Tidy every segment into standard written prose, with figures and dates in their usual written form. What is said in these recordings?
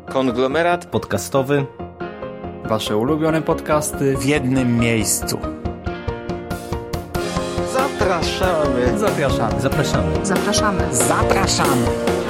Konglomerat podcastowy. Wasze ulubione podcasty w jednym miejscu. Zapraszamy. Zapraszamy. Zapraszamy. Zapraszamy. Zapraszamy.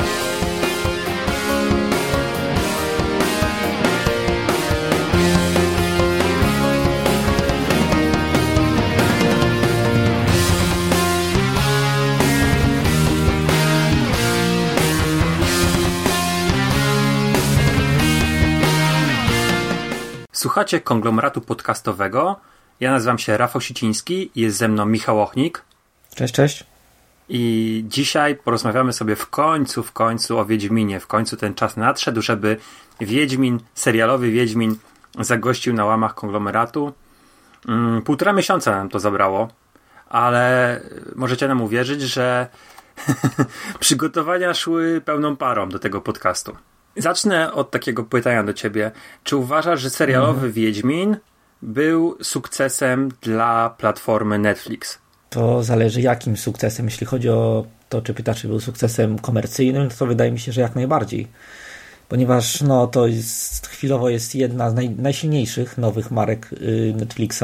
Słuchacie Konglomeratu Podcastowego. Ja nazywam się Rafał Siciński, jest ze mną Michał Ochnik. Cześć, cześć. I dzisiaj porozmawiamy sobie w końcu o Wiedźminie. W końcu ten czas nadszedł, żeby serialowy Wiedźmin zagościł na łamach Konglomeratu. 1,5 miesiąca nam to zabrało, ale możecie nam uwierzyć, że przygotowania szły pełną parą do tego podcastu. Zacznę od takiego pytania do ciebie. Czy uważasz, że serialowy Wiedźmin był sukcesem dla platformy Netflix? To zależy jakim sukcesem. Jeśli chodzi o to, czy pytasz, czy był sukcesem komercyjnym, to wydaje mi się, że jak najbardziej. Ponieważ to chwilowo jest jedna z najsilniejszych nowych marek Netflixa,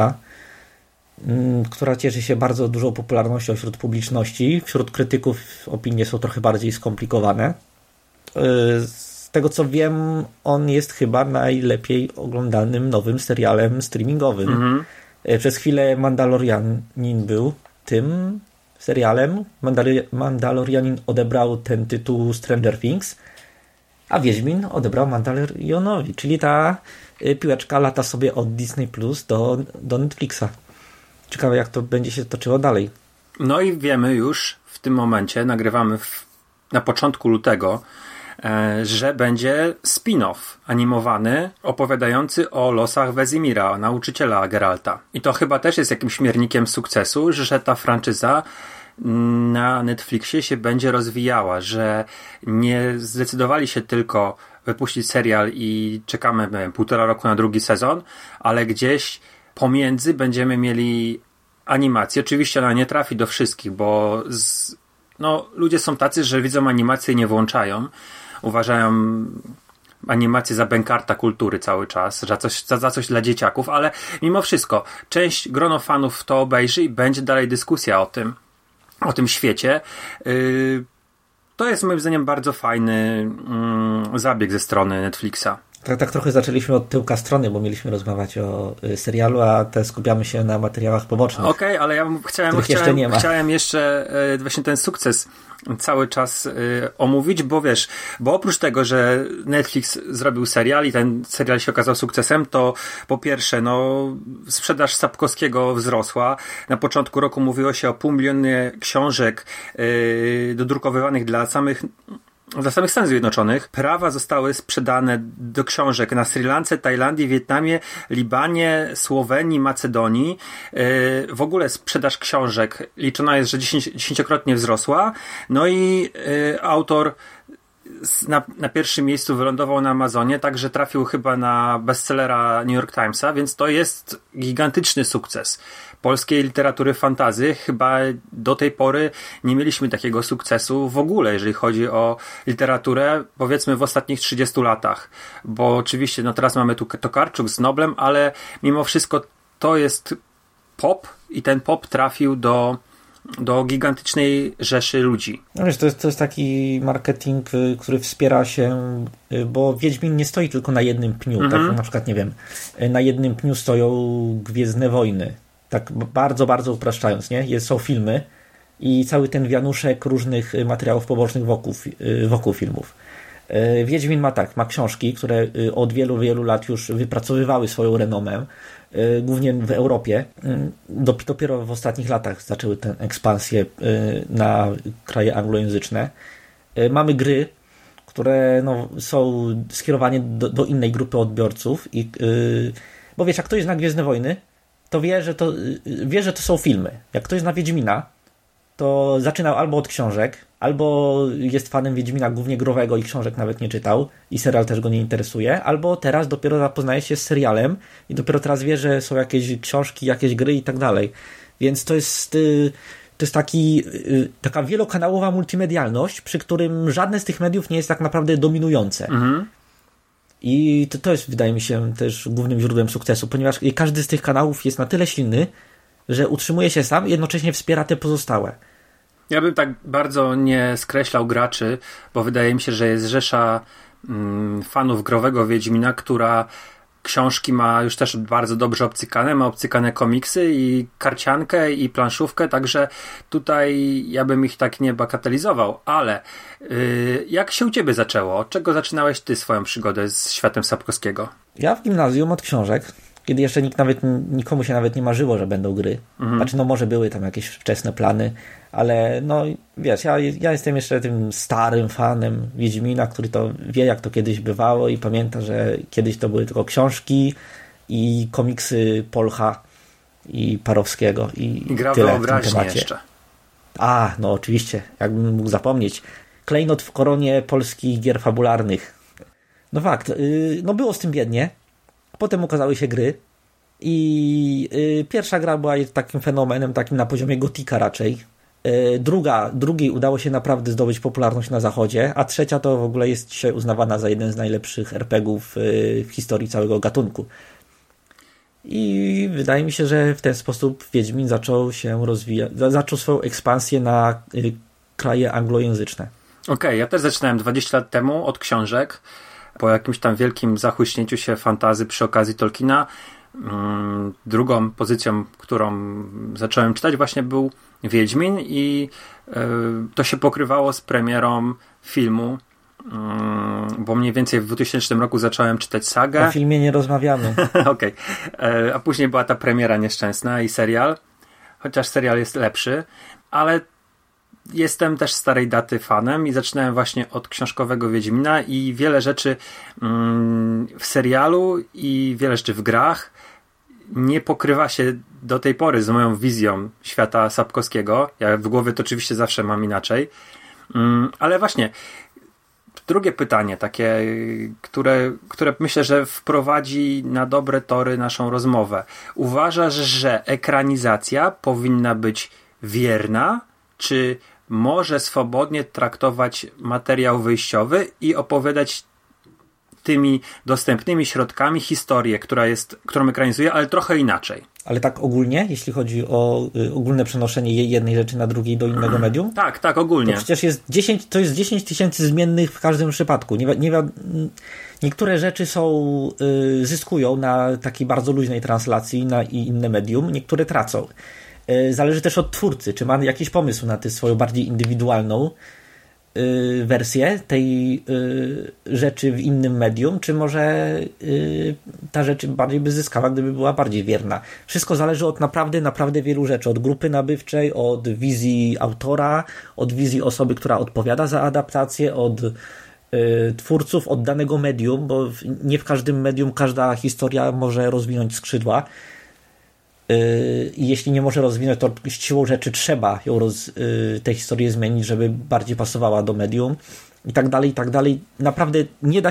która cieszy się bardzo dużą popularnością wśród publiczności. Wśród krytyków opinie są trochę bardziej skomplikowane. Z tego co wiem, on jest chyba najlepiej oglądanym nowym serialem streamingowym. Przez chwilę Mandalorianin był tym serialem. Mandalorianin odebrał ten tytuł Stranger Things, a Wiedźmin odebrał Mandalorianowi, czyli ta piłeczka lata sobie od Disney Plus do Netflixa. Ciekawe, jak to będzie się toczyło dalej. No i wiemy już w tym momencie, nagrywamy na początku lutego, że będzie spin-off animowany opowiadający o losach Wesemira, nauczyciela Geralta. I to chyba też jest jakimś miernikiem sukcesu, że ta franczyza na Netflixie się będzie rozwijała, że nie zdecydowali się tylko wypuścić serial i czekamy 1,5 roku na drugi sezon, ale gdzieś pomiędzy będziemy mieli animację. Oczywiście ona nie trafi do wszystkich, bo ludzie są tacy, że widzą animację i nie włączają. Uważają animację za bękarta kultury cały czas, za coś dla dzieciaków, ale mimo wszystko grono fanów to obejrzy i będzie dalej dyskusja o tym świecie. To jest moim zdaniem bardzo fajny zabieg ze strony Netflixa. Tak trochę zaczęliśmy od tyłka strony, bo mieliśmy rozmawiać o serialu, a teraz skupiamy się na materiałach pobocznych. Okej, ale ja chciałem jeszcze właśnie ten sukces cały czas omówić, bo oprócz tego, że Netflix zrobił serial i ten serial się okazał sukcesem, to po pierwsze, sprzedaż Sapkowskiego wzrosła. Na początku roku mówiło się o 500 000 książek dodrukowywanych dla samych Stanów Zjednoczonych. Prawa zostały sprzedane do książek na Sri Lance, Tajlandii, Wietnamie, Libanie, Słowenii, Macedonii. W ogóle sprzedaż książek liczona jest, że 10-krotnie wzrosła. No i autor na pierwszym miejscu wylądował na Amazonie, także trafił chyba na bestsellera New York Timesa, więc to jest gigantyczny sukces polskiej literatury fantasy. Chyba do tej pory nie mieliśmy takiego sukcesu w ogóle, jeżeli chodzi o literaturę, powiedzmy w ostatnich 30 latach. Bo oczywiście, teraz mamy tu Tokarczuk z Noblem, ale mimo wszystko to jest pop i ten pop trafił do gigantycznej rzeszy ludzi. Wiesz, to jest taki marketing, który wspiera się, bo Wiedźmin nie stoi tylko na jednym pniu. Tak na przykład, nie wiem, na jednym pniu stoją Gwiezdne Wojny. Tak bardzo, bardzo upraszczając, nie? Są filmy i cały ten wianuszek różnych materiałów pobocznych wokół filmów. Wiedźmin ma książki, które od wielu, wielu lat już wypracowywały swoją renomę, głównie w Europie. Dopiero w ostatnich latach zaczęły tę ekspansję na kraje anglojęzyczne. Mamy gry, które są skierowane do innej grupy odbiorców. Bo wiesz, jak ktoś zna Gwiezdne Wojny, to wie, że to są filmy. Jak ktoś zna Wiedźmina, to zaczynał albo od książek, albo jest fanem Wiedźmina głównie growego i książek nawet nie czytał i serial też go nie interesuje, albo teraz dopiero zapoznaje się z serialem i dopiero teraz wie, że są jakieś książki, jakieś gry i tak dalej. Więc to jest taka wielokanałowa multimedialność, przy którym żadne z tych mediów nie jest tak naprawdę dominujące. I to jest, wydaje mi się, też głównym źródłem sukcesu, ponieważ każdy z tych kanałów jest na tyle silny, że utrzymuje się sam i jednocześnie wspiera te pozostałe. Ja bym tak bardzo nie skreślał graczy, bo wydaje mi się, że jest rzesza fanów growego Wiedźmina, która książki ma już też bardzo dobrze obcykane, ma obcykane komiksy i karciankę i planszówkę, także tutaj ja bym ich tak nie bagatelizował, ale jak się u ciebie zaczęło? Od czego zaczynałeś ty swoją przygodę z światem Sapkowskiego? Ja w gimnazjum od książek, kiedy jeszcze nikomu się nawet nie marzyło, że będą gry. Znaczy, no może były tam jakieś wczesne plany, ale no wiesz, ja jestem jeszcze tym starym fanem Wiedźmina, który to wie, jak to kiedyś bywało i pamięta, że kiedyś to były tylko książki i komiksy Polcha i Parowskiego i gra tyle wyobraźni w tym temacie. Jeszcze. No oczywiście, jakbym mógł zapomnieć. Klejnot w koronie polskich gier fabularnych. No fakt, no było z tym biednie. Potem ukazały się gry i pierwsza gra była takim fenomenem, takim na poziomie gotika raczej. Drugiej udało się naprawdę zdobyć popularność na zachodzie, a trzecia to w ogóle jest dzisiaj uznawana za jeden z najlepszych RPGów w historii całego gatunku. I wydaje mi się, że w ten sposób Wiedźmin zaczął się rozwijać, zaczął swoją ekspansję na kraje anglojęzyczne. Okej, ja też zaczynałem 20 lat temu od książek. Po jakimś tam wielkim zachłyśnięciu się fantasy przy okazji Tolkiena. Drugą pozycją, którą zacząłem czytać, właśnie był Wiedźmin i to się pokrywało z premierą filmu, bo mniej więcej w 2000 roku zacząłem czytać sagę. O filmie nie rozmawiamy. Okej. A później była ta premiera nieszczęsna i serial, chociaż serial jest lepszy, ale jestem też starej daty fanem i zaczynałem właśnie od książkowego Wiedźmina i wiele rzeczy w serialu i wiele rzeczy w grach nie pokrywa się do tej pory z moją wizją świata Sapkowskiego. Ja w głowie to oczywiście zawsze mam inaczej. Ale właśnie drugie pytanie, takie, które myślę, że wprowadzi na dobre tory naszą rozmowę. Uważasz, że ekranizacja powinna być wierna, czy może swobodnie traktować materiał wyjściowy i opowiadać tymi dostępnymi środkami historię, którą ekranizuje, ale trochę inaczej? Ale tak ogólnie, jeśli chodzi o ogólne przenoszenie jednej rzeczy na drugiej do innego medium? Tak, ogólnie. To przecież jest 10 tysięcy zmiennych w każdym przypadku. Niektóre rzeczy zyskują na takiej bardzo luźnej translacji na inne medium, niektóre tracą. Zależy też od twórcy, czy ma jakiś pomysł na tę swoją bardziej indywidualną wersję tej rzeczy w innym medium, czy może ta rzecz bardziej by zyskała, gdyby była bardziej wierna. Wszystko zależy od naprawdę wielu rzeczy. Od grupy nabywczej, od wizji autora, od wizji osoby, która odpowiada za adaptację, od twórców, od danego medium, bo nie w każdym medium każda historia może rozwinąć skrzydła. I jeśli nie może rozwinąć, to siłą rzeczy trzeba tę historię zmienić, żeby bardziej pasowała do medium i tak dalej. Naprawdę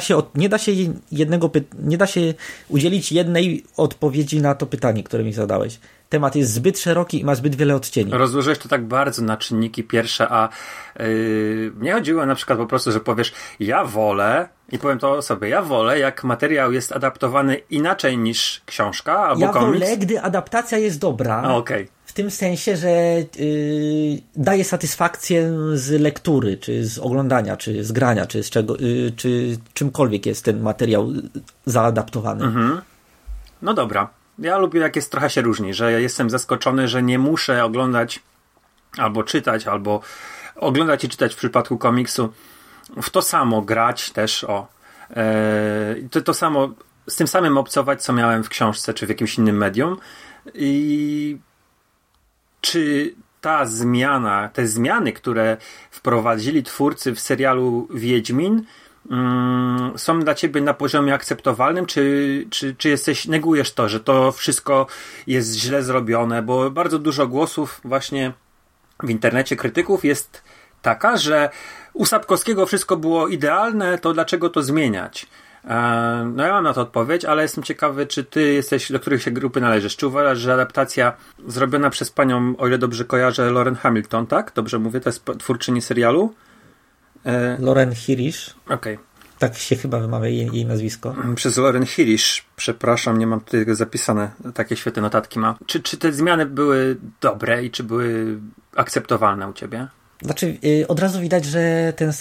nie da się udzielić jednej odpowiedzi na to pytanie, które mi zadałeś. Temat jest zbyt szeroki i ma zbyt wiele odcieni. Rozłożyłeś to tak bardzo na czynniki pierwsze, a mnie chodziło na przykład po prostu, że powiesz, ja wolę, i powiem to sobie, ja wolę, jak materiał jest adaptowany inaczej niż książka albo komiks. Ja wolę, gdy adaptacja jest dobra. Okej. W tym sensie, że daje satysfakcję z lektury, czy z oglądania, czy z grania, czy z czego, czy czymkolwiek jest ten materiał zaadaptowany. Mhm. No dobra. Ja lubię, jak jest trochę się różni, że ja jestem zaskoczony, że nie muszę oglądać albo czytać, albo oglądać i czytać w przypadku komiksu w to samo grać też, to samo, z tym samym obcować, co miałem w książce, czy w jakimś innym medium. I czy te zmiany, które wprowadzili twórcy w serialu Wiedźmin, są dla ciebie na poziomie akceptowalnym, czy negujesz to, że to wszystko jest źle zrobione, bo bardzo dużo głosów właśnie w internecie krytyków jest taka, że u Sapkowskiego wszystko było idealne, to dlaczego to zmieniać? No ja mam na to odpowiedź, ale jestem ciekawy, czy ty jesteś, do których się grupy należysz. Czy uważasz, że adaptacja zrobiona przez panią, o ile dobrze kojarzę, Lauren Hamilton, tak? Dobrze mówię? To jest twórczyni serialu? Lauren Hirish. Okej. Tak się chyba wymawia jej nazwisko. Przez Lauren Hillish, przepraszam, nie mam tutaj tego zapisane. Takie świetne notatki ma. Czy te zmiany były dobre i czy były akceptowalne u ciebie? Znaczy, od razu widać, że ten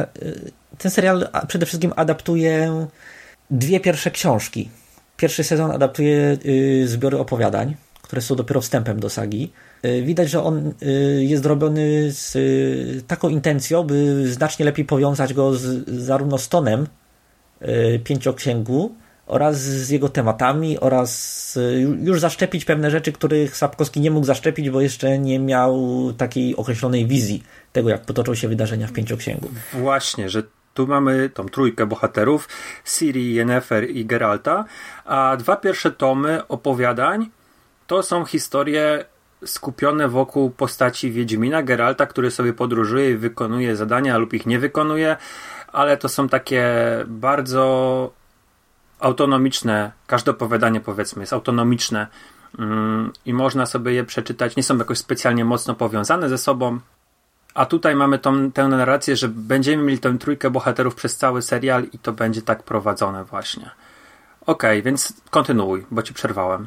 serial przede wszystkim adaptuje 2 pierwsze książki. Pierwszy sezon adaptuje zbiory opowiadań, które są dopiero wstępem do sagi. Widać, że on jest robiony z taką intencją, by znacznie lepiej powiązać go zarówno z tonem Pięcioksięgu oraz z jego tematami oraz już zaszczepić pewne rzeczy, których Sapkowski nie mógł zaszczepić, bo jeszcze nie miał takiej określonej wizji tego, jak potoczą się wydarzenia w Pięcioksięgu. Właśnie, że tu mamy tą trójkę bohaterów, Ciri, Yennefer i Geralta, a 2 pierwsze tomy opowiadań to są historie skupione wokół postaci Wiedźmina, Geralta, który sobie podróżuje i wykonuje zadania lub ich nie wykonuje, ale to są takie bardzo autonomiczne, każde opowiadanie powiedzmy jest autonomiczne i można sobie je przeczytać, nie są jakoś specjalnie mocno powiązane ze sobą, a tutaj mamy tę narrację, że będziemy mieli tę trójkę bohaterów przez cały serial i to będzie tak prowadzone właśnie. Okej, więc kontynuuj, bo ci przerwałem.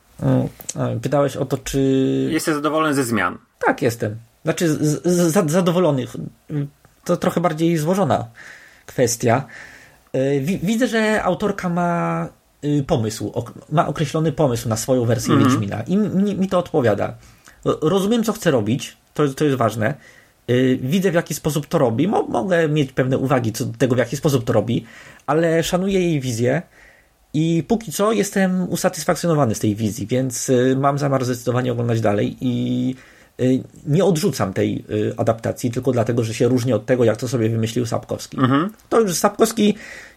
Pytałeś o to, czy... Jesteś zadowolony ze zmian? Tak, jestem. Znaczy zadowolony. To trochę bardziej złożona kwestia. Widzę, że autorka ma pomysł, ma określony pomysł na swoją wersję Wiedźmina i mi to odpowiada. Rozumiem, co chce robić, to jest ważne. Widzę, w jaki sposób to robi. Mogę mieć pewne uwagi co do tego, w jaki sposób to robi, ale szanuję jej wizję i póki co jestem usatysfakcjonowany z tej wizji, więc mam zamiar zdecydowanie oglądać dalej i nie odrzucam tej adaptacji tylko dlatego, że się różni od tego, jak to sobie wymyślił Sapkowski. To już Sapkowski,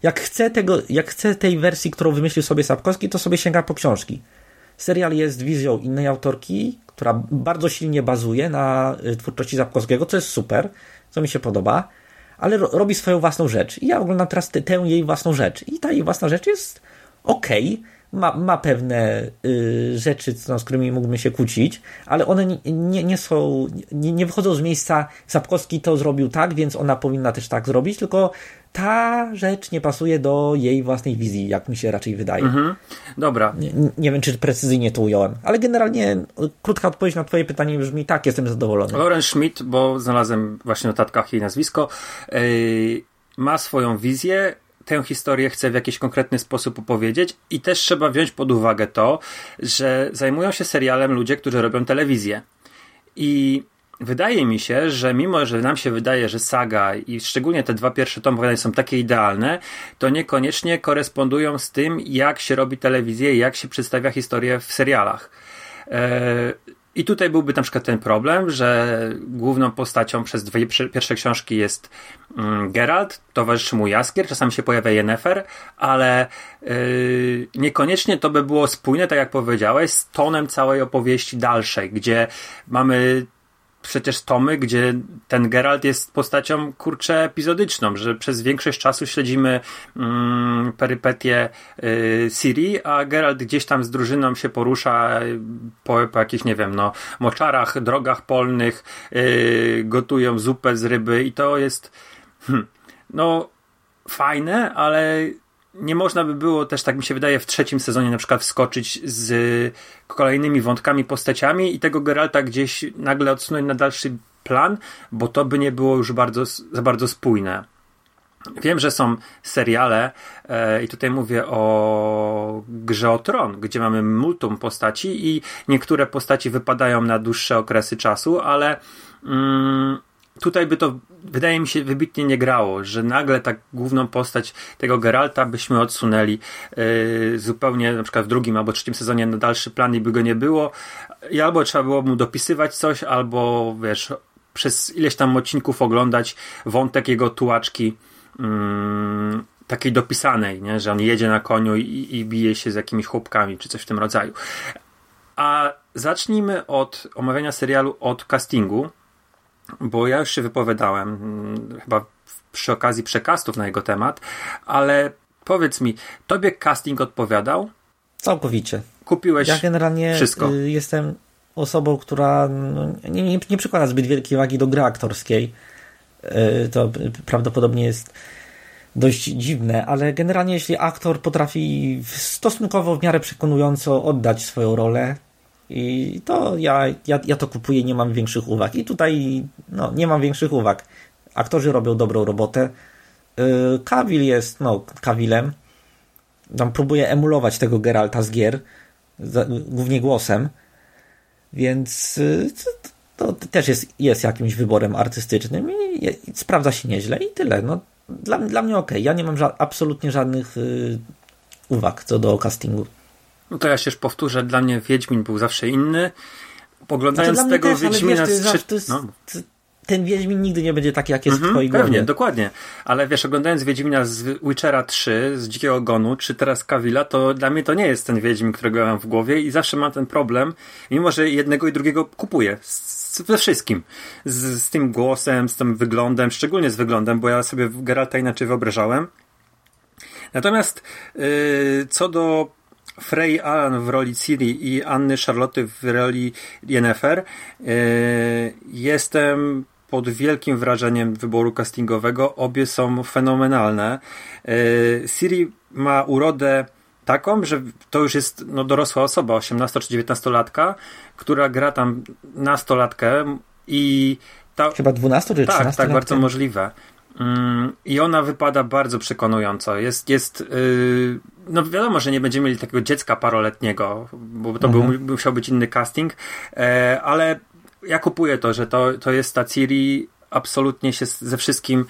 jak chce tej wersji, którą wymyślił sobie Sapkowski, to sobie sięga po książki. Serial jest wizją innej autorki, która bardzo silnie bazuje na twórczości Sapkowskiego, co jest super, co mi się podoba, ale robi swoją własną rzecz. I ja oglądam teraz tę jej własną rzecz. I ta jej własna rzecz jest okej. Ma pewne rzeczy, z którymi mógłbym się kłócić, ale one nie wychodzą z miejsca Sapkowski to zrobił tak, więc ona powinna też tak zrobić, tylko ta rzecz nie pasuje do jej własnej wizji, jak mi się raczej wydaje. Dobra. Nie wiem, czy precyzyjnie to ująłem, ale generalnie krótka odpowiedź na twoje pytanie brzmi tak, jestem zadowolony. Lauren Schmidt, bo znalazłem właśnie w notatkach jej nazwisko, ma swoją wizję, tę historię chce w jakiś konkretny sposób opowiedzieć i też trzeba wziąć pod uwagę to, że zajmują się serialem ludzie, którzy robią telewizję. I wydaje mi się, że mimo, że nam się wydaje, że saga i szczególnie te 2 pierwsze tomy opowiadań są takie idealne, to niekoniecznie korespondują z tym, jak się robi telewizję i jak się przedstawia historię w serialach. I tutaj byłby na przykład ten problem, że główną postacią przez 2 pierwsze książki jest Geralt, towarzyszy mu Jaskier, czasami się pojawia Yennefer, ale niekoniecznie to by było spójne, tak jak powiedziałeś, z tonem całej opowieści dalszej, gdzie mamy przecież tomy, gdzie ten Geralt jest postacią, epizodyczną, że przez większość czasu śledzimy perypetie Ciri, a Geralt gdzieś tam z drużyną się porusza po jakichś, nie wiem, moczarach, drogach polnych, gotują zupę z ryby i to jest fajne, ale nie można by było też, tak mi się wydaje, w 3. sezonie na przykład wskoczyć z kolejnymi wątkami, postaciami i tego Geralta gdzieś nagle odsunąć na dalszy plan, bo to by nie było już za bardzo spójne. Wiem, że są seriale i tutaj mówię o Grze o Tron, gdzie mamy multum postaci i niektóre postaci wypadają na dłuższe okresy czasu, ale tutaj by to, wydaje mi się, wybitnie nie grało, że nagle tak główną postać tego Geralta byśmy odsunęli zupełnie na przykład w 2. albo 3. sezonie na dalszy plan i by go nie było. I albo trzeba było mu dopisywać coś, albo wiesz, przez ileś tam odcinków oglądać wątek jego tułaczki takiej dopisanej, nie? Że on jedzie na koniu i bije się z jakimiś chłopkami, czy coś w tym rodzaju. A zacznijmy od omawiania serialu od castingu, bo ja już się wypowiadałem chyba przy okazji przekastów na jego temat, ale powiedz mi, tobie casting odpowiadał? Całkowicie. Kupiłeś ja generalnie wszystko? Jestem osobą, która nie przykłada zbyt wielkiej wagi do gry aktorskiej. To prawdopodobnie jest dość dziwne, ale generalnie jeśli aktor potrafi stosunkowo w miarę przekonująco oddać swoją rolę, i to ja to kupuję, nie mam większych uwag. I tutaj nie mam większych uwag. Aktorzy robią dobrą robotę. Cavill jest Cavillem. Tam próbuje emulować tego Geralta z gier, głównie głosem, więc to też jest jakimś wyborem artystycznym i sprawdza się nieźle i tyle. Dla mnie okej. Ja nie mam absolutnie żadnych uwag co do castingu. No to ja się już powtórzę, dla mnie Wiedźmin był zawsze inny. Poglądając tego też, Wiedźmina... Ten Wiedźmin nigdy nie będzie taki, jak jest w twojej głowie. Pewnie, dokładnie. Ale wiesz, oglądając Wiedźmina z Witchera 3, z Dzikiego Ogonu, czy teraz Cavilla, to dla mnie to nie jest ten Wiedźmin, którego ja mam w głowie i zawsze mam ten problem, mimo że jednego i drugiego kupuję. Ze wszystkim. Z tym głosem, z tym wyglądem, szczególnie z wyglądem, bo ja sobie Geralta inaczej wyobrażałem. Natomiast co do Frey Allan w roli Ciri i Anny Charlotte w roli Yennefer, jestem pod wielkim wrażeniem wyboru castingowego. Obie są fenomenalne. Ciri ma urodę taką, że to już jest dorosła osoba, 18 czy 19-latka, która gra tam nastolatkę i chyba 12 czy 13 tak, bardzo możliwe. I ona wypada bardzo przekonująco. Wiadomo, że nie będziemy mieli takiego dziecka paroletniego, bo to musiał być inny casting, ale ja kupuję to, że to jest ta Ciri absolutnie się ze wszystkim,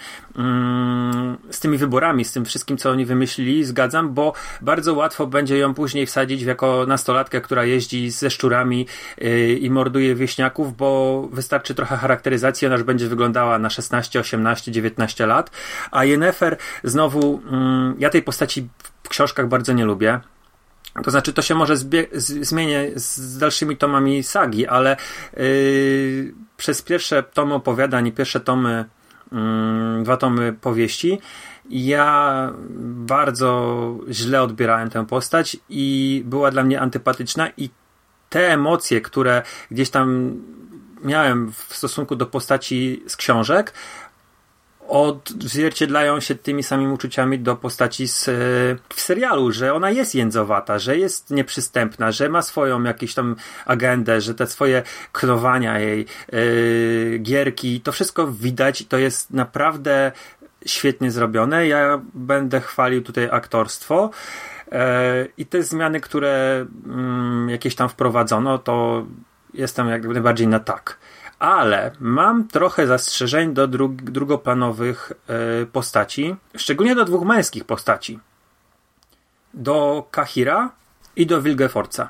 z tymi wyborami, z tym wszystkim, co oni wymyślili, zgadzam, bo bardzo łatwo będzie ją później wsadzić jako nastolatkę, która jeździ ze szczurami i morduje wieśniaków, bo wystarczy trochę charakteryzacji, ona już będzie wyglądała na 16, 18, 19 lat, a Yennefer znowu, ja tej postaci w książkach bardzo nie lubię. To znaczy, to się może zmieni z dalszymi tomami sagi, ale przez pierwsze tomy opowiadań i pierwsze tomy, 2 tomy powieści, ja bardzo źle odbierałem tę postać i była dla mnie antypatyczna i te emocje, które gdzieś tam miałem w stosunku do postaci z książek, odzwierciedlają się tymi samymi uczuciami do postaci w serialu, że ona jest jędzowata, że jest nieprzystępna, że ma swoją jakąś tam agendę, że te swoje knowania jej, gierki, to wszystko widać i to jest naprawdę świetnie zrobione. Ja będę chwalił tutaj aktorstwo i te zmiany, które jakieś tam wprowadzono, to jestem jak najbardziej na tak. Ale mam trochę zastrzeżeń do drugoplanowych postaci, szczególnie do 2 męskich postaci. Do Cahira i do Wilgefortza.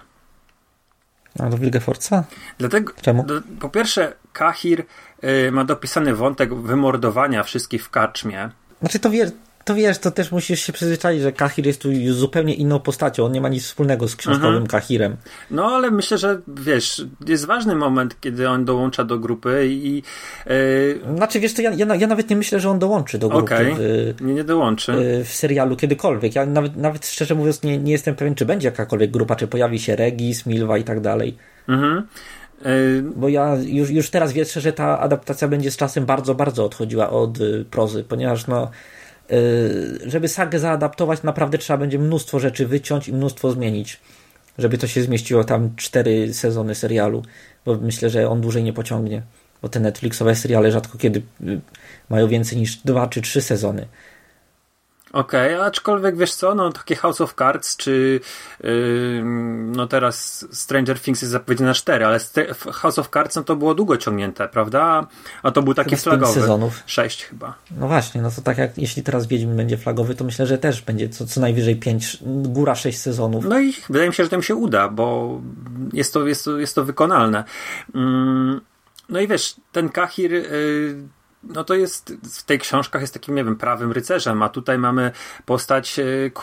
A do Wilgefortza? Dlatego, czemu? Po pierwsze, Cahir ma dopisany wątek wymordowania wszystkich w karczmie. Znaczy to wiesz, to też musisz się przyzwyczaić, że Cahir jest tu zupełnie inną postacią. On nie ma nic wspólnego z książkowym Cahirem. No, ale myślę, że wiesz, jest ważny moment, kiedy on dołącza do grupy i... Znaczy, wiesz to ja nawet nie myślę, że on dołączy do grupy. Okej, nie dołączy. W serialu kiedykolwiek. Ja nawet szczerze mówiąc nie jestem pewien, czy będzie jakakolwiek grupa, czy pojawi się Regis, Milwa i tak dalej. Bo ja już teraz wierzę, że ta adaptacja będzie z czasem bardzo, bardzo odchodziła od prozy, ponieważ żeby sagę zaadaptować, naprawdę trzeba będzie mnóstwo rzeczy wyciąć i mnóstwo zmienić, żeby to się zmieściło tam 4 sezony serialu, bo myślę, że on dłużej nie pociągnie, bo te Netflixowe seriale rzadko kiedy mają więcej niż 2 czy 3 sezony. Okej, aczkolwiek wiesz co, takie House of Cards, czy teraz Stranger Things jest zapowiedziane na 4, ale House of Cards to było długo ciągnięte, prawda? A to był taki flagowy. 5 sezonów. 6 chyba. No właśnie, to tak jak jeśli teraz Wiedźmin będzie flagowy, to myślę, że też będzie co najwyżej 5, góra 6 sezonów. No i wydaje mi się, że to im się uda, bo jest to wykonalne. No i wiesz, ten Cahir... to jest, w tych książkach jest takim, nie wiem, prawym rycerzem, a tutaj mamy postać,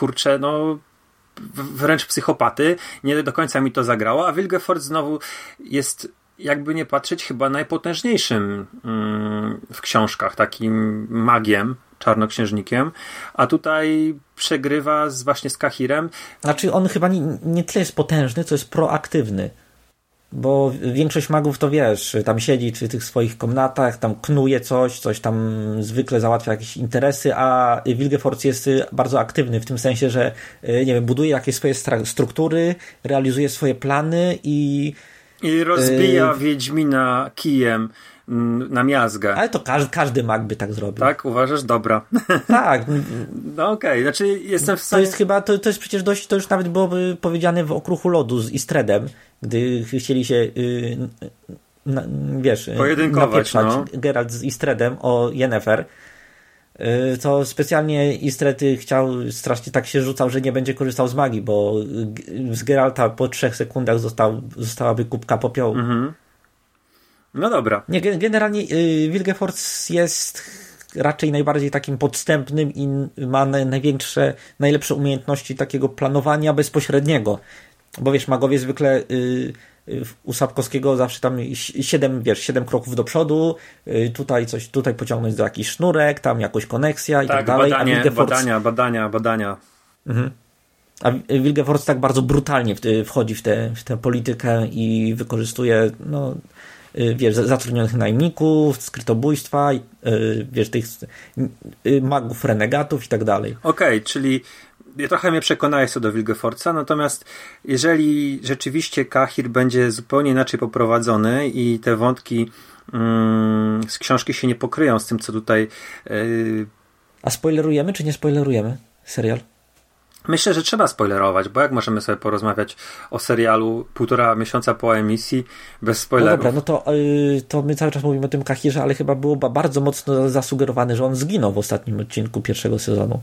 wręcz psychopaty. Nie do końca mi to zagrało, a Wilgefort znowu jest, jakby nie patrzeć, chyba najpotężniejszym w książkach, takim magiem, czarnoksiężnikiem, a tutaj przegrywa właśnie z Cahirem. Znaczy on chyba nie tyle jest potężny, co jest proaktywny. Bo większość magów to wiesz, tam siedzi w tych swoich komnatach, tam knuje coś tam zwykle załatwia jakieś interesy, a Wilgefortz jest bardzo aktywny w tym sensie, że nie wiem, buduje jakieś swoje struktury, realizuje swoje plany i rozbija Wiedźmina kijem na miazgę. Ale to każdy mag by tak zrobił. Tak? Uważasz? Dobra. Tak. No okej. Znaczy jestem w stanie... To jest chyba, to jest przecież dość, to już nawet byłoby powiedziane w Okruchu Lodu z Istredem, gdy chcieli się pojedynkować, Geralt z Istredem o Yennefer, to specjalnie Istred chciał, strasznie tak się rzucał, że nie będzie korzystał z magii, bo z Geralta po 3 sekundach zostałaby kubka popiołu. Mhm. No dobra. Nie, generalnie Wilgefortz jest raczej najbardziej takim podstępnym i ma najlepsze umiejętności takiego planowania bezpośredniego. Bo wiesz, magowie zwykle u Sapkowskiego zawsze tam 7 kroków do przodu, tutaj pociągnąć za jakiś sznurek, tam jakoś koneksja i tak dalej. Badania. Mhm. A Wilgefortz tak bardzo brutalnie wchodzi w tę politykę i wykorzystuje zatrudnionych najemników, skrytobójstwa, tych magów, renegatów i tak dalej. Okej, czyli trochę mnie przekonałeś co do Wilgefortza, natomiast jeżeli rzeczywiście Cahir będzie zupełnie inaczej poprowadzony i te wątki z książki się nie pokryją z tym, co tutaj... A spoilerujemy, czy nie spoilerujemy serial? Myślę, że trzeba spoilerować, bo jak możemy sobie porozmawiać o serialu 1,5 miesiąca po emisji bez spoilerów? No dobra, to my cały czas mówimy o tym Cahirze, ale chyba było bardzo mocno zasugerowane, że on zginął w ostatnim odcinku 1. sezonu.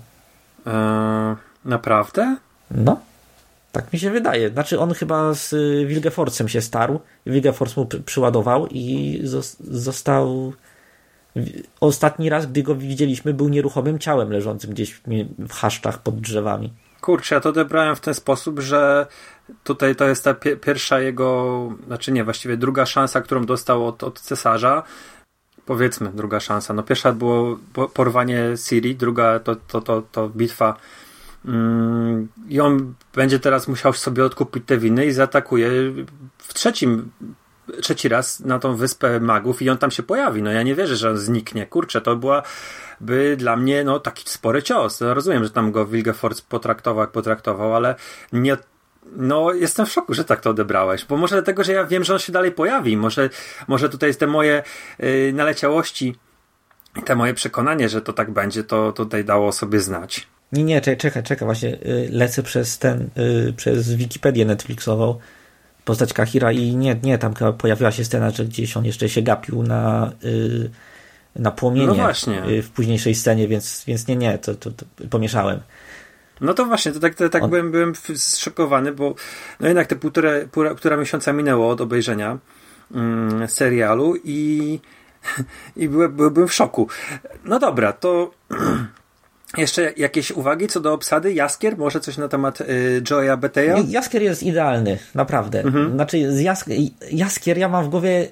Naprawdę? No, tak mi się wydaje. Znaczy on chyba z Wilgefortzem się starł, Wilgefortz mu przyładował i został... Ostatni raz, gdy go widzieliśmy, był nieruchomym ciałem leżącym gdzieś w chaszczach pod drzewami. Kurczę, ja to odebrałem w ten sposób, że tutaj to jest ta pierwsza jego, właściwie druga szansa, którą dostał od cesarza. Powiedzmy, druga szansa. No pierwsza było porwanie Ciri, druga to bitwa. I on będzie teraz musiał sobie odkupić te winy i zaatakuje w trzeci raz na tą wyspę magów i on tam się pojawi. No ja nie wierzę, że on zniknie. Kurczę, to byłaby dla mnie taki spory cios. Ja rozumiem, że tam go Wilgefortz potraktował jak potraktował, ale nie... No jestem w szoku, że tak to odebrałeś, bo może dlatego, że ja wiem, że on się dalej pojawi. Może tutaj te moje naleciałości, te moje przekonanie, że to tak będzie, to tutaj dało sobie znać. Nie, czekaj, właśnie lecę przez Wikipedię Netflixową postać Cahira i nie, tam pojawiła się scena, że gdzieś on jeszcze się gapił na płomienie w późniejszej scenie, więc nie, to pomieszałem. No to właśnie, to tak byłem zszokowany, bo no jednak te półtora miesiąca minęło od obejrzenia serialu i byłem w szoku. No dobra, to jeszcze jakieś uwagi co do obsady? Jaskier? Może coś na temat Joeya Beteya? Jaskier jest idealny, naprawdę. Znaczy Jaskier, ja mam w głowie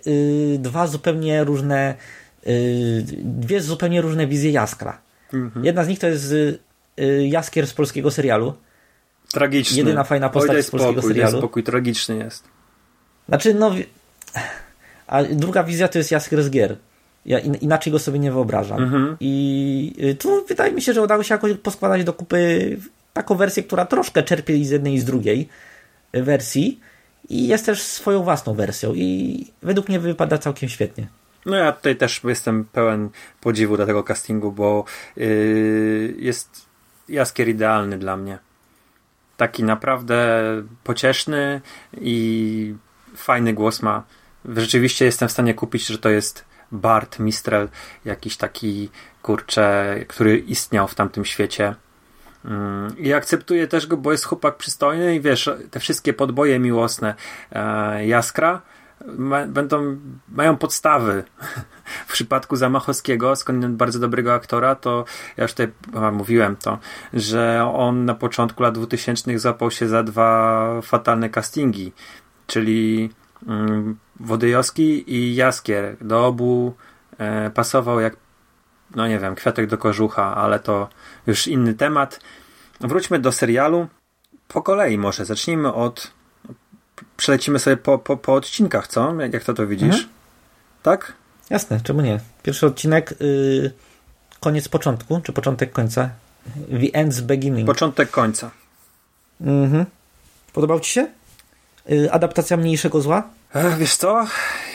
dwie zupełnie różne wizje Jaskra. Jedna z nich to jest Jaskier z polskiego serialu. Tragiczny. Jedyna fajna postać z polskiego serialu. Daj spokój, tragiczny jest. Znaczy, a druga wizja to jest Jaskier z gier. Ja inaczej go sobie nie wyobrażam. I tu wydaje mi się, że udało się jakoś poskładać do kupy taką wersję, która troszkę czerpie z jednej i z drugiej wersji i jest też swoją własną wersją i według mnie wypada całkiem świetnie. No ja tutaj też jestem pełen podziwu dla tego castingu, bo jest Jaskier idealny dla mnie. Taki naprawdę pocieszny i fajny głos ma. Rzeczywiście jestem w stanie kupić, że to jest Bart Mistrel, jakiś taki który istniał w tamtym świecie. I akceptuję też go, bo jest chłopak przystojny i wiesz, te wszystkie podboje miłosne Jaskra mają podstawy. W przypadku Zamachowskiego, skąd bardzo dobrego aktora, to ja już tutaj mówiłem to, że on na początku lat 2000 złapał się za 2 fatalne castingi, czyli Wodejowski i Jaskier. Do obu pasował jak kwiatek do kożucha, ale to już inny temat. Wróćmy do serialu. Po kolei może. Zacznijmy od przelecimy sobie po odcinkach, co? Jak to widzisz? Tak? Jasne, czemu nie? Pierwszy odcinek, koniec początku, czy początek końca? The End's Beginning. Początek końca. Podobał ci się? Adaptacja Mniejszego Zła? Wiesz co?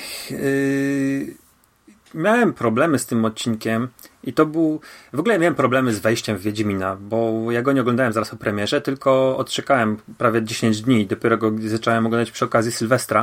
Miałem problemy z tym odcinkiem i to był... W ogóle miałem problemy z wejściem w Wiedźmina, bo ja go nie oglądałem zaraz po premierze, tylko odczekałem prawie 10 dni i dopiero go zacząłem oglądać przy okazji Sylwestra.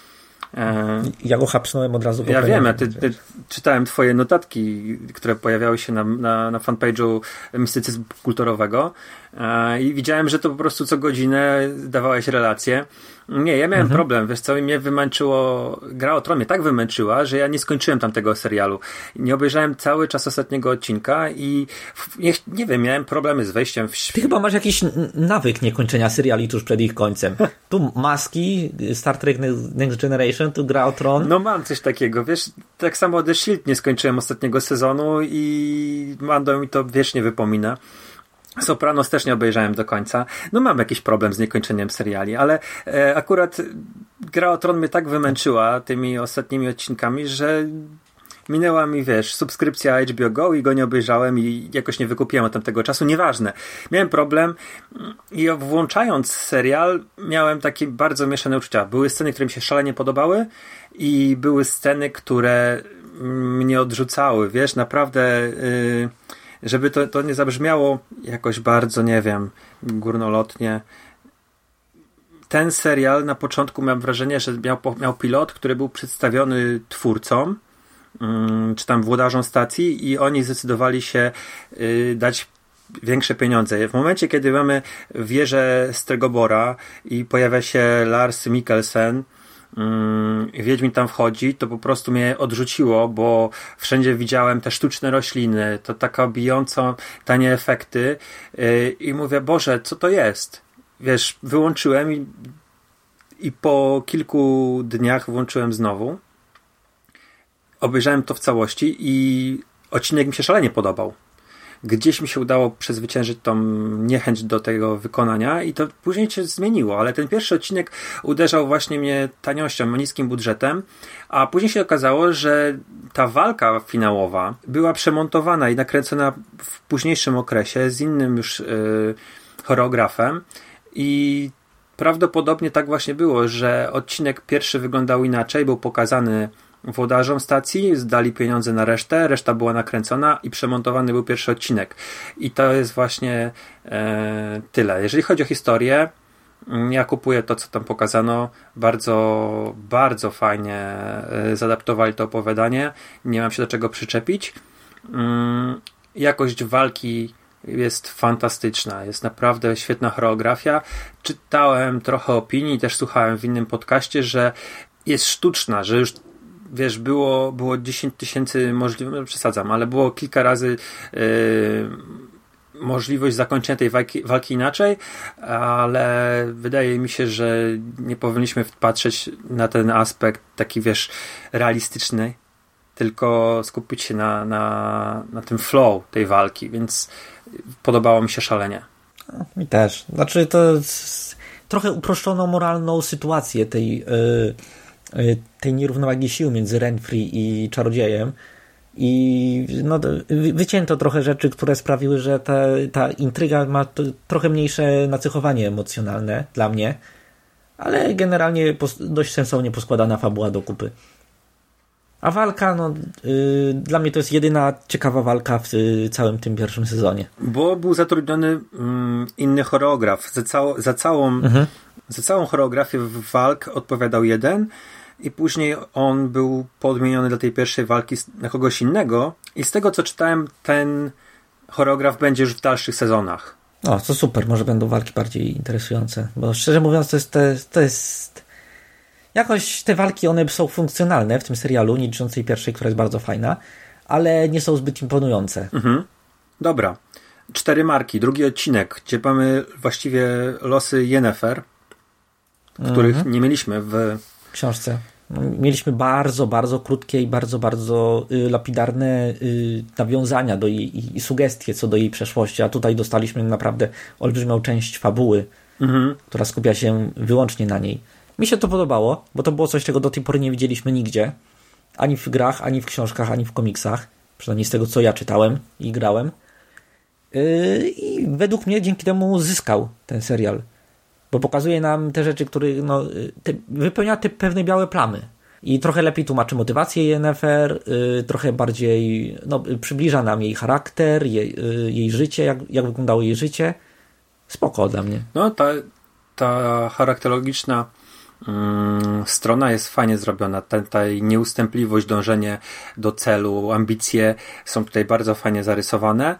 Ja go chapsnąłem od razu po premierze. Ja wiem, czytałem twoje notatki, które pojawiały się na fanpage'u mistycyzmu kulturowego i widziałem, że to po prostu co godzinę dawałeś relacje. Nie, ja miałem problem, wiesz co, mnie wymęczyło, Gra o Tron mnie tak wymęczyła, że ja nie skończyłem tamtego serialu. Nie obejrzałem cały czas ostatniego odcinka i nie wiem, miałem problemy z wejściem w świat. Ty chyba masz jakiś nawyk niekończenia seriali tuż przed ich końcem. Tu Maski, Star Trek Next Generation, tu Gra o Tron. No mam coś takiego, wiesz, tak samo The Shield nie skończyłem ostatniego sezonu i Mando mi to wiecznie wypomina. Sopranos też nie obejrzałem do końca. No mam jakiś problem z niekończeniem seriali, ale akurat Gra o Tron mnie tak wymęczyła tymi ostatnimi odcinkami, że minęła mi, wiesz, subskrypcja HBO Go i go nie obejrzałem i jakoś nie wykupiłem od tamtego czasu. Nieważne. Miałem problem i włączając serial miałem takie bardzo mieszane uczucia. Były sceny, które mi się szalenie podobały i były sceny, które mnie odrzucały. Wiesz, naprawdę... żeby to nie zabrzmiało jakoś bardzo, nie wiem, górnolotnie. Ten serial na początku miałem wrażenie, że miał pilot, który był przedstawiony twórcom, czy tam włodarzom stacji i oni zdecydowali się dać większe pieniądze. W momencie, kiedy mamy wieżę Stregobora i pojawia się Lars Mikkelsen, Wiedźmin tam wchodzi, to po prostu mnie odrzuciło, bo wszędzie widziałem te sztuczne rośliny, to taka bijąco tanie efekty i mówię, Boże, co to jest? Wiesz, wyłączyłem i po kilku dniach włączyłem znowu. Obejrzałem to w całości i odcinek mi się szalenie podobał. Gdzieś mi się udało przezwyciężyć tą niechęć do tego wykonania i to później się zmieniło, ale ten pierwszy odcinek uderzał właśnie mnie taniością, niskim budżetem, a później się okazało, że ta walka finałowa była przemontowana i nakręcona w późniejszym okresie z innym już choreografem i prawdopodobnie tak właśnie było, że odcinek pierwszy wyglądał inaczej, był pokazany włodarzom stacji, zdali pieniądze na resztę, reszta była nakręcona i przemontowany był pierwszy odcinek. I to jest właśnie tyle. Jeżeli chodzi o historię, ja kupuję to, co tam pokazano. Bardzo, bardzo fajnie zaadaptowali to opowiadanie. Nie mam się do czego przyczepić. Jakość walki jest fantastyczna. Jest naprawdę świetna choreografia. Czytałem trochę opinii, też słuchałem w innym podcaście, że jest sztuczna, że już wiesz, było 10 000 możliwych, no przesadzam, ale było kilka razy możliwość zakończenia tej walki inaczej, ale wydaje mi się, że nie powinniśmy patrzeć na ten aspekt taki, wiesz, realistyczny, tylko skupić się na tym flow tej walki, więc podobało mi się szalenie. Mi też. Znaczy to trochę uproszczono moralną sytuację tej nierównowagi sił między Renfri i Czarodziejem i no, wycięto trochę rzeczy, które sprawiły, że ta intryga ma trochę mniejsze nacechowanie emocjonalne dla mnie, ale generalnie dość sensownie poskładana fabuła do kupy. A walka, no dla mnie to jest jedyna ciekawa walka w całym tym pierwszym sezonie. Bo był zatrudniony inny choreograf. Za całą choreografię walk odpowiadał jeden i później on był podmieniony do tej pierwszej walki na kogoś innego i z tego, co czytałem, ten choreograf będzie już w dalszych sezonach. O, to super, może będą walki bardziej interesujące, bo szczerze mówiąc to jest jakoś te walki, one są funkcjonalne w tym serialu, nie licząc tej pierwszej, która jest bardzo fajna, ale nie są zbyt imponujące. Dobra. 4 marki, drugi odcinek, gdzie mamy właściwie losy Yennefer, których nie mieliśmy w książce. Mieliśmy bardzo, bardzo krótkie i bardzo, bardzo lapidarne nawiązania do jej i sugestie co do jej przeszłości, a tutaj dostaliśmy naprawdę olbrzymią część fabuły, która skupia się wyłącznie na niej. Mi się to podobało, bo to było coś, czego do tej pory nie widzieliśmy nigdzie. Ani w grach, ani w książkach, ani w komiksach. Przynajmniej z tego, co ja czytałem i grałem. I według mnie dzięki temu zyskał ten serial. Bo pokazuje nam te rzeczy, które wypełnia te pewne białe plamy. I trochę lepiej tłumaczy motywację Yennefer, trochę bardziej przybliża nam jej charakter, jej życie, jak wyglądało jej życie. Spoko dla mnie. No, ta charakterologiczna strona jest fajnie zrobiona. Ta nieustępliwość, dążenie do celu, ambicje są tutaj bardzo fajnie zarysowane.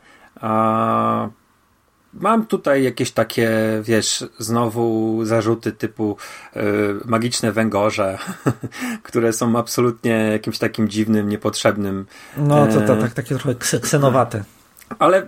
Mam tutaj jakieś takie, znowu zarzuty typu magiczne węgorze, które są absolutnie jakimś takim dziwnym, niepotrzebnym. No to takie trochę ksenowate. Ale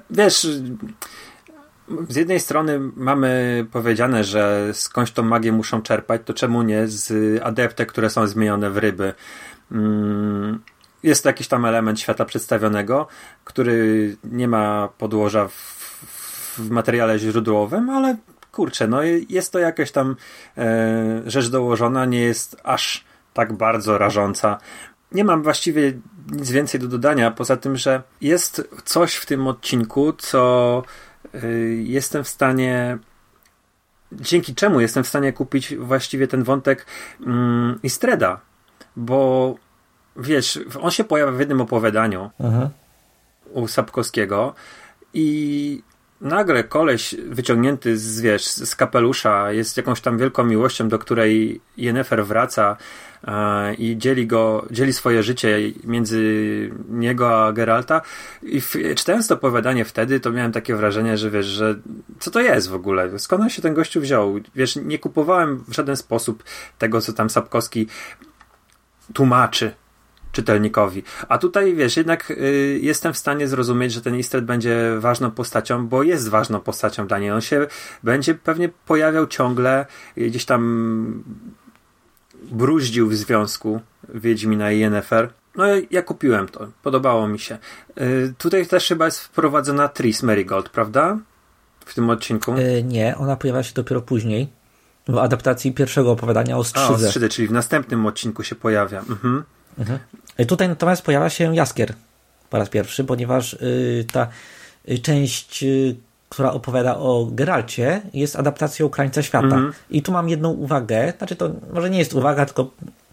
z jednej strony mamy powiedziane, że skądś tą magię muszą czerpać, to czemu nie z adeptek, które są zmienione w ryby? Jest to jakiś tam element świata przedstawionego, który nie ma podłoża w materiale źródłowym, ale kurczę, jest to jakaś tam rzecz dołożona, nie jest aż tak bardzo rażąca. Nie mam właściwie nic więcej do dodania, poza tym, że jest coś w tym odcinku, co jestem w stanie, dzięki czemu jestem w stanie kupić właściwie ten wątek Istreda, bo on się pojawia w jednym opowiadaniu u Sapkowskiego i nagle koleś wyciągnięty z kapelusza jest jakąś tam wielką miłością, do której Yennefer wraca i dzieli swoje życie między niego a Geralta. I czytając to opowiadanie wtedy, to miałem takie wrażenie, że co to jest w ogóle? Skąd on się ten gościu wziął? Nie kupowałem w żaden sposób tego, co tam Sapkowski tłumaczy czytelnikowi. A tutaj, jednak jestem w stanie zrozumieć, że ten Istred będzie ważną postacią, bo jest ważną postacią dla niej. On się będzie pewnie pojawiał ciągle, gdzieś tam bruździł w związku Wiedźmina i Yennefer. No ja kupiłem to. Podobało mi się. Tutaj też chyba jest wprowadzona Triss Merigold, prawda? W tym odcinku. Nie, ona pojawia się dopiero później. W adaptacji pierwszego opowiadania o Strzydze. O Strzydze, czyli w następnym odcinku się pojawia. Tutaj natomiast pojawia się Jaskier po raz pierwszy, ponieważ ta część, która opowiada o Geralcie, jest adaptacją Krańca Świata. I tu mam jedną uwagę, znaczy to może nie jest uwaga, tylko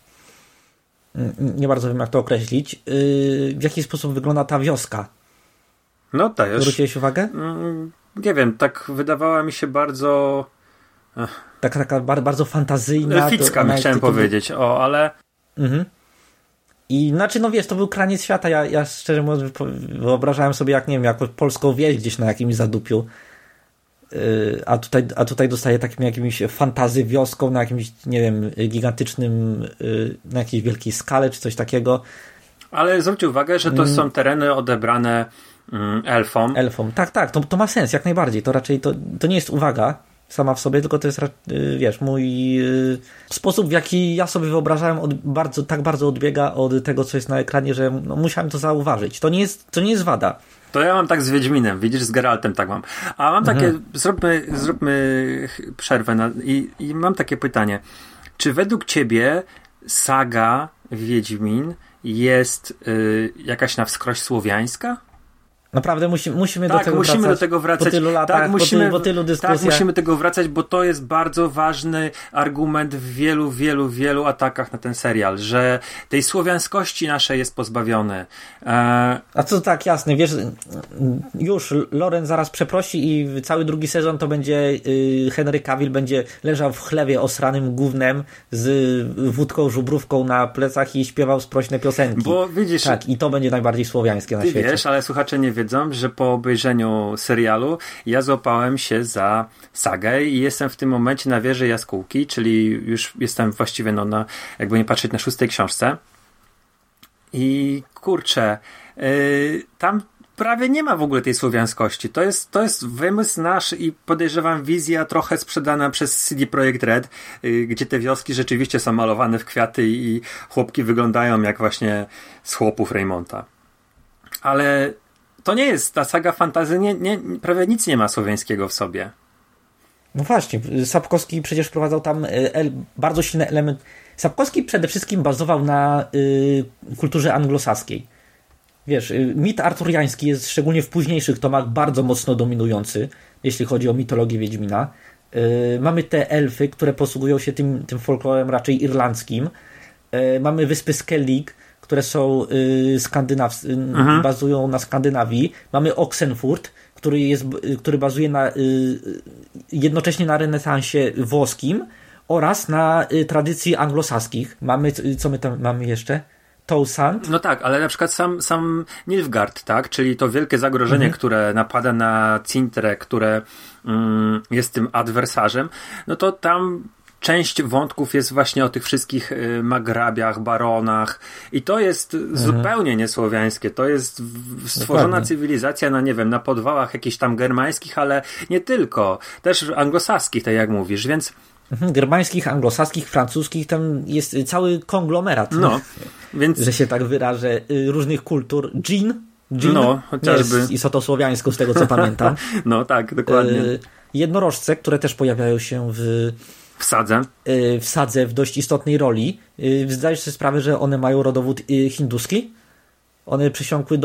nie bardzo wiem, jak to określić. W jaki sposób wygląda ta wioska? No dajesz. Zwróciłeś uwagę? Nie wiem, tak wydawała mi się bardzo... Taka bardzo fantazyjna. Elficka chciałem powiedzieć, ale... I znaczy, to był Kraniec Świata. Ja szczerze mówiąc wyobrażałem sobie, jak polską wieś gdzieś na jakimś zadupiu. A tutaj dostaję takim jakimś fantazy wioską na jakimś, nie wiem, gigantycznym, na jakiejś wielkiej skale, czy coś takiego. Ale zwróćcie uwagę, że to są tereny odebrane elfom. Tak, to ma sens, jak najbardziej. To raczej to nie jest uwaga sama w sobie, tylko to jest, mój sposób, w jaki ja sobie wyobrażałem, tak bardzo odbiega od tego, co jest na ekranie, że musiałem to zauważyć. To nie jest wada. To ja mam tak z Wiedźminem, widzisz, z Geraltem tak mam. A mam takie, zróbmy przerwę i mam takie pytanie. Czy według ciebie saga Wiedźmin jest jakaś na wskroś słowiańska? Naprawdę musimy do tego wracać. Po tylu latach, po tylu dyskusjach. Tak, musimy do tego wracać, bo to jest bardzo ważny argument w wielu atakach na ten serial, że tej słowiańskości naszej jest pozbawiony. A co tak, jasne, wiesz, już Loren zaraz przeprosi i cały drugi sezon to będzie Henry Cavill będzie leżał w chlewie osranym gównem z wódką żubrówką na plecach i śpiewał sprośne piosenki. Bo widzisz... Tak, i to będzie najbardziej słowiańskie na świecie. Wiesz, ale słuchacze nie wiedzą, że po obejrzeniu serialu ja złapałem się za sagę i jestem w tym momencie na wieży jaskółki, czyli już jestem właściwie jakby nie patrzeć na 6. książce i kurczę, tam prawie nie ma w ogóle tej słowiańskości. To jest wymysł nasz i podejrzewam wizja trochę sprzedana przez CD Projekt Red, gdzie te wioski rzeczywiście są malowane w kwiaty i chłopki wyglądają jak właśnie z chłopów Raymonta. Ale to nie jest ta saga fantasy, prawie nic nie ma słowiańskiego w sobie. No właśnie, Sapkowski przecież wprowadzał tam bardzo silny element. Sapkowski przede wszystkim bazował na kulturze anglosaskiej. Wiesz, mit arturiański jest szczególnie w późniejszych tomach bardzo mocno dominujący, jeśli chodzi o mitologię Wiedźmina. Mamy te elfy, które posługują się tym folklorem raczej irlandzkim. Mamy wyspy Skellig, które są bazują na Skandynawii. Mamy Oxenfurt, który bazuje jednocześnie na renesansie włoskim oraz na tradycji anglosaskich. Mamy, co my tam mamy jeszcze? Toussaint. No tak, ale na przykład sam Nilfgaard, tak? Czyli to wielkie zagrożenie, które napada na Cintrę, które jest tym adwersarzem, no to tam część wątków jest właśnie o tych wszystkich magrabiach, baronach i to jest zupełnie niesłowiańskie. To jest stworzona Dokładnie. Cywilizacja na, nie wiem, na podwałach jakichś tam germańskich, ale nie tylko. Też anglosaskich, tak jak mówisz, więc germańskich, anglosaskich, francuskich, tam jest cały konglomerat. No, więc że się tak wyrażę, różnych kultur. Dżin, no, chociażby jest istotosłowiańską, z tego co pamiętam. No tak, dokładnie. Jednorożce, które też pojawiają się w sadze w dość istotnej roli. Zdajesz sobie sprawę, że one mają rodowód hinduski? One przysiąkły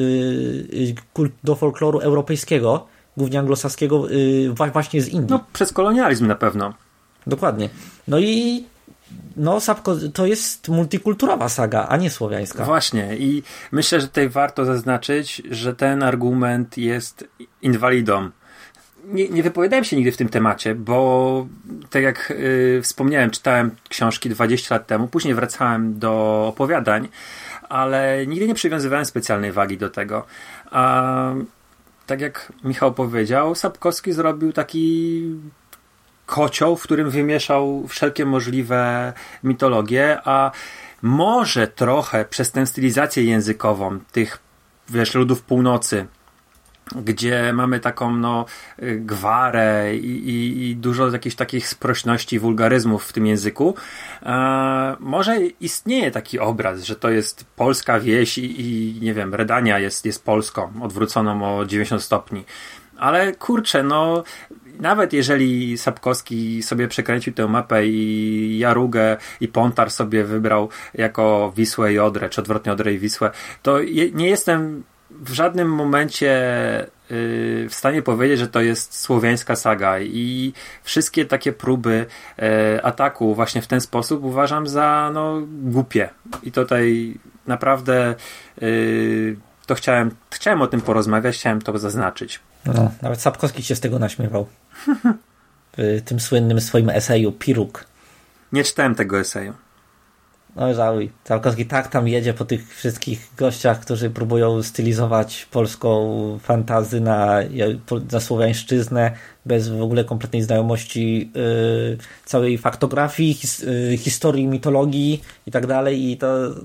do folkloru europejskiego, głównie anglosaskiego, właśnie z Indii. No, przez kolonializm na pewno. Dokładnie. No i to jest multikulturowa saga, a nie słowiańska. Właśnie i myślę, że tutaj warto zaznaczyć, że ten argument jest inwalidą. Nie wypowiadałem się nigdy w tym temacie, bo tak jak wspomniałem, czytałem książki 20 lat temu, później wracałem do opowiadań, ale nigdy nie przywiązywałem specjalnej wagi do tego. A tak jak Michał powiedział, Sapkowski zrobił taki kocioł, w którym wymieszał wszelkie możliwe mitologie, a może trochę przez tę stylizację językową tych, ludów północy, gdzie mamy taką gwarę i dużo jakichś takich sprośności, wulgaryzmów w tym języku. Może istnieje taki obraz, że to jest polska wieś i nie wiem, Redania jest Polską, odwróconą o 90 stopni. Ale kurczę, nawet jeżeli Sapkowski sobie przekręcił tę mapę i Jarugę i Pontar sobie wybrał jako Wisłę i Odrę, czy odwrotnie Odrę i Wisłę, to nie jestem w żadnym momencie w stanie powiedzieć, że to jest słowiańska saga i wszystkie takie próby ataku właśnie w ten sposób uważam za głupie. I tutaj naprawdę to chciałem o tym porozmawiać, chciałem to zaznaczyć. No, nawet Sapkowski się z tego naśmiewał. W tym słynnym swoim eseju Piruk. Nie czytałem tego eseju. No żałuj. Sapkowski tak tam jedzie po tych wszystkich gościach, którzy próbują stylizować polską fantazy na słowiańszczyznę bez w ogóle kompletnej znajomości całej faktografii, historii, mitologii i tak dalej. I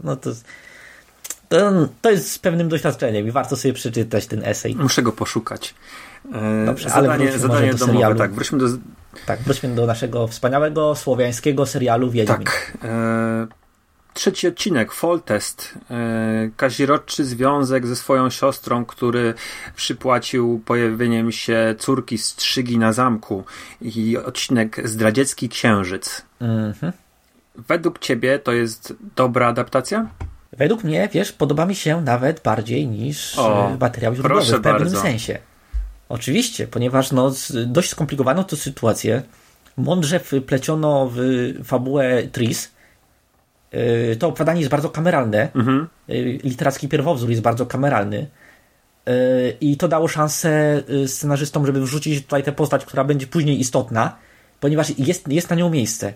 to jest z pewnym doświadczeniem i warto sobie przeczytać ten esej. Muszę go poszukać. Dobrze, zadanie do domowe. Tak, wróćmy do naszego wspaniałego słowiańskiego serialu Wiedźmin. Tak. Trzeci odcinek, Foltest. Kazirodczy związek ze swoją siostrą, który przypłacił pojawieniem się córki Strzygi na zamku. I odcinek Zdradziecki Księżyc. Według ciebie to jest dobra adaptacja? Według mnie, podoba mi się nawet bardziej niż materiał źródłowy w pewnym sensie. Oczywiście, ponieważ dość skomplikowaną to sytuację mądrze wpleciono w fabułę Tris. To opowiadanie jest bardzo kameralne. Literacki pierwowzór jest bardzo kameralny. I to dało szansę scenarzystom, żeby wrzucić tutaj tę postać, która będzie później istotna, ponieważ jest na nią miejsce.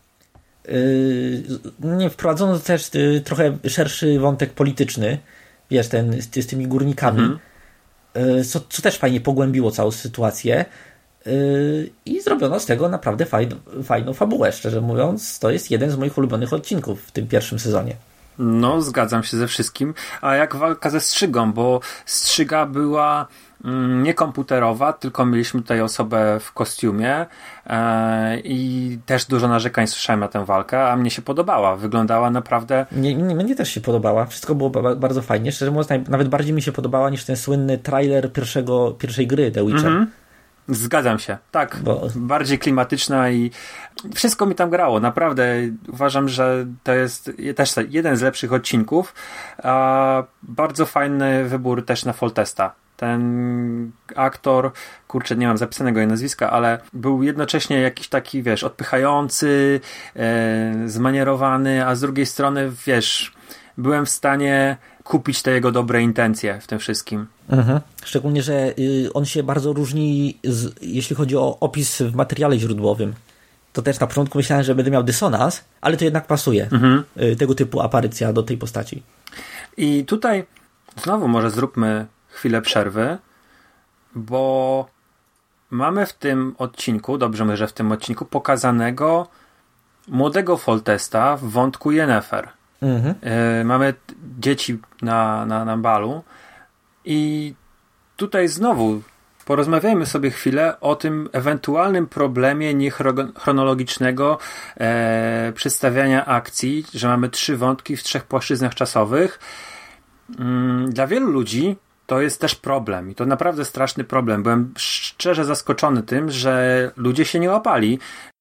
Wprowadzono też trochę szerszy wątek polityczny, z tymi górnikami, co też fajnie pogłębiło całą sytuację i zrobiono z tego naprawdę fajną fabułę. Szczerze mówiąc, to jest jeden z moich ulubionych odcinków w tym pierwszym sezonie. No, zgadzam się ze wszystkim. A jak walka ze Strzygą, bo Strzyga była nie komputerowa, tylko mieliśmy tutaj osobę w kostiumie i też dużo narzekań słyszałem na tę walkę, a mnie się podobała. Wyglądała naprawdę... Mnie też się podobała. Wszystko było bardzo fajnie. Szczerze mówiąc, nawet bardziej mi się podobała niż ten słynny trailer pierwszej gry The Witcher. Zgadzam się, tak. Bardziej klimatyczna i wszystko mi tam grało. Naprawdę uważam, że to jest też jeden z lepszych odcinków. A bardzo fajny wybór też na Foltesta. Ten aktor, kurczę, nie mam zapisanego jej nazwiska, ale był jednocześnie jakiś taki, wiesz, odpychający, zmanierowany, a z drugiej strony, wiesz, byłem w stanie kupić te jego dobre intencje w tym wszystkim. Mhm. Szczególnie, że on się bardzo różni, jeśli chodzi o opis w materiale źródłowym. To też na początku myślałem, że będę miał dysonans, ale to jednak pasuje. Tego typu aparycja do tej postaci. I tutaj znowu może zróbmy chwilę przerwy, bo mamy w tym odcinku, dobrze mówię, że w tym odcinku, pokazanego młodego Foltesta w wątku Yennefer. Mamy dzieci na balu i tutaj znowu porozmawiajmy sobie chwilę o tym ewentualnym problemie niechronologicznego przedstawiania akcji, że mamy 3 wątki w 3 płaszczyznach czasowych. Dla wielu ludzi to jest też problem i to naprawdę straszny problem. Byłem szczerze zaskoczony tym, że ludzie się nie łapali.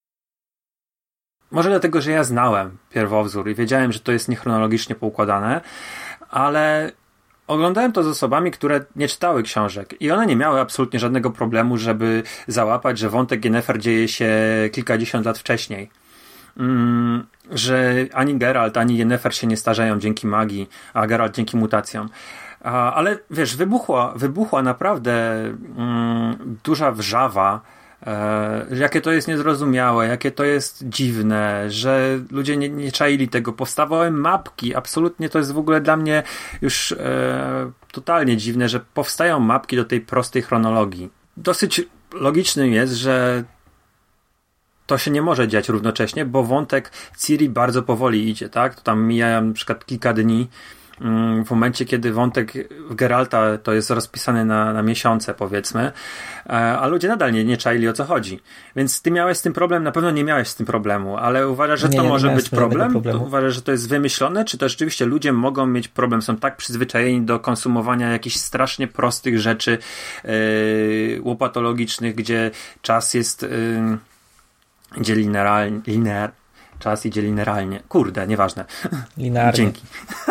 Może dlatego, że ja znałem pierwowzór i wiedziałem, że to jest niechronologicznie poukładane, ale oglądałem to z osobami, które nie czytały książek i one nie miały absolutnie żadnego problemu, żeby załapać, że wątek Yennefer dzieje się kilkadziesiąt lat wcześniej. Że ani Geralt, ani Yennefer się nie starzeją dzięki magii, a Geralt dzięki mutacjom. Ale wiesz, wybuchła naprawdę duża wrzawa, jakie to jest niezrozumiałe, jakie to jest dziwne, że ludzie nie czaili tego. Powstawały mapki, absolutnie to jest w ogóle dla mnie już totalnie dziwne, że powstają mapki do tej prostej chronologii. Dosyć logicznym jest, że to się nie może dziać równocześnie, bo wątek Ciri bardzo powoli idzie, tak? To tam mija na przykład kilka dni w momencie, kiedy wątek Geralta to jest rozpisany na miesiące, powiedzmy, a ludzie nadal nie czaili, o co chodzi. Więc ty miałeś z tym problem, na pewno nie miałeś z tym problemu, ale uważasz, że to może być problem? Uważasz, że to jest wymyślone? Czy to rzeczywiście ludzie mogą mieć problem? Są tak przyzwyczajeni do konsumowania jakichś strasznie prostych rzeczy łopatologicznych, gdzie czas jest idzie czas idzie linearnie. Kurde, nieważne. Linearnie. Dzięki.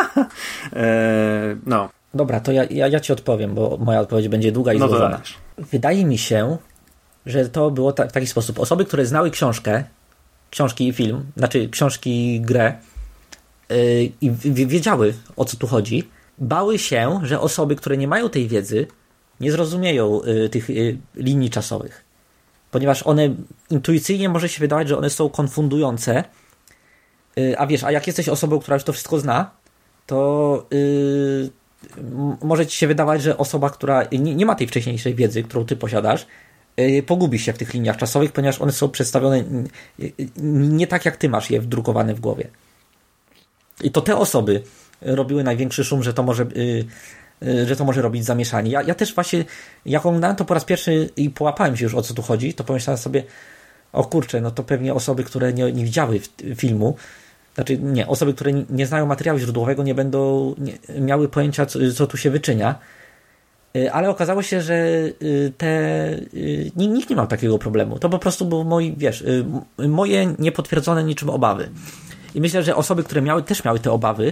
No. Dobra, to ja ci odpowiem, bo moja odpowiedź będzie długa i złożona. Wydaje mi się, że to było w taki sposób. Osoby, które znały książki i film, znaczy książki i grę i wiedziały, o co tu chodzi, bały się, że osoby, które nie mają tej wiedzy, nie zrozumieją tych linii czasowych. Ponieważ one intuicyjnie może się wydawać, że one są konfundujące, a jak jesteś osobą, która już to wszystko zna, to może ci się wydawać, że osoba, która nie ma tej wcześniejszej wiedzy, którą ty posiadasz, pogubi się w tych liniach czasowych, ponieważ one są przedstawione nie tak, jak ty masz je wdrukowane w głowie. I to te osoby robiły największy szum, że to może robić zamieszanie. Ja też właśnie, jak oglądałem to po raz pierwszy i połapałem się już, o co tu chodzi, to pomyślałem sobie, o kurczę, no to pewnie osoby, które nie widziały filmu, znaczy nie, osoby, które nie znają materiału źródłowego, nie będą miały pojęcia, co tu się wyczynia. Ale okazało się, że nikt nie miał takiego problemu. To po prostu było moje niepotwierdzone niczym obawy. I myślę, że osoby, które też miały te obawy,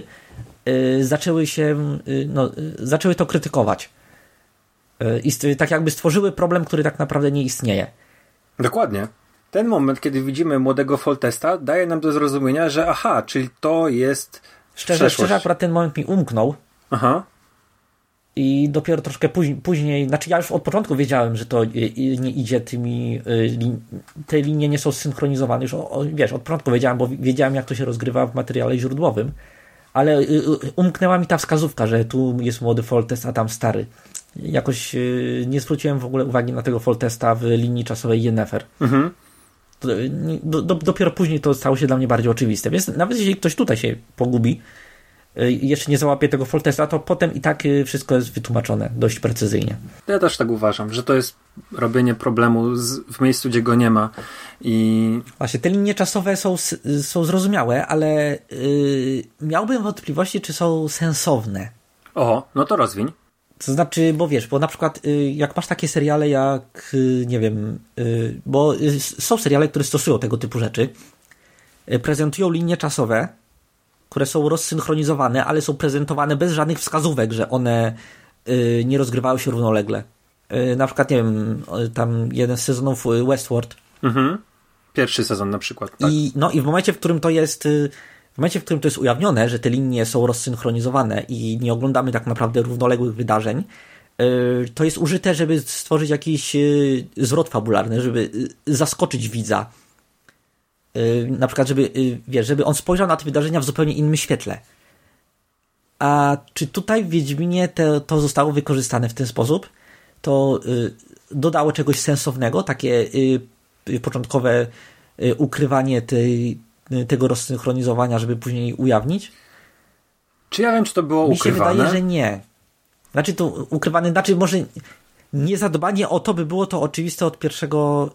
zaczęły to krytykować. I tak jakby stworzyły problem, który tak naprawdę nie istnieje. Dokładnie. Ten moment, kiedy widzimy młodego Foltesta, daje nam do zrozumienia, że czyli to jest Szczerze akurat ten moment mi umknął. Aha. I dopiero troszkę później, znaczy ja już od początku wiedziałem, że to nie idzie te linie nie są zsynchronizowane. Już od początku wiedziałem, bo wiedziałem, jak to się rozgrywa w materiale źródłowym. Ale umknęła mi ta wskazówka, że tu jest młody Foltest, a tam stary. Jakoś nie zwróciłem w ogóle uwagi na tego Foltesta w linii czasowej Yennefer. Mhm. Dopiero później to stało się dla mnie bardziej oczywiste. Więc nawet jeśli ktoś tutaj się pogubi, jeszcze nie załapie tego Foltesta, to potem i tak wszystko jest wytłumaczone dość precyzyjnie. Ja też tak uważam, że to jest robienie problemu w miejscu, gdzie go nie ma. I właśnie, te linie czasowe są zrozumiałe, ale miałbym wątpliwości, czy są sensowne. No to rozwiń. To znaczy, bo wiesz, bo na przykład jak masz takie seriale jak, nie wiem, bo są seriale, które stosują tego typu rzeczy, prezentują linie czasowe, które są rozsynchronizowane, ale są prezentowane bez żadnych wskazówek, że one nie rozgrywały się równolegle. Na przykład, nie wiem, tam jeden z sezonów Westworld. Pierwszy sezon na przykład. Tak? I w momencie, w którym to jest ujawnione, że te linie są rozsynchronizowane i nie oglądamy tak naprawdę równoległych wydarzeń, to jest użyte, żeby stworzyć jakiś zwrot fabularny, żeby zaskoczyć widza. Na przykład, żeby on spojrzał na te wydarzenia w zupełnie innym świetle. A czy tutaj w Wiedźminie to zostało wykorzystane w ten sposób? To dodało czegoś sensownego, takie początkowe ukrywanie tego rozsynchronizowania, żeby później ujawnić? Czy ja wiem, czy to było ukrywane? Mi się wydaje, że nie. Znaczy to ukrywane, może niezadbanie o to by było to oczywiste od pierwszego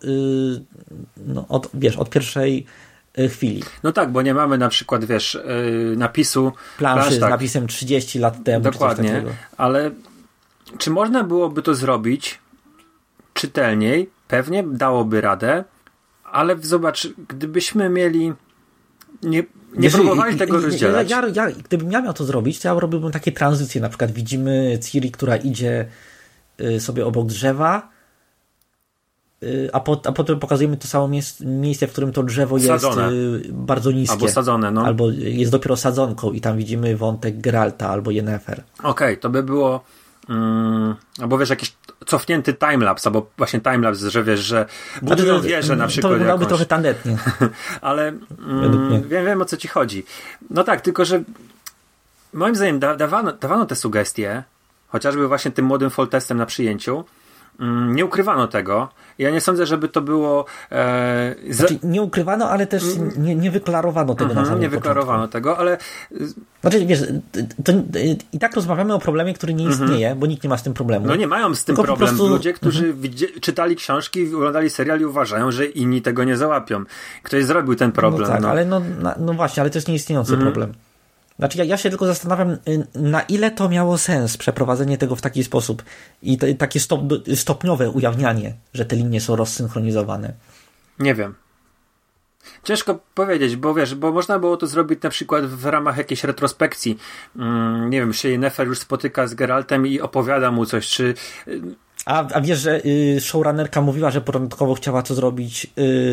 od pierwszej chwili. No tak, bo nie mamy na przykład, napisu planszy z napisem 30 lat temu. Dokładnie, czy coś takiego. Ale czy można byłoby to zrobić czytelniej? Pewnie dałoby radę, ale zobacz, gdybyśmy mieli nie próbowali tego rozdzielać. Gdybym miał to zrobić, to ja robiłbym takie tranzycje. Na przykład widzimy Ciri, która idzie sobie obok drzewa, a potem pokazujemy to samo miejsce, w którym to drzewo sadzone. Jest bardzo niskie. Albo sadzone, no. Albo jest dopiero sadzonką i tam widzimy wątek Geralta albo Yennefer. Okej, to by było albo jakiś cofnięty timelapse, albo właśnie timelapse, że budują wieżę na przykład. To wyglądałoby trochę tandetnie. Ale wiem, o co ci chodzi. No tak, tylko że moim zdaniem dawano te sugestie, chociażby właśnie tym młodym Foltestem na przyjęciu. Nie ukrywano tego. Ja nie sądzę, żeby to było... Znaczy, nie ukrywano, ale też nie wyklarowano tego na samym nie wyklarowano tego, ale... Znaczy, wiesz, i tak rozmawiamy o problemie, który nie istnieje, bo nikt nie ma z tym problemu. No nie mają z tym tylko problem prostu... ludzie, którzy czytali książki, oglądali serial i uważają, że inni tego nie załapią. Ktoś zrobił ten problem. No tak, ale no właśnie, ale to jest nieistniejący problem. Znaczy ja się tylko zastanawiam, na ile to miało sens przeprowadzenie tego w taki sposób i takie stopniowe ujawnianie, że te linie są rozsynchronizowane. Nie wiem. Ciężko powiedzieć, bo można było to zrobić na przykład w ramach jakiejś retrospekcji. Nie wiem, się Yennefer już spotyka z Geraltem i opowiada mu coś, czy... A wiesz, że showrunnerka mówiła, że początkowo chciała to zrobić...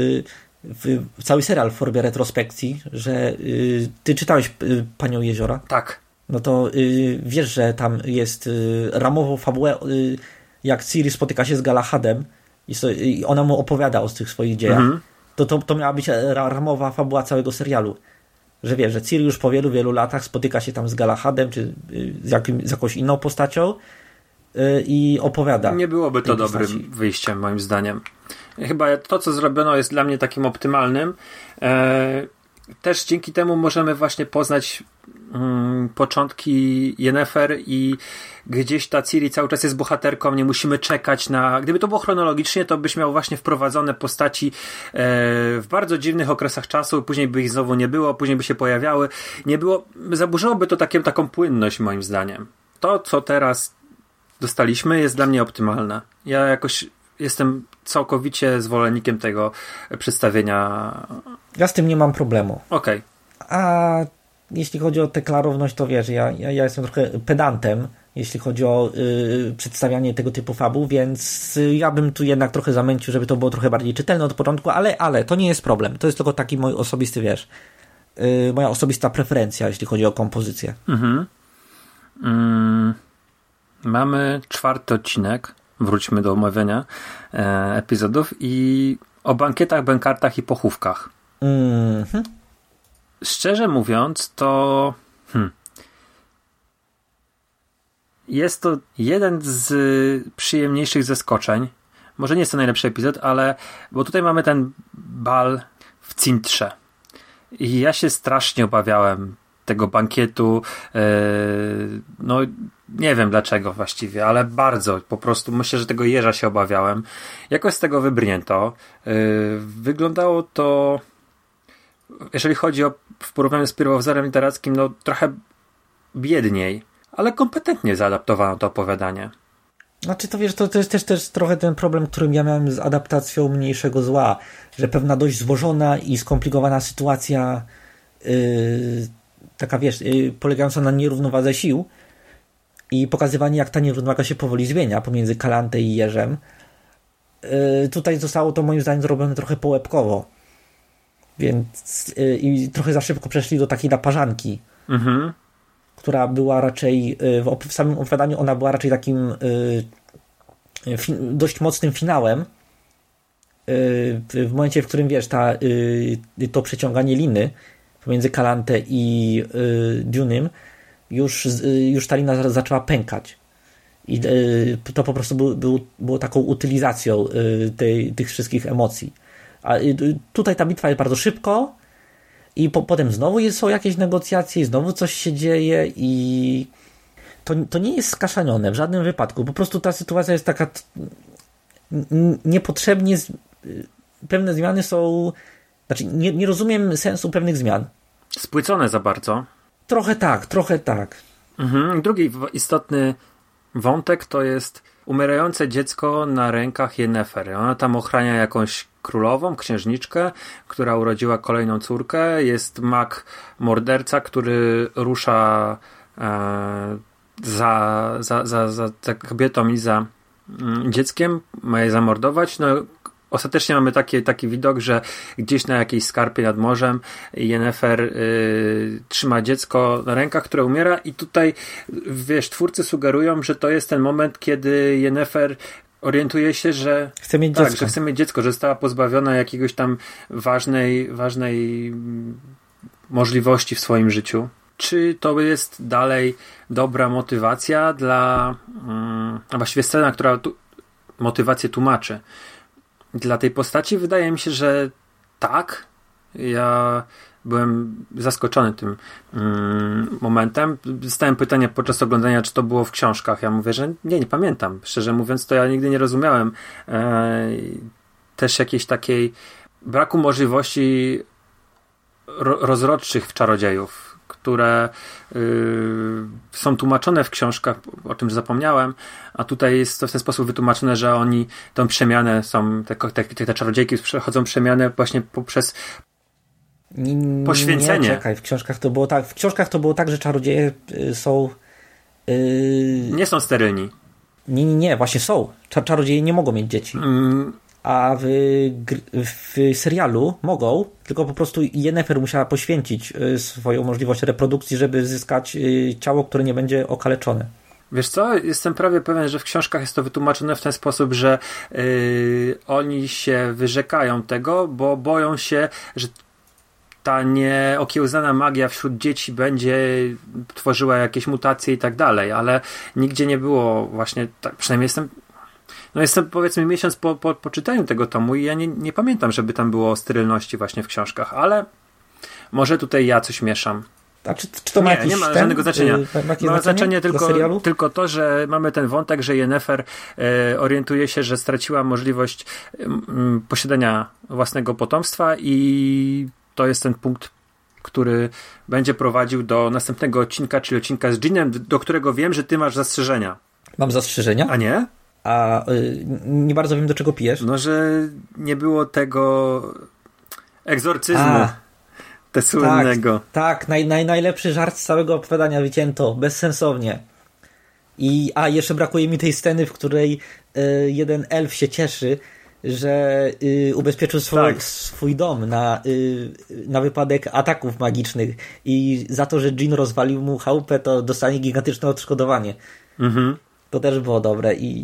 w cały serial w formie retrospekcji, że ty czytałeś Panią Jeziora? Tak. No to wiesz, że tam jest ramową fabułę, jak Ciri spotyka się z Galahadem i ona mu opowiada o tych swoich dziejach. To miała być ramowa fabuła całego serialu. Że wiesz, że Ciri już po wielu, wielu latach spotyka się tam z Galahadem, czy z jakąś inną postacią i opowiada. Nie byłoby to dobrym wyjściem, moim zdaniem. Chyba to, co zrobiono, jest dla mnie takim optymalnym. Też dzięki temu możemy właśnie poznać początki Yennefer i gdzieś ta Ciri cały czas jest bohaterką, nie musimy czekać na... Gdyby to było chronologicznie, to byś miał właśnie wprowadzone postaci w bardzo dziwnych okresach czasu, później by ich znowu nie było, później by się pojawiały. Nie było... Zaburzyłoby to taką płynność, moim zdaniem. To, co teraz dostaliśmy, jest dla mnie optymalne. Ja jakoś jestem całkowicie zwolennikiem tego przedstawienia. Ja z tym nie mam problemu. Okej. A jeśli chodzi o tę klarowność, to wiesz, ja jestem trochę pedantem, jeśli chodzi o przedstawianie tego typu fabuł, więc ja bym tu jednak trochę zamęcił, żeby to było trochę bardziej czytelne od początku, ale to nie jest problem. To jest tylko taki mój osobisty, wiesz, moja osobista preferencja, jeśli chodzi o kompozycję. Mamy 4. odcinek. Wróćmy do omawiania epizodów i o bankietach, bękartach i pochówkach. Szczerze mówiąc, to jest to jeden z przyjemniejszych zaskoczeń. Może nie jest to najlepszy epizod, ale bo tutaj mamy ten bal w Cintrze. I ja się strasznie obawiałem tego bankietu. No nie wiem dlaczego właściwie, ale bardzo po prostu myślę, że tego jeża się obawiałem. Jakoś z tego wybrnięto. Wyglądało to, jeżeli chodzi o w porównaniu z pierwowzorem literackim, no trochę biedniej. ale kompetentnie zaadaptowano to opowiadanie. Znaczy to wiesz, to jest też trochę ten problem, którym ja miałem z adaptacją Mniejszego Zła, że pewna dość złożona i skomplikowana sytuacja taka wiesz, polegająca na nierównowadze sił i pokazywanie, jak ta nierównowaga się powoli zmienia pomiędzy Kalantę i Jerzem. Tutaj zostało to moim zdaniem zrobione trochę połebkowo. Więc i trochę za szybko przeszli do takiej naparzanki, która była raczej w samym opowiadaniu ona była raczej takim dość mocnym finałem. W momencie, w którym wiesz, to przeciąganie liny pomiędzy Kalantę i Dune'em już ta lina zaczęła pękać. I to po prostu było taką utylizacją tych wszystkich emocji. A tutaj ta bitwa jest bardzo szybko i potem znowu są jakieś negocjacje i znowu coś się dzieje i to nie jest skaszanione w żadnym wypadku. Po prostu ta sytuacja jest taka niepotrzebnie pewne zmiany są, znaczy nie rozumiem sensu pewnych zmian. Spłycone za bardzo. Trochę tak. Drugi istotny wątek to jest umierające dziecko na rękach Yennefer. Ona tam ochrania jakąś królową, księżniczkę, która urodziła kolejną córkę. Jest mag morderca, który rusza za kobietą i za dzieckiem, ma je zamordować. No, ostatecznie mamy taki widok, że gdzieś na jakiejś skarpie nad morzem Yennefer trzyma dziecko na rękach, które umiera i tutaj, wiesz, twórcy sugerują, że to jest ten moment, kiedy Yennefer orientuje się, że chce mieć tak, dziecko. że chce mieć dziecko, że została pozbawiona jakiegoś tam ważnej możliwości w swoim życiu. Czy to jest dalej dobra motywacja dla a właściwie scena, która motywację tłumaczy dla tej postaci? Wydaje mi się, że tak. Ja byłem zaskoczony tym momentem. Dostałem pytanie podczas oglądania, czy to było w książkach. Ja mówię, że nie pamiętam. Szczerze mówiąc, to ja nigdy nie rozumiałem też jakiejś takiej braku możliwości rozrodczych w czarodziejów, które są tłumaczone w książkach, o tym, że zapomniałem, a tutaj jest to w ten sposób wytłumaczone, że oni tą przemianę są, te czarodziejki przechodzą przemianę właśnie poprzez poświęcenie. Nie, czekaj, w książkach to było tak, że czarodzieje są nie są sterylni. Nie, właśnie są. Czarodzieje nie mogą mieć dzieci. A w serialu mogą, tylko po prostu Yennefer musiała poświęcić swoją możliwość reprodukcji, żeby zyskać ciało, które nie będzie okaleczone. Wiesz co? Jestem prawie pewien, że w książkach jest to wytłumaczone w ten sposób, że oni się wyrzekają tego, bo boją się, że ta nieokiełzana magia wśród dzieci będzie tworzyła jakieś mutacje i tak dalej, ale nigdzie nie było właśnie tak, przynajmniej jestem powiedzmy miesiąc po czytaniu tego tomu i ja nie pamiętam, żeby tam było o sterylności właśnie w książkach, ale może tutaj ja coś mieszam. A czy to ma nie ma żadnego znaczenia. Ma znaczenie tylko to, że mamy ten wątek, że Yennefer orientuje się, że straciła możliwość posiadania własnego potomstwa i to jest ten punkt, który będzie prowadził do następnego odcinka, czyli odcinka z Jeanem, do którego wiem, że ty masz zastrzeżenia. Mam zastrzeżenia? A nie? A nie bardzo wiem, do czego pijesz. No, że nie było tego egzorcyzmu. Te słynnego. Tak, najlepszy żart z całego opowiadania wycięto, bezsensownie. Jeszcze brakuje mi tej sceny, w której jeden elf się cieszy, że ubezpieczył swój dom na wypadek ataków magicznych i za to, że Jean rozwalił mu chałupę, to dostanie gigantyczne odszkodowanie. To też było dobre i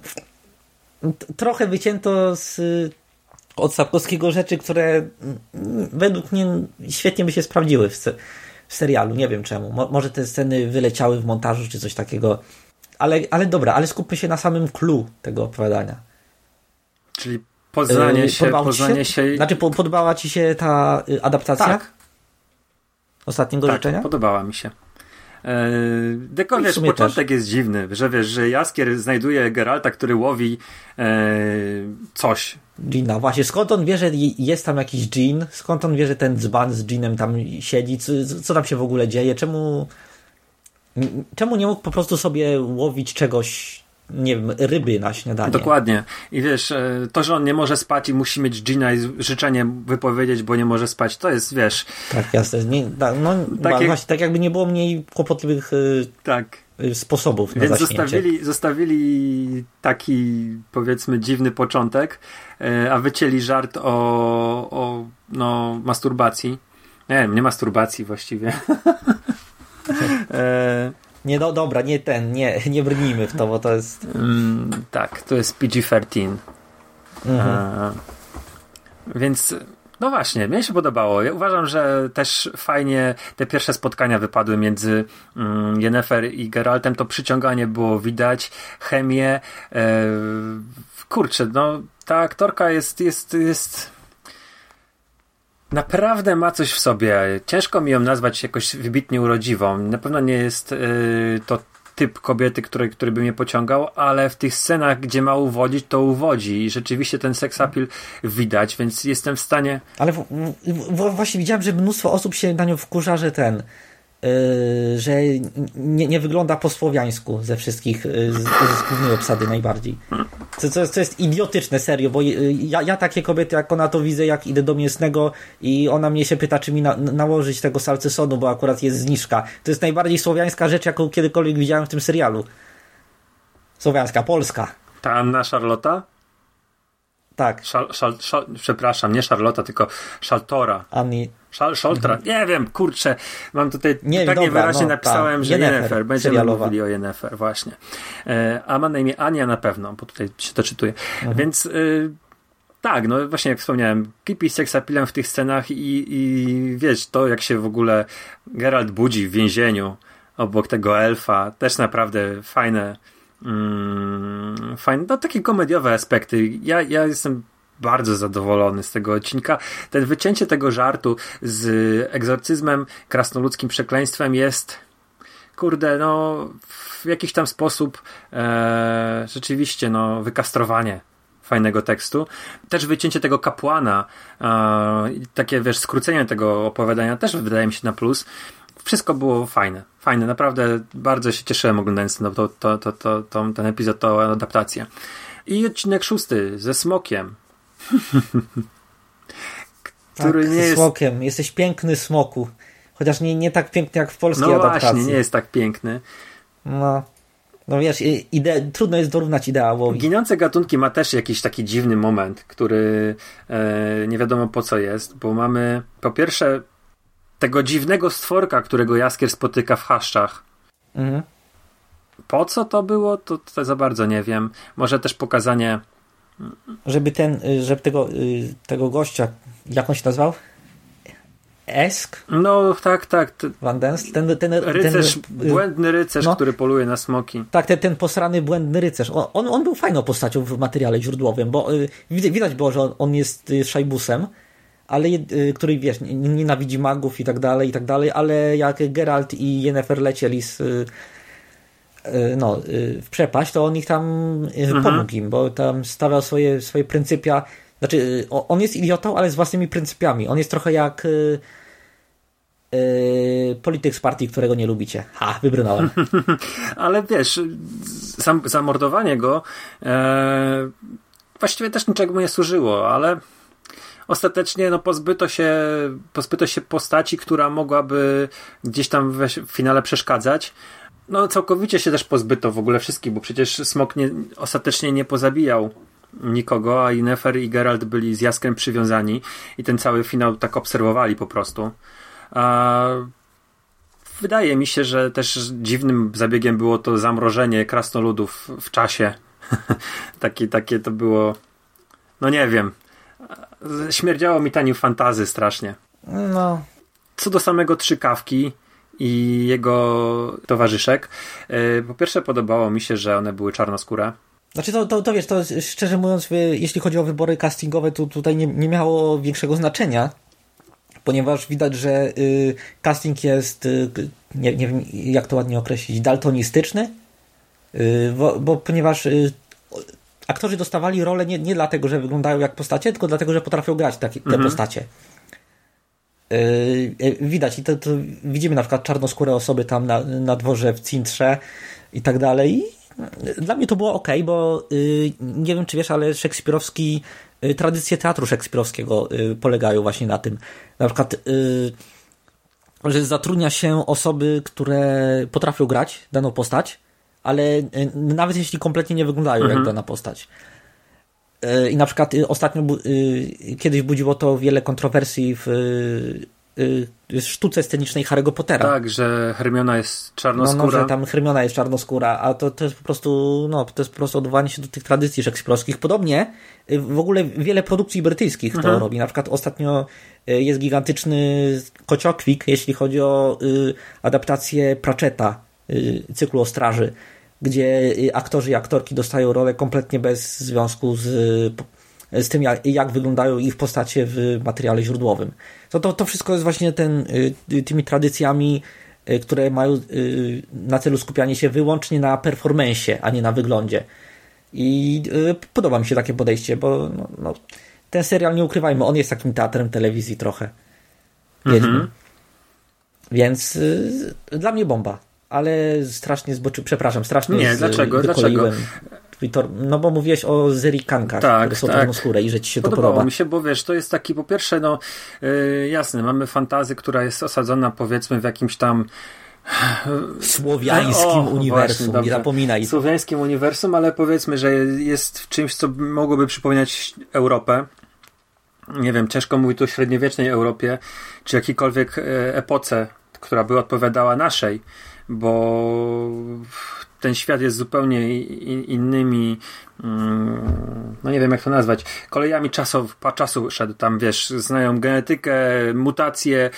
trochę wycięto od Sapkowskiego rzeczy, które według mnie świetnie by się sprawdziły w serialu. Nie wiem czemu. Może te sceny wyleciały w montażu czy coś takiego. Ale dobra, ale skupmy się na samym clue tego opowiadania. Czyli poznanie się... Znaczy podobała ci się ta adaptacja? Tak. Ostatniego życzenia? Podobała mi się. Tylko wiesz, początek jest dziwny, że wiesz, że Jaskier znajduje Geralta, który łowi coś. Gina, właśnie, skąd on wie, że jest tam jakiś dżin? Skąd on wie, że ten dzban z dżinem tam siedzi? Co tam się w ogóle dzieje? Czemu Czemu nie mógł po prostu sobie łowić czegoś, nie wiem, ryby na śniadanie? Dokładnie. I wiesz, to, że on nie może spać i musi mieć dżina i życzenie wypowiedzieć, bo nie może spać, to jest, wiesz... Tak, jasne. Właśnie, tak jakby nie było mniej kłopotliwych sposobów na zaśnięcie. Więc zostawili taki, powiedzmy, dziwny początek, a wycięli żart o masturbacji. Nie masturbacji właściwie. Nie, no dobra, nie brnijmy w to, bo to jest... tak, to jest PG-13. Więc, no właśnie, mnie się podobało. Ja uważam, że też fajnie te pierwsze spotkania wypadły między Yennefer i Geraltem. To przyciąganie było widać, chemię. Kurczę, no ta aktorka jest naprawdę ma coś w sobie. Ciężko mi ją nazwać jakoś wybitnie urodziwą. Na pewno nie jest to typ kobiety, który by mnie pociągał, ale w tych scenach, gdzie ma uwodzić, to uwodzi i rzeczywiście ten sex appeal widać, więc jestem w stanie... Ale właśnie widziałem, że mnóstwo osób się na nią wkurza, że że nie wygląda po słowiańsku ze wszystkich, z głównej obsady najbardziej. Co jest idiotyczne, serio, bo ja takie kobiety, jak ona to widzę, jak idę do mięsnego i ona mnie się pyta, czy mi nałożyć tego salcesonu, bo akurat jest zniżka. To jest najbardziej słowiańska rzecz, jaką kiedykolwiek widziałem w tym serialu. Słowiańska, polska. Ta Anna Charlotta? Tak. Przepraszam, nie Charlotta, tylko Szaltora. Anni. Szoltra. Nie wiem, kurczę. Mam tutaj niewyraźnie napisałem, że Yennefer. Będziemy mówili o Yennefer, właśnie. A ma na imię Ania na pewno, bo tutaj się to czytuje. Więc tak, no właśnie jak wspomniałem, kipi sex appealem w tych scenach i wiesz, to jak się w ogóle Geralt budzi w więzieniu obok tego elfa, też naprawdę fajne, no takie komediowe aspekty. Ja jestem bardzo zadowolony z tego odcinka. Ten wycięcie tego żartu z egzorcyzmem, krasnoludzkim przekleństwem jest kurde, no w jakiś tam sposób rzeczywiście, no wykastrowanie fajnego tekstu. Też wycięcie tego kapłana, takie wiesz, skrócenie tego opowiadania też wydaje mi się na plus. Wszystko było fajne. Naprawdę bardzo się cieszyłem oglądając ten epizod, tą adaptację. I odcinek 6 ze Smokiem. Który tak, nie jest... Smokiem. Jesteś piękny, Smoku. Chociaż nie tak piękny jak w polskiej adaptacji. No właśnie, nie jest tak piękny. No wiesz, trudno jest dorównać ideałowi. Ginące gatunki ma też jakiś taki dziwny moment, który nie wiadomo po co jest, bo mamy po pierwsze tego dziwnego stworka, którego Jaskier spotyka w chaszczach. Po co to było? To za bardzo nie wiem. Może też pokazanie... Żeby tego gościa, jak on się nazywał? Esk? No, tak. Van Dens? Błędny rycerz, który poluje na smoki. Tak, ten posrany błędny rycerz. On był fajną postacią w materiale źródłowym, bo widać było, że on jest szajbusem, ale który, wiesz, nienawidzi magów i tak dalej, ale jak Geralt i Yennefer lecieli w przepaść, to on ich tam pomógł im, bo tam stawiał swoje pryncypia. Znaczy, on jest idiotą, ale z własnymi pryncypiami. On jest trochę jak polityk z partii, którego nie lubicie. Wybrnąłem. Ale wiesz, zamordowanie go właściwie też niczego mu nie służyło, ale ostatecznie pozbyto się postaci, która mogłaby gdzieś tam w finale przeszkadzać. No całkowicie się też pozbyto w ogóle wszystkich, bo przecież Smok ostatecznie nie pozabijał nikogo, a Yennefer i Geralt byli z Jaskrem przywiązani i ten cały finał tak obserwowali po prostu. Wydaje mi się, że też dziwnym zabiegiem było to zamrożenie krasnoludów w czasie. takie to było, no nie wiem, śmierdziało mi taniu fantazy strasznie. No. Co do samego Trzykawki i jego towarzyszek, po pierwsze podobało mi się, że one były czarnoskóre. Znaczy to wiesz, to szczerze mówiąc, jeśli chodzi o wybory castingowe, to tutaj nie miało większego znaczenia, ponieważ widać, że casting jest, nie wiem jak to ładnie określić, daltonistyczny, bo ponieważ aktorzy dostawali rolę nie dlatego, że wyglądają jak postacie, tylko dlatego, że potrafią grać te postacie. widać i to widzimy na przykład czarnoskóre osoby tam na dworze w Cintrze i tak dalej. Dla mnie to było okej, bo nie wiem czy wiesz, ale tradycje teatru szekspirowskiego polegają właśnie na tym. Na przykład że zatrudnia się osoby, które potrafią grać daną postać, ale nawet jeśli kompletnie nie wyglądają jak dana postać. I na przykład ostatnio kiedyś budziło to wiele kontrowersji w sztuce scenicznej Harry'ego Pottera. Tak, że Hermiona jest czarnoskóra. No, że tam Hermiona jest czarnoskóra, a to jest po prostu odwołanie się do tych tradycji szekspirowskich. Podobnie w ogóle wiele produkcji brytyjskich to robi. Na przykład ostatnio jest gigantyczny kociokwik, jeśli chodzi o adaptację Pratchetta, cyklu o Straży, gdzie aktorzy i aktorki dostają rolę kompletnie bez związku z tym, jak wyglądają ich postacie w materiale źródłowym. To wszystko jest właśnie tymi tradycjami, które mają na celu skupianie się wyłącznie na performance'ie, a nie na wyglądzie. I podoba mi się takie podejście, bo ten serial, nie ukrywajmy, on jest takim teatrem telewizji trochę. Wiedźmin. Więc dla mnie bomba. Ale strasznie strasznie nie, dlaczego? Twitter, no bo mówiłeś o zerikankach, które są czarnoskóre i że ci się to podoba. Mi się, bo wiesz, to jest taki, po pierwsze, jasne, mamy fantazję, która jest osadzona powiedzmy w jakimś tam słowiańskim uniwersum, właśnie, nie zapominaj. Słowiańskim uniwersum, ale powiedzmy, że jest w czymś, co mogłoby przypominać Europę. Nie wiem, ciężko mówić tu o średniowiecznej Europie, czy jakiejkolwiek epoce, która by odpowiadała naszej, bo ten świat jest zupełnie innymi, no nie wiem jak to nazwać, kolejami czasu szedł tam, wiesz, znają genetykę, mutacje,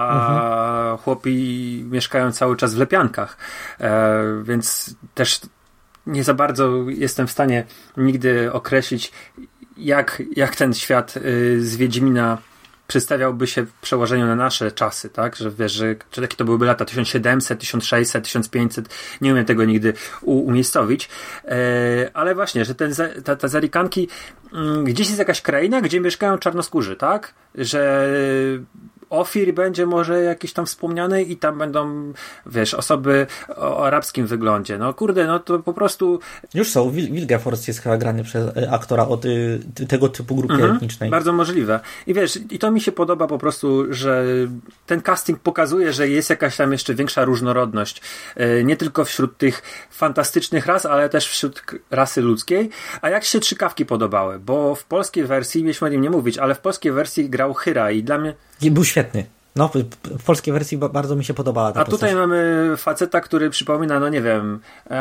a chłopi mieszkają cały czas w lepiankach, więc też nie za bardzo jestem w stanie nigdy określić, jak ten świat z Wiedźmina przedstawiałby się w przełożeniu na nasze czasy, tak? Że wiesz, że jakie to byłyby lata 1700, 1600, 1500, nie umiem tego nigdy umiejscowić, ale właśnie, że te zerikanki, gdzieś jest jakaś kraina, gdzie mieszkają czarnoskórzy, tak? Że Ofir będzie może jakiś tam wspomniany i tam będą, wiesz, osoby o arabskim wyglądzie. No kurde, no to po prostu... Już są. Wilgefortz jest chyba grany przez aktora o tego typu grupie etnicznej. Bardzo możliwe. I wiesz, i to mi się podoba po prostu, że ten casting pokazuje, że jest jakaś tam jeszcze większa różnorodność. Nie tylko wśród tych fantastycznych ras, ale też wśród rasy ludzkiej. A jak się Trzykawki podobały? Bo w polskiej wersji, mieliśmy o nim nie mówić, ale w polskiej wersji grał Hyra i dla mnie... Był świetny. No, w polskiej wersji bardzo mi się podobała ta postać. Tutaj mamy faceta, który przypomina, no nie wiem,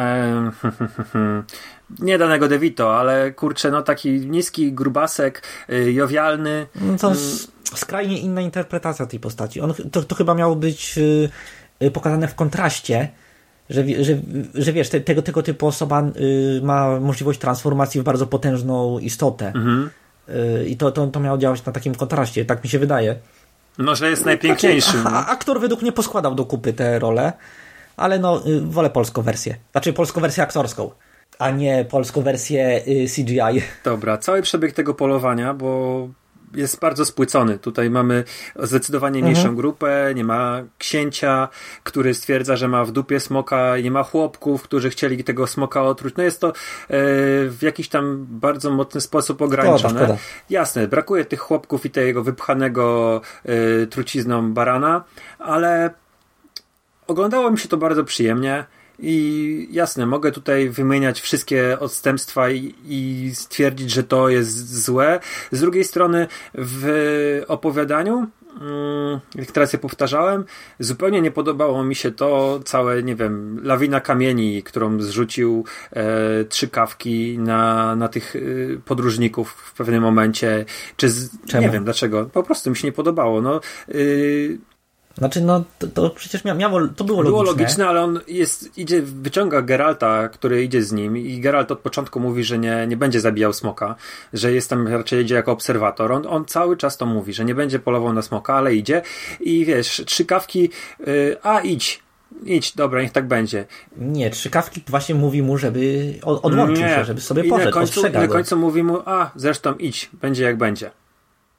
nie Danego DeVito, ale kurczę, no taki niski grubasek, jowialny. No to skrajnie inna interpretacja tej postaci. To chyba miało być pokazane w kontraście, że wiesz, tego typu osoba ma możliwość transformacji w bardzo potężną istotę. I to miało działać na takim kontraście, tak mi się wydaje. No, że jest najpiękniejszy. Aktor według mnie poskładał do kupy tę rolę, ale wolę polską wersję. Znaczy polską wersję aktorską, a nie polską wersję CGI. Dobra, cały przebieg tego polowania, bo jest bardzo spłycony. Tutaj mamy zdecydowanie mniejszą grupę, nie ma księcia, który stwierdza, że ma w dupie smoka, nie ma chłopków, którzy chcieli tego smoka otruć. No jest to w jakiś tam bardzo mocny sposób ograniczone. Szkoda. Jasne, brakuje tych chłopków i tego wypchanego trucizną barana, ale oglądało mi się to bardzo przyjemnie. I jasne, mogę tutaj wymieniać wszystkie odstępstwa i stwierdzić, że to jest złe. Z drugiej strony w opowiadaniu, jak teraz je powtarzałem, zupełnie nie podobało mi się to całe, nie wiem, lawina kamieni, którą zrzucił Trzykawki na tych podróżników w pewnym momencie. Nie wiem dlaczego, po prostu mi się nie podobało. Znaczy, to przecież to było logiczne. Było logiczne, ale on wyciąga Geralta, który idzie z nim i Geralt od początku mówi, że nie będzie zabijał smoka, że jest tam, raczej idzie jako obserwator. On cały czas to mówi, że nie będzie polował na smoka, ale idzie i wiesz, Trzykawki, idź, dobra, niech tak będzie. Nie, Trzykawki właśnie mówi mu, żeby odłączył się, żeby sobie poszedł, I na końcu mówi mu, zresztą idź, będzie jak będzie.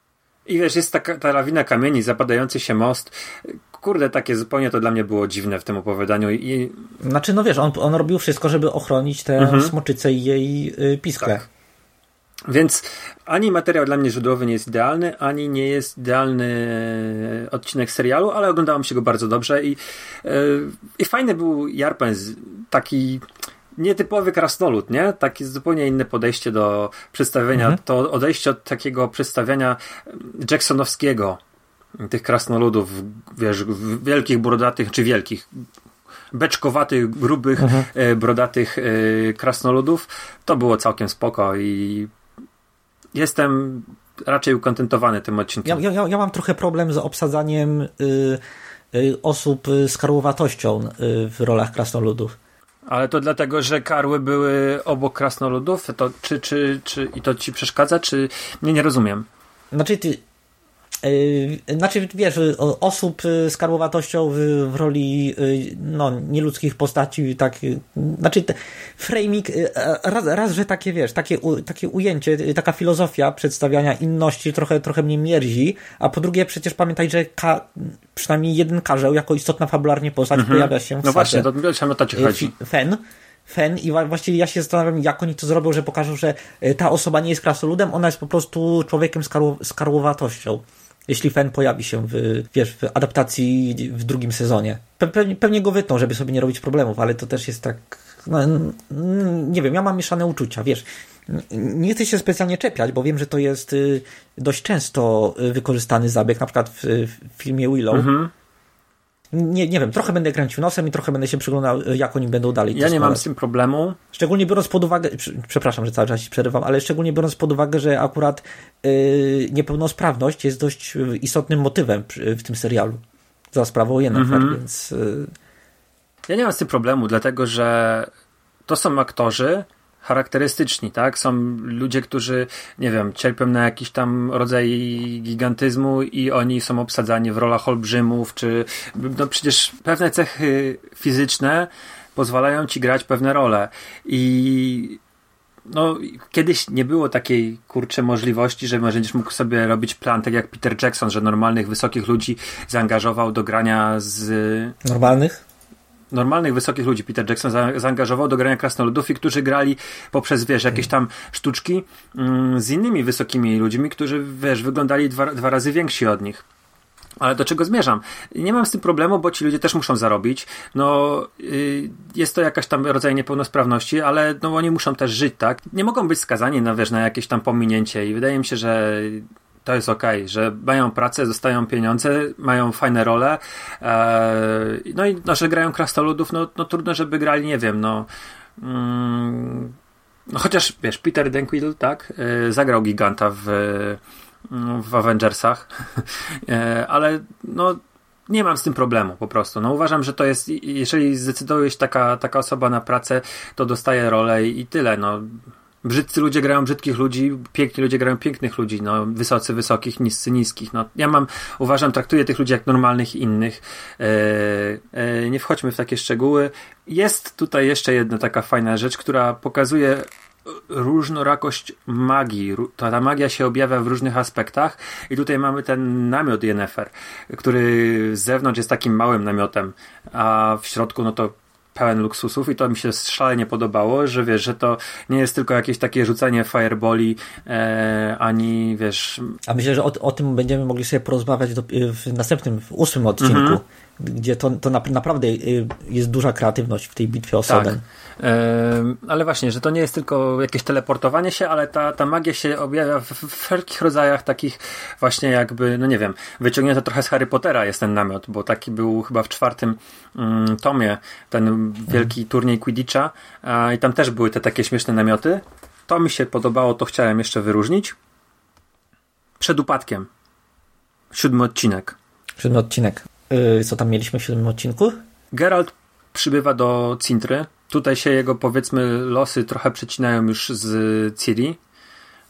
I wiesz, jest ta lawina kamieni, zapadający się most. Kurde, takie zupełnie to dla mnie było dziwne w tym opowiadaniu. Znaczy, no wiesz, on robił wszystko, żeby ochronić tę smoczycę i jej pisklę. Tak. Więc ani materiał dla mnie źródłowy nie jest idealny, ani nie jest idealny odcinek serialu, ale oglądałem się go bardzo dobrze i fajny był Jarpens, taki nietypowy krasnolud, nie? Takie zupełnie inne podejście do przedstawienia, to odejście od takiego przedstawiania jacksonowskiego tych krasnoludów, wiesz, wielkich, brodatych, czy wielkich, beczkowatych, grubych, brodatych krasnoludów. To było całkiem spoko i jestem raczej ukontentowany tym odcinkiem. Ja mam trochę problem z obsadzaniem osób z karłowatością w rolach krasnoludów. Ale to dlatego, że karły były obok krasnoludów? To, czy i to ci przeszkadza, czy... Nie rozumiem. Znaczy, wiesz, osób z karłowatością w roli nieludzkich postaci, tak, znaczy framing, raz, że takie, wiesz, takie ujęcie, taka filozofia przedstawiania inności trochę mnie mierzi, a po drugie przecież pamiętaj, że przynajmniej jeden karzeł jako istotna fabularnie postać pojawia się w No właśnie, to o ci chodzi. Fen i właściwie ja się zastanawiam, jak oni to zrobią, że pokażą, że ta osoba nie jest krasnoludem, ona jest po prostu człowiekiem z karłowatością. Jeśli Fen pojawi się w adaptacji w drugim sezonie. Pewnie go wytną, żeby sobie nie robić problemów, ale to też jest tak... nie wiem, ja mam mieszane uczucia, wiesz. Nie chcę się specjalnie czepiać, bo wiem, że to jest dość często wykorzystany zabieg, na przykład w filmie Willow. Nie wiem, trochę będę kręcił nosem i trochę będę się przyglądał, jak oni będą dalej. Ja nie mam z tym problemu. Szczególnie biorąc pod uwagę, przepraszam, że cały czas się przerywam, ale szczególnie biorąc pod uwagę, że akurat niepełnosprawność jest dość istotnym motywem w tym serialu. Za sprawą Yennefer, więc... Ja nie mam z tym problemu, dlatego że to są aktorzy charakterystyczni, tak? Są ludzie, którzy, nie wiem, cierpią na jakiś tam rodzaj gigantyzmu i oni są obsadzani w rolach olbrzymów, czy no przecież pewne cechy fizyczne pozwalają ci grać pewne role i no kiedyś nie było takiej możliwości, że będziesz mógł sobie robić plan, tak jak Peter Jackson, że normalnych, wysokich ludzi zaangażował do grania z... Normalnych, wysokich ludzi Peter Jackson zaangażował do grania krasnoludów i którzy grali poprzez, wiesz, jakieś tam sztuczki z innymi wysokimi ludźmi, którzy, wiesz, wyglądali dwa razy więksi od nich. Ale do czego zmierzam? Nie mam z tym problemu, bo ci ludzie też muszą zarobić. No, jest to jakaś tam rodzaj niepełnosprawności, ale no oni muszą też żyć, tak? Nie mogą być skazani na, wiesz, na jakieś tam pominięcie i wydaje mi się, że to jest okej, że mają pracę, dostają pieniądze, mają fajne role, no i że grają krasnoludów, no trudno, żeby grali, nie wiem, no chociaż, wiesz, Peter Dinklage, tak, zagrał giganta w Avengersach, ale no nie mam z tym problemu po prostu. No uważam, że to jest, jeżeli zdecyduje się taka osoba na pracę, to dostaje rolę i tyle, no. Brzydcy ludzie grają brzydkich ludzi, piękni ludzie grają pięknych ludzi, no wysocy wysokich, niscy niskich. No ja traktuję tych ludzi jak normalnych innych. Nie wchodźmy w takie szczegóły. Jest tutaj jeszcze jedna taka fajna rzecz, która pokazuje różnorakość magii. Ta magia się objawia w różnych aspektach i tutaj mamy ten namiot Yennefer, który z zewnątrz jest takim małym namiotem, a w środku no to pełen luksusów i to mi się szalenie podobało, że wiesz, że to nie jest tylko jakieś takie rzucanie fireballi, ani wiesz... A myślę, że o tym będziemy mogli sobie porozmawiać w następnym, w 8 odcinku, gdzie to naprawdę jest duża kreatywność w tej bitwie o Soden. Tak. Ale właśnie, że to nie jest tylko jakieś teleportowanie się, ale ta magia się objawia w wszelkich rodzajach takich właśnie jakby, no nie wiem, wyciągnięto trochę z Harry Pottera jest ten namiot, bo taki był chyba w 4. tomie ten wielki turniej Quidditcha i tam też były te takie śmieszne namioty. To mi się podobało, to chciałem jeszcze wyróżnić. Przed upadkiem. 7 odcinek. 7 odcinek. Co tam mieliśmy w 7 odcinku? Geralt przybywa do Cintry. Tutaj się jego, powiedzmy, losy trochę przecinają już z Ciri.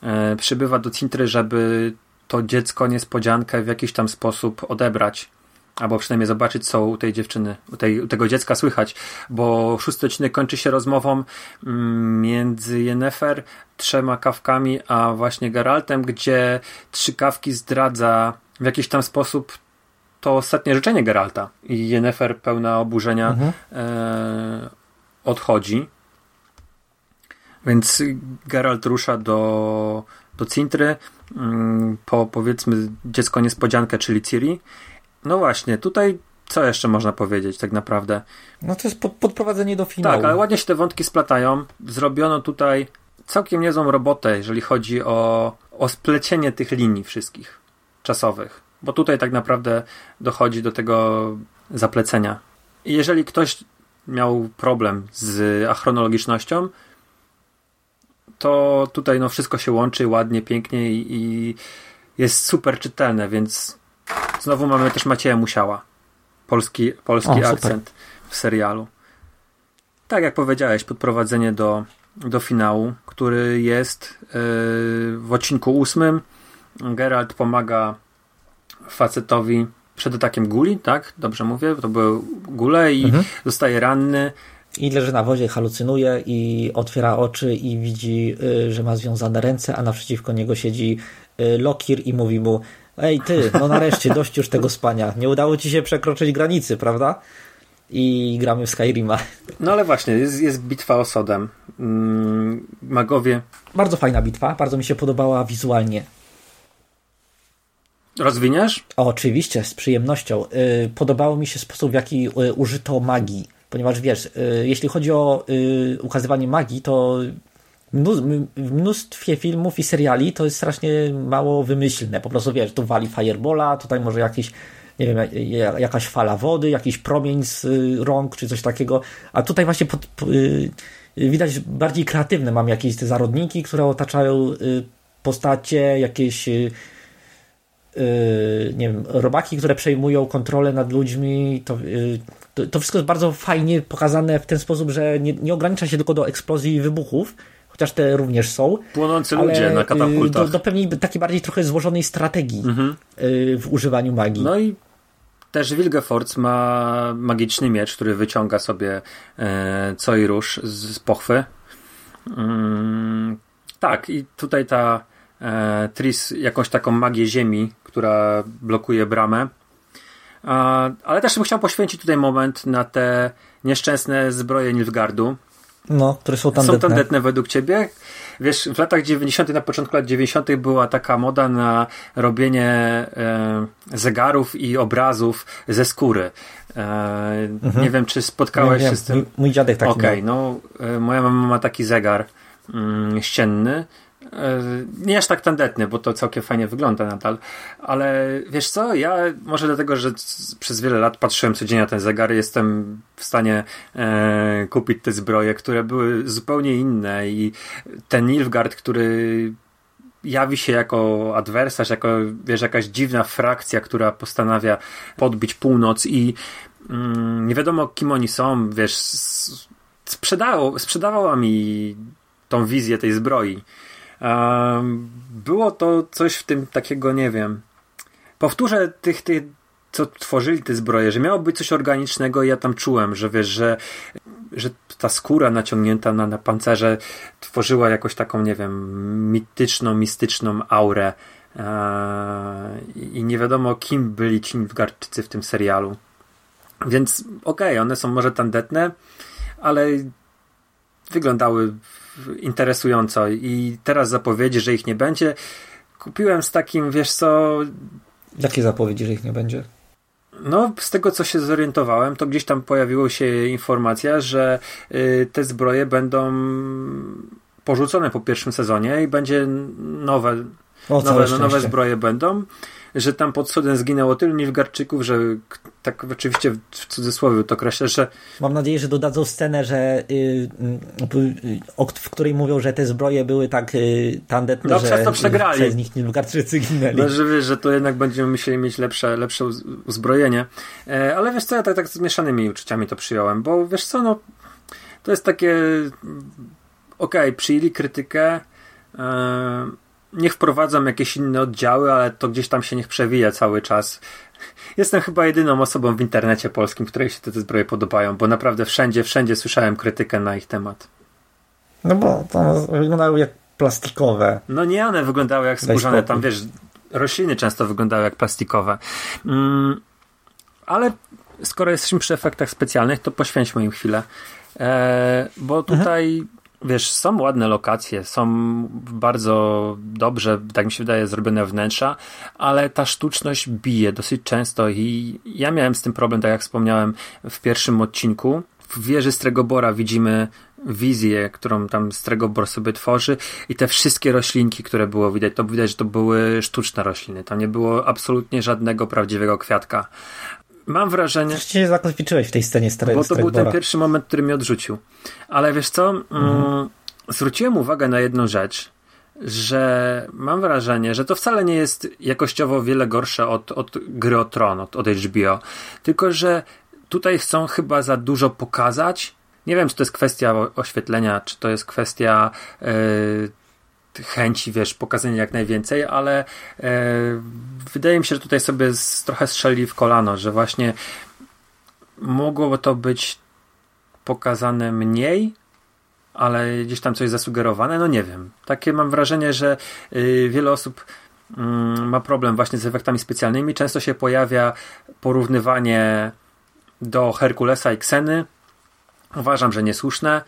Przybywa do Cintry, żeby to dziecko niespodziankę w jakiś tam sposób odebrać albo przynajmniej zobaczyć, co u tej dziewczyny, u tego dziecka słychać, bo 6. odcinek kończy się rozmową między Yennefer, 3 kawkami, a właśnie Geraltem, gdzie 3 kawki zdradza w jakiś tam sposób to ostatnie życzenie Geralta i Yennefer pełna oburzenia odchodzi. Więc Geralt rusza do Cintry po, powiedzmy, dziecko niespodziankę, czyli Ciri. No właśnie, tutaj co jeszcze można powiedzieć tak naprawdę? No to jest podprowadzenie do finału. Tak, ale ładnie się te wątki splatają. Zrobiono tutaj całkiem niezłą robotę, jeżeli chodzi o splecienie tych linii wszystkich czasowych. Bo tutaj tak naprawdę dochodzi do tego zaplecenia. I jeżeli ktoś miał problem z achronologicznością, to tutaj no wszystko się łączy ładnie, pięknie i jest super czytelne, więc znowu mamy też Macieja Musiała. Polski akcent w serialu. Tak jak powiedziałeś, podprowadzenie do finału, który jest w odcinku 8. Geralt pomaga facetowi przed atakiem guli, tak? Dobrze mówię? To były gule i zostaje ranny. I leży na wodzie, halucynuje i otwiera oczy i widzi, że ma związane ręce, a naprzeciwko niego siedzi Lokir i mówi mu: ej ty, no nareszcie, dość już tego spania. Nie udało ci się przekroczyć granicy, prawda? I gramy w Skyrima. No ale właśnie, jest bitwa osodem. Magowie. Bardzo fajna bitwa, bardzo mi się podobała wizualnie. Rozwiniesz? Oczywiście, z przyjemnością. Podobało mi się sposób, w jaki użyto magii. Ponieważ wiesz, jeśli chodzi o ukazywanie magii, to w mnóstwie filmów i seriali to jest strasznie mało wymyślne. Po prostu wiesz, tu wali firebola, tutaj może jakiś, nie wiem, jakaś fala wody, jakiś promień z rąk, czy coś takiego. A tutaj właśnie widać bardziej kreatywne. Mam jakieś te zarodniki, które otaczają postacie, jakieś nie wiem, robaki, które przejmują kontrolę nad ludźmi. To wszystko jest bardzo fajnie pokazane w ten sposób, że nie ogranicza się tylko do eksplozji i wybuchów, chociaż te również są. Płonący ludzie na katapultach. Do pewnej takiej bardziej trochę złożonej strategii w używaniu magii. No i też Wilgefortz ma magiczny miecz, który wyciąga sobie co i róż z pochwy. Tak, i tutaj ta Triss jakąś taką magię ziemi, która blokuje bramę. Ale też bym chciał poświęcić tutaj moment na te nieszczęsne zbroje Nilfgaardu. No, które są tandetne. Są tandetne według ciebie? Wiesz, w latach 90., na początku lat 90. była taka moda na robienie zegarów i obrazów ze skóry. Nie wiem, czy spotkałeś się z tym? Mój dziadek taki miał. No, moja mama ma taki zegar ścienny. Nie aż tak tandetny, bo to całkiem fajnie wygląda nadal, ale wiesz co, ja może dlatego, że przez wiele lat patrzyłem codziennie na ten zegar, jestem w stanie kupić te zbroje, które były zupełnie inne i ten Nilfgaard, który jawi się jako adwersarz, jako wiesz, jakaś dziwna frakcja, która postanawia podbić północ i nie wiadomo kim oni są, wiesz, sprzedawała mi tą wizję tej zbroi. Było to coś w tym takiego, nie wiem, powtórzę tych co tworzyli te zbroje, że miało być coś organicznego i ja tam czułem, że wiesz, że ta skóra naciągnięta na pancerze tworzyła jakoś taką, nie wiem, mityczną, mistyczną aurę i nie wiadomo kim byli ci Nilfgaardczycy w tym serialu, więc okej, one są może tandetne, ale wyglądały interesująco i teraz zapowiedzi, że ich nie będzie, kupiłem z takim, wiesz co... Jakie zapowiedzi, że ich nie będzie? No, z tego co się zorientowałem, to gdzieś tam pojawiła się informacja, że te zbroje będą porzucone po pierwszym sezonie i będzie nowe zbroje będą, że tam pod sodem zginęło tylu Nilfgaardczyków, że tak oczywiście w cudzysłowie to określę, że... Mam nadzieję, że dodadzą scenę, że w której mówią, że te zbroje były tak tandetne, no, że przez to przegrali. Przez nich Nilfgaardczycy ginęli. No, że wiesz, że to jednak będziemy musieli mieć lepsze uzbrojenie. Ale wiesz co, ja tak z mieszanymi uczuciami to przyjąłem, bo wiesz co, no to jest takie okej, przyjęli krytykę, niech wprowadzą jakieś inne oddziały, ale to gdzieś tam się niech przewija cały czas. Jestem chyba jedyną osobą w internecie polskim, której się te zbroje podobają, bo naprawdę wszędzie słyszałem krytykę na ich temat. No bo to wyglądały jak plastikowe. No nie, one wyglądały jak skórzane. Tam wiesz, rośliny często wyglądały jak plastikowe. Ale skoro jesteśmy przy efektach specjalnych, to poświęćmy im chwilę. Bo tutaj wiesz, są ładne lokacje, są bardzo dobrze, tak mi się wydaje, zrobione wnętrza, ale ta sztuczność bije dosyć często i ja miałem z tym problem, tak jak wspomniałem w pierwszym odcinku. W wieży Stregobora widzimy wizję, którą tam Stregobor sobie tworzy i te wszystkie roślinki, które było widać, to widać, że to były sztuczne rośliny. Tam nie było absolutnie żadnego prawdziwego kwiatka. Mam wrażenie... Coś się zakotwiczyłeś w tej scenie Bo to był ten pierwszy moment, który mnie odrzucił. Ale wiesz co? Zwróciłem uwagę na jedną rzecz, że mam wrażenie, że to wcale nie jest jakościowo wiele gorsze od Gry o Tron, od HBO. Tylko, że tutaj chcą chyba za dużo pokazać. Nie wiem, czy to jest kwestia oświetlenia, czy to jest kwestia chęci, wiesz, pokazania jak najwięcej, ale wydaje mi się, że tutaj sobie trochę strzeli w kolano, że właśnie mogło to być pokazane mniej, ale gdzieś tam coś zasugerowane, no nie wiem. Takie mam wrażenie, że wiele osób ma problem właśnie z efektami specjalnymi. Często się pojawia porównywanie do Herkulesa i Xeny. Uważam, że niesłuszne.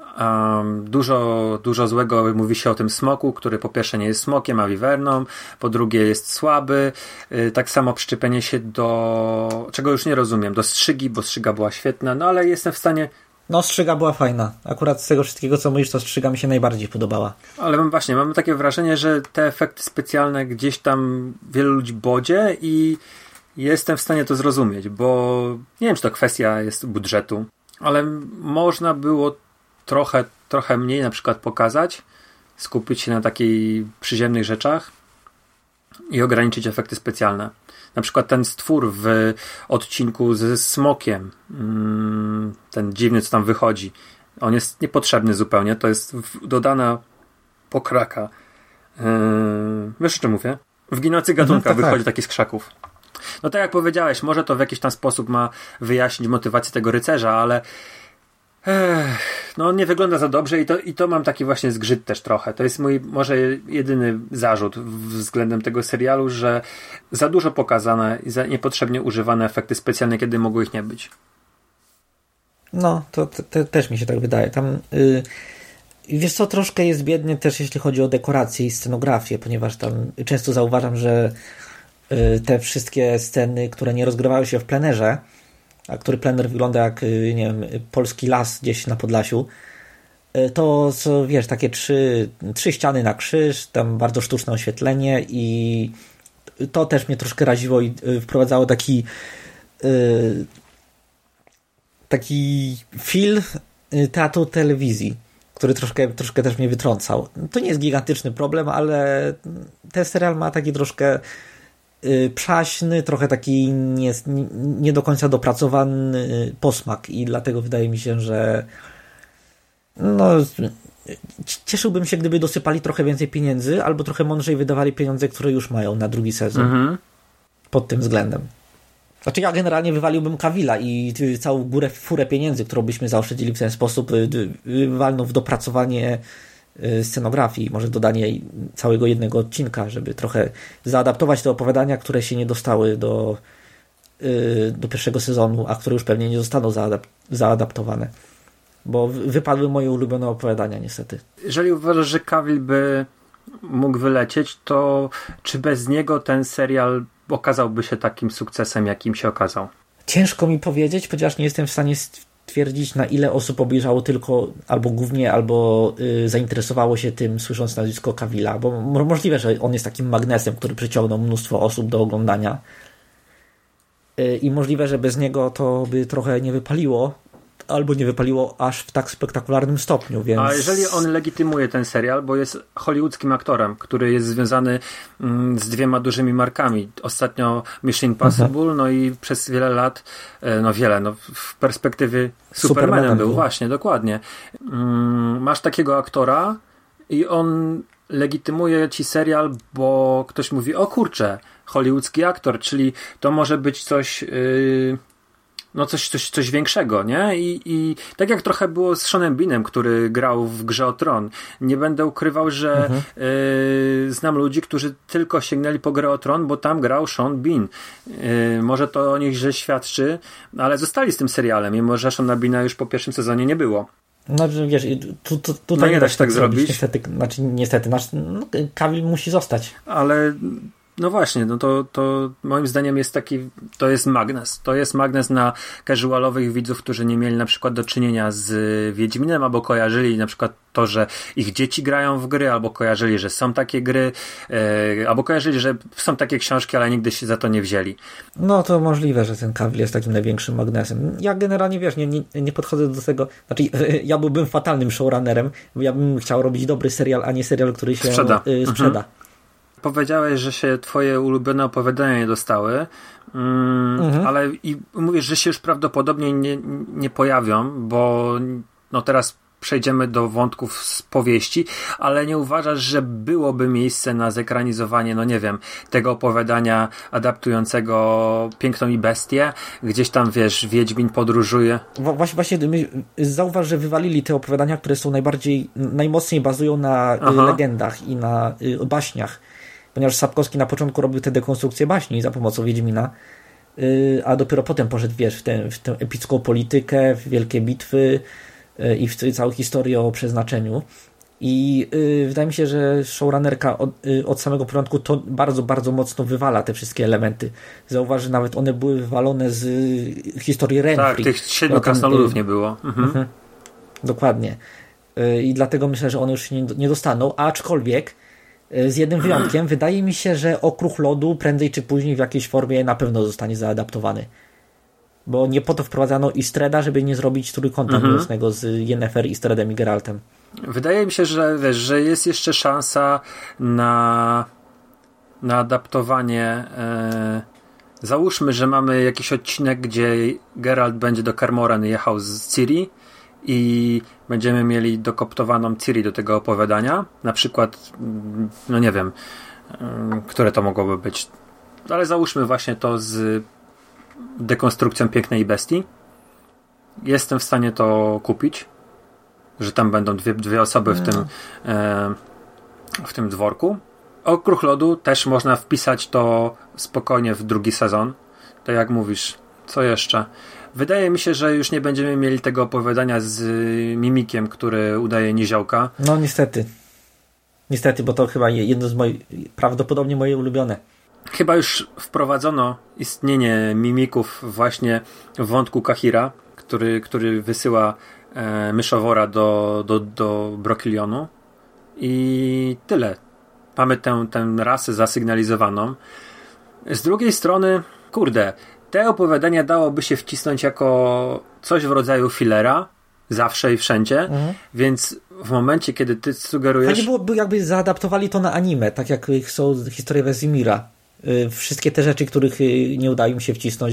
Dużo złego mówi się o tym smoku, który po pierwsze nie jest smokiem, a wiwerną, po drugie jest słaby. Tak samo przyczepienie się do, czego już nie rozumiem, do Strzygi, bo Strzyga była świetna, no ale jestem w stanie... No, Strzyga była fajna. Akurat z tego wszystkiego, co mówisz, to Strzyga mi się najbardziej podobała. Ale mam takie wrażenie, że te efekty specjalne gdzieś tam wielu ludzi bodzie i jestem w stanie to zrozumieć, bo nie wiem, czy to kwestia jest budżetu, ale można było trochę mniej na przykład pokazać, skupić się na takich przyziemnych rzeczach i ograniczyć efekty specjalne. Na przykład ten stwór w odcinku ze smokiem, ten dziwny, co tam wychodzi, on jest niepotrzebny zupełnie, to jest dodana pokraka. Wiesz, o czym mówię? W ginący gatunkach wychodzi taki z krzaków. No tak jak powiedziałeś, może to w jakiś tam sposób ma wyjaśnić motywację tego rycerza, ale no nie wygląda za dobrze i to mam taki właśnie zgrzyt też trochę. To jest mój może jedyny zarzut względem tego serialu, że za dużo pokazane i za niepotrzebnie używane efekty specjalne, kiedy mogło ich nie być. No, to też mi się tak wydaje. Tam wiesz co, troszkę jest biednie też jeśli chodzi o dekoracje i scenografię, ponieważ tam często zauważam, że te wszystkie sceny, które nie rozgrywały się w plenerze, a który plener wygląda jak, nie wiem, polski las gdzieś na Podlasiu, to co, wiesz, takie trzy ściany na krzyż, tam bardzo sztuczne oświetlenie i to też mnie troszkę raziło i wprowadzało taki feel teatru telewizji, który troszkę też mnie wytrącał. To nie jest gigantyczny problem, ale ten serial ma taki troszkę przaśny, trochę taki nie do końca dopracowany posmak i dlatego wydaje mi się, że no cieszyłbym się, gdyby dosypali trochę więcej pieniędzy albo trochę mądrzej wydawali pieniądze, które już mają na drugi sezon. Pod tym względem. Znaczy ja generalnie wywaliłbym Cavilla i całą furę pieniędzy, którą byśmy zaoszczędzili w ten sposób, walnął w dopracowanie scenografii, może dodanie całego jednego odcinka, żeby trochę zaadaptować te opowiadania, które się nie dostały do pierwszego sezonu, a które już pewnie nie zostaną zaadaptowane. Bo wypadły moje ulubione opowiadania niestety. Jeżeli uważasz, że Cavill by mógł wylecieć, to czy bez niego ten serial okazałby się takim sukcesem, jakim się okazał? Ciężko mi powiedzieć, ponieważ nie jestem w stanie stwierdzić, na ile osób obejrzało tylko albo głównie, albo zainteresowało się tym, słysząc nazwisko Cavilla, bo możliwe, że on jest takim magnesem, który przyciągnął mnóstwo osób do oglądania i możliwe, że bez niego to by trochę nie wypaliło, albo nie wypaliło aż w tak spektakularnym stopniu, więc... A jeżeli on legitymuje ten serial, bo jest hollywoodzkim aktorem, który jest związany z 2 dużymi markami. Ostatnio Mission Impossible, no i przez wiele lat, w perspektywie Supermanem był, właśnie, dokładnie. Masz takiego aktora i on legitymuje ci serial, bo ktoś mówi, o kurczę, hollywoodzki aktor, czyli to może być coś coś większego, nie? I tak jak trochę było z Seanem Beanem, który grał w Grze o Tron. Nie będę ukrywał, że znam ludzi, którzy tylko sięgnęli po Grę o Tron, bo tam grał Sean Bean. Może to o nich źle świadczy, ale zostali z tym serialem, mimo że Seana Beana już po pierwszym sezonie nie było. No wiesz, tutaj nie da się tak zrobić. Niestety, Cavill musi zostać. Ale no właśnie, no to moim zdaniem jest to jest magnes. To jest magnes na casualowych widzów, którzy nie mieli na przykład do czynienia z Wiedźminem, albo kojarzyli na przykład to, że ich dzieci grają w gry, albo kojarzyli, że są takie gry, albo kojarzyli, że są takie książki, ale nigdy się za to nie wzięli. No to możliwe, że ten Cavill jest takim największym magnesem. Ja generalnie, wiesz, nie podchodzę do tego, znaczy ja byłbym fatalnym showrunnerem, bo ja bym chciał robić dobry serial, a nie serial, który się sprzeda. Powiedziałeś, że się twoje ulubione opowiadania nie dostały, ale i mówisz, że się już prawdopodobnie nie pojawią, bo no teraz przejdziemy do wątków z powieści, ale nie uważasz, że byłoby miejsce na zekranizowanie, no nie wiem, tego opowiadania adaptującego Piękną i Bestię? Gdzieś tam, wiesz, Wiedźmin podróżuje. Właśnie zauważ, że wywalili te opowiadania, które są najmocniej bazują na legendach i na baśniach. Ponieważ Sapkowski na początku robił te dekonstrukcje baśni za pomocą Wiedźmina, a dopiero potem poszedł, wiesz, w tę epicką politykę, w wielkie bitwy i w całą historię o przeznaczeniu. I wydaje mi się, że showrunnerka od samego początku to bardzo, bardzo mocno wywala te wszystkie elementy. Zauważ, że nawet one były wywalone z historii Renfri. Tak, tych 7 krasnoludów nie było. Dokładnie. I dlatego myślę, że one już się nie dostaną, aczkolwiek z jednym wyjątkiem, wydaje mi się, że Okruch Lodu prędzej czy później w jakiejś formie na pewno zostanie zaadaptowany. Bo nie po to wprowadzano Istreda, żeby nie zrobić trójkąta miłosnego z Yennefer, Istredem i Geraltem. Wydaje mi się, że wiesz, że jest jeszcze szansa na adaptowanie. Załóżmy, że mamy jakiś odcinek, gdzie Geralt będzie do Kaer Morhen jechał z Ciri i będziemy mieli dokoptowaną Ciri do tego opowiadania. Na przykład, no nie wiem, które to mogłoby być. Ale załóżmy właśnie to z dekonstrukcją Pięknej Bestii. Jestem w stanie to kupić, że tam będą dwie osoby w tym dworku. Okruch Lodu też można wpisać to spokojnie w drugi sezon. Tak jak mówisz. Co jeszcze? Wydaje mi się, że już nie będziemy mieli tego opowiadania z Mimikiem, który udaje niziołka. No niestety. Niestety, bo to chyba jedno z prawdopodobnie moje ulubione. Chyba już wprowadzono istnienie Mimików właśnie w wątku Kahira, który wysyła myszowora do Brokilionu. I tyle. Mamy tę rasę zasygnalizowaną. Z drugiej strony, kurde, te opowiadania dałoby się wcisnąć jako coś w rodzaju fillera, zawsze i wszędzie, więc w momencie, kiedy ty sugerujesz... Fajnie byłoby, jakby zaadaptowali to na anime, tak jak są historie Wesemira. Wszystkie te rzeczy, których nie udało im się wcisnąć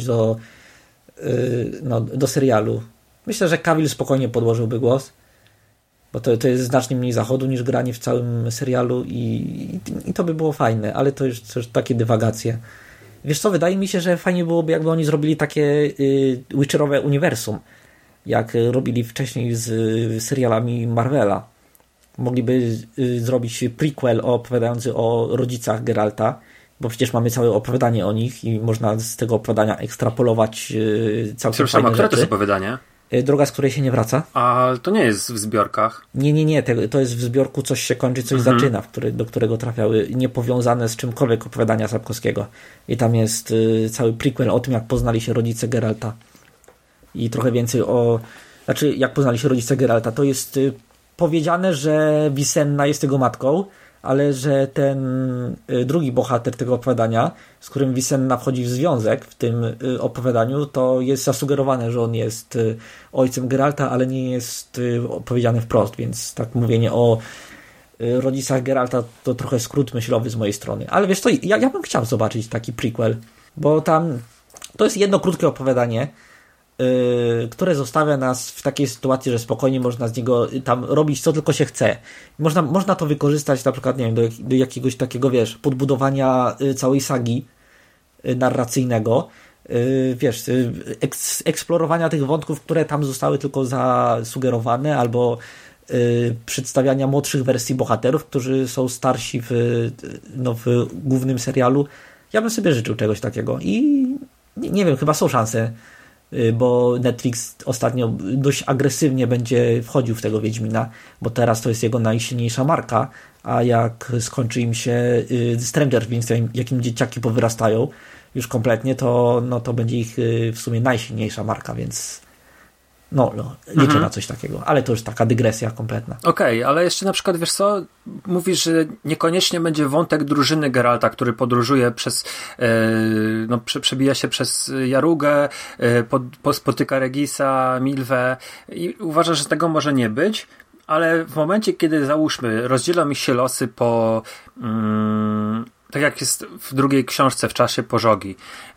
do serialu. Myślę, że Cavill spokojnie podłożyłby głos, bo to jest znacznie mniej zachodu niż granie w całym serialu i to by było fajne, ale to już takie dywagacje. Wiesz co, wydaje mi się, że fajnie byłoby, jakby oni zrobili takie Witcherowe uniwersum, jak robili wcześniej z serialami Marvela. Mogliby zrobić prequel opowiadający o rodzicach Geralta, bo przecież mamy całe opowiadanie o nich i można z tego opowiadania ekstrapolować całkiem fajne rzeczy. Które to jest opowiadanie? Droga, z której się nie wraca. A to nie jest w zbiorkach? Nie. To jest w zbiorku Coś się kończy, coś zaczyna, do którego trafiały niepowiązane z czymkolwiek opowiadania Sapkowskiego. I tam jest cały prequel o tym, jak poznali się rodzice Geralta. I trochę więcej jak poznali się rodzice Geralta. To jest powiedziane, że Wisenna jest jego matką, ale że ten drugi bohater tego opowiadania, z którym Wisenna wchodzi w związek w tym opowiadaniu, to jest zasugerowane, że on jest ojcem Geralta, ale nie jest powiedziane wprost, więc tak mówienie o rodzicach Geralta to trochę skrót myślowy z mojej strony. Ale wiesz co, ja bym chciał zobaczyć taki prequel, bo tam to jest jedno krótkie opowiadanie, które zostawia nas w takiej sytuacji, że spokojnie można z niego tam robić co tylko się chce. Można to wykorzystać na przykład, nie wiem, do jakiegoś takiego, wiesz, podbudowania całej sagi narracyjnego, wiesz, eksplorowania tych wątków, które tam zostały tylko zasugerowane, albo przedstawiania młodszych wersji bohaterów, którzy są starsi w głównym serialu. Ja bym sobie życzył czegoś takiego i nie wiem, chyba są szanse, bo Netflix ostatnio dość agresywnie będzie wchodził w tego Wiedźmina, bo teraz to jest jego najsilniejsza marka, a jak skończy im się Stranger Things, jakim dzieciaki powyrastają już kompletnie, to będzie ich w sumie najsilniejsza marka, więc liczę na coś takiego, ale to już taka dygresja kompletna. Okej, ale jeszcze na przykład, wiesz co, mówisz, że niekoniecznie będzie wątek drużyny Geralta, który podróżuje przebija się przez Jarugę, spotyka Regisa, Milwę i uważasz, że tego może nie być, ale w momencie, kiedy załóżmy, rozdzielą mi się losy po tak jak jest w drugiej książce w Czasie Pożogi,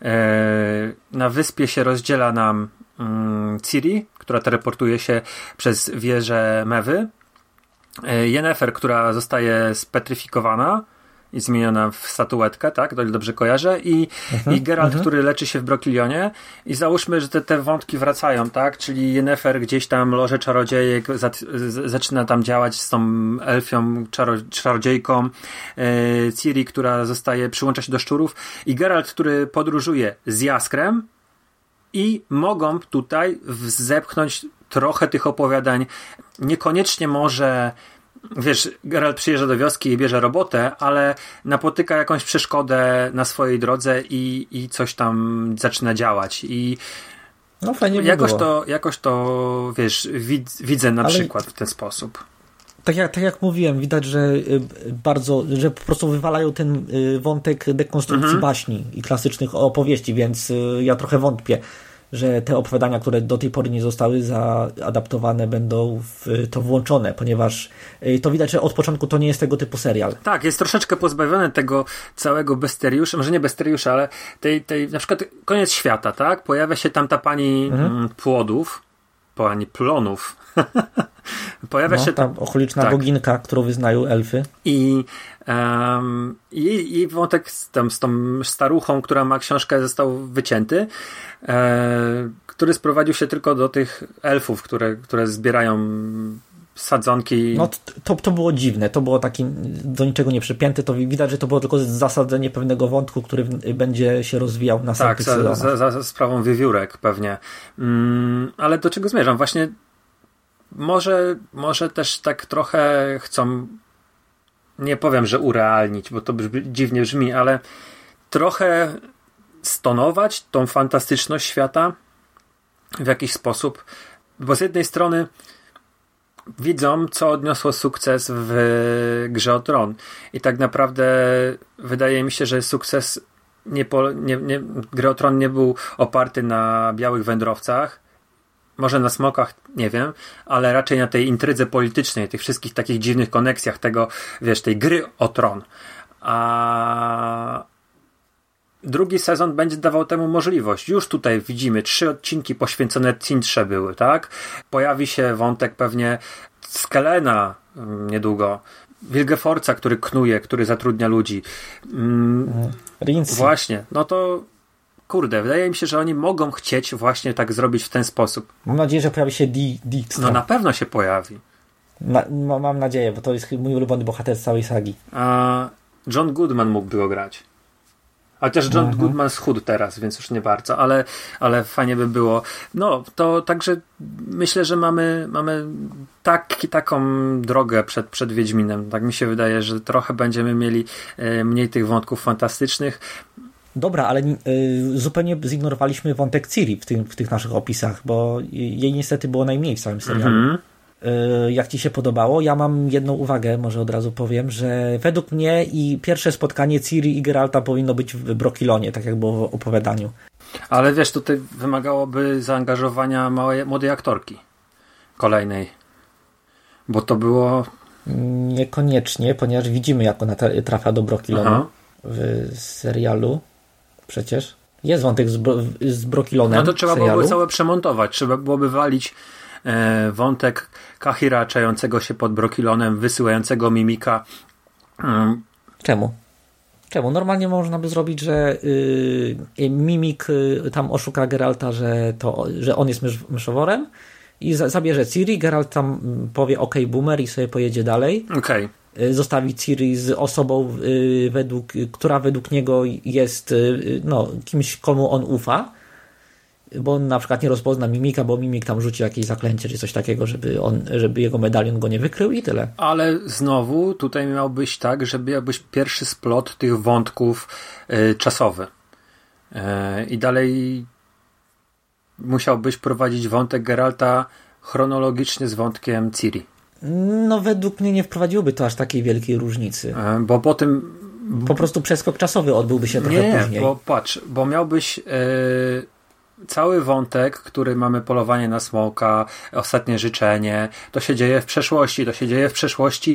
na wyspie się rozdziela nam Ciri, która teleportuje się przez wieżę Mewy, Yennefer, która zostaje spetryfikowana i zmieniona w statuetkę, tak? To dobrze kojarzę. I Geralt, który leczy się w Brokilionie. I załóżmy, że te wątki wracają, tak? Czyli Yennefer gdzieś tam loże czarodziejek zaczyna tam działać z tą elfią czarodziejką. Ciri, która przyłącza się do szczurów. I Geralt, który podróżuje z Jaskrem i mogą tutaj zepchnąć trochę tych opowiadań. Niekoniecznie może, wiesz, Geralt przyjeżdża do wioski i bierze robotę, ale napotyka jakąś przeszkodę na swojej drodze i coś tam zaczyna działać. I fajnie jakoś to, wiesz, widzę na przykład w ten sposób. Tak jak mówiłem, widać, że po prostu wywalają ten wątek dekonstrukcji baśni i klasycznych opowieści, więc ja trochę wątpię, że te opowiadania, które do tej pory nie zostały zaadaptowane, będą w to włączone, ponieważ to widać, że od początku to nie jest tego typu serial. Tak, jest troszeczkę pozbawiony tego całego besteriusza, może nie besteriusza, ale tej na przykład koniec świata, tak? Pojawia się tam ta pani płodów, pani plonów. Pojawia się ta okoliczna boginka, którą wyznają elfy. I wątek z tą staruchą, która ma książkę, został wycięty, który sprowadził się tylko do tych elfów, które zbierają sadzonki. To było dziwne, to było takie do niczego nie przypięte, to widać, że to było tylko zasadzenie pewnego wątku, który będzie się rozwijał na następnych sezonach. Za sprawą wiewiórek pewnie. Ale do czego zmierzam? Właśnie może też tak trochę chcą, nie powiem, że urealnić, bo to dziwnie brzmi, ale trochę stonować tą fantastyczność świata w jakiś sposób, bo z jednej strony widzą, co odniosło sukces w Grze o Tron i tak naprawdę wydaje mi się, że sukces Gry o Tron nie był oparty na białych wędrowcach, może na smokach, nie wiem, ale raczej na tej intrydze politycznej, tych wszystkich takich dziwnych koneksjach tego, wiesz, tej Gry o Tron. A drugi sezon będzie dawał temu możliwość. Już tutaj widzimy 3 odcinki poświęcone Cintrze były, tak? Pojawi się wątek pewnie Skelena niedługo. Wilgefortza, który knuje, który zatrudnia ludzi. Rincy. Właśnie, to kurde, wydaje mi się, że oni mogą chcieć właśnie tak zrobić w ten sposób. Mam nadzieję, że pojawi się Dijkstra. Na pewno się pojawi. Mam nadzieję, bo to jest mój ulubiony bohater z całej sagi. A John Goodman mógłby go grać. Chociaż John Goodman schudł teraz, więc już nie bardzo, ale fajnie by było. To także myślę, że mamy taką drogę przed Wiedźminem. Tak mi się wydaje, że trochę będziemy mieli mniej tych wątków fantastycznych. Dobra, ale zupełnie zignorowaliśmy wątek Ciri w tych naszych opisach, bo jej niestety było najmniej w całym serialu. Jak ci się podobało? Ja mam jedną uwagę, może od razu powiem, że według mnie i pierwsze spotkanie Ciri i Geralta powinno być w Brokilonie, tak jak było w opowiadaniu. Ale wiesz, tutaj wymagałoby zaangażowania młodej aktorki kolejnej, bo to było... Niekoniecznie, ponieważ widzimy, jak ona trafia do Brokilonu w serialu przecież. Jest wątek z Brokilonem. No to trzeba byłoby całe przemontować. Trzeba byłoby walić wątek Kahira czającego się pod Brokilonem, wysyłającego Mimika. Czemu? Normalnie można by zrobić, że Mimik tam oszuka Geralta, że on jest myszoworem i zabierze Ciri. Geralt tam powie boomer i sobie pojedzie dalej. Zostawi Ciri z osobą, która według niego jest kimś, komu on ufa, bo on na przykład nie rozpozna Mimika, bo Mimik tam rzuci jakieś zaklęcie czy coś takiego, żeby jego medalion go nie wykrył i tyle. Ale znowu tutaj miał być tak, żeby miałbyś pierwszy splot tych wątków czasowy. I dalej musiałbyś prowadzić wątek Geralta chronologicznie z wątkiem Ciri. No według mnie nie wprowadziłoby to aż takiej wielkiej różnicy. Bo po tym... Po prostu przeskok czasowy odbyłby się trochę później. Bo miałbyś cały wątek, który mamy polowanie na smoka, ostatnie życzenie, to się dzieje w przeszłości,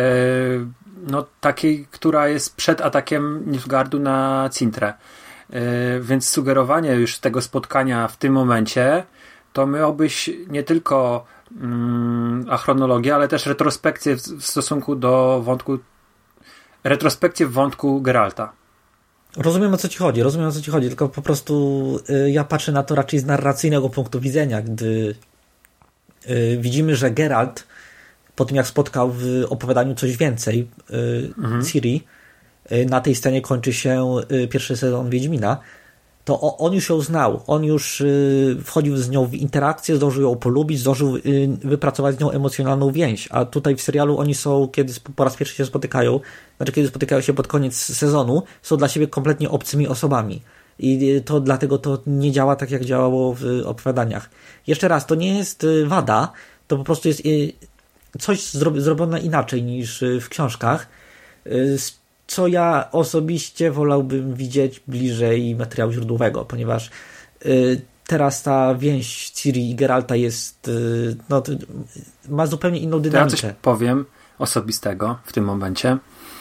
takiej, która jest przed atakiem Nilfgaardu na Cintrę. Więc sugerowanie już tego spotkania w tym momencie to miałbyś nie tylko chronologię, ale też retrospekcję w stosunku do retrospekcję w wątku Geralta. Rozumiem o co ci chodzi, tylko po prostu ja patrzę na to raczej z narracyjnego punktu widzenia, gdy widzimy, że Geralt po tym jak spotkał w opowiadaniu coś więcej Ciri, na tej scenie kończy się pierwszy sezon Wiedźmina, to on już ją znał, on już wchodził z nią w interakcję, zdążył ją polubić, zdążył wypracować z nią emocjonalną więź, a tutaj w serialu oni są, kiedy po raz pierwszy się spotykają, kiedy spotykają się pod koniec sezonu, są dla siebie kompletnie obcymi osobami i to dlatego to nie działa tak, jak działało w opowiadaniach. Jeszcze raz, to nie jest wada, to po prostu jest coś zrobione inaczej niż w książkach, co ja osobiście wolałbym widzieć bliżej materiału źródłowego, ponieważ teraz ta więź Ciri i Geralta jest ma zupełnie inną dynamikę. Ja coś powiem osobistego w tym momencie,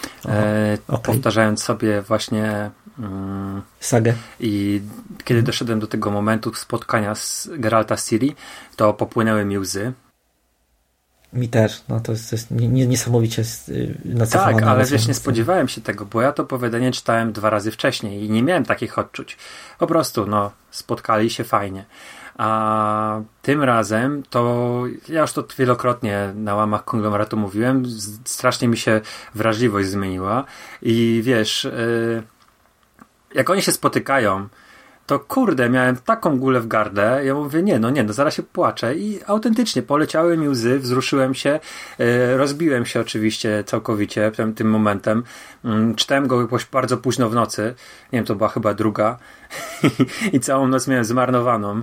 powtarzając sobie właśnie sagę. I kiedy doszedłem do tego momentu spotkania z Geralta z Ciri, to popłynęły mi łzy. Mi też, to jest niesamowicie nacechowane. Tak, ale wiesz, nie spodziewałem się tego, bo ja to opowiadanie czytałem 2 razy wcześniej i nie miałem takich odczuć. Po prostu, spotkali się fajnie. A tym razem to, ja już to wielokrotnie na łamach konglomeratu mówiłem, strasznie mi się wrażliwość zmieniła i wiesz, jak oni się spotykają, to kurde, miałem taką gulę w gardę, ja mówię, zaraz się płaczę i autentycznie poleciały mi łzy, wzruszyłem się, rozbiłem się oczywiście całkowicie tym momentem, czytałem go bardzo późno w nocy, nie wiem, to była chyba 2 i całą noc miałem zmarnowaną,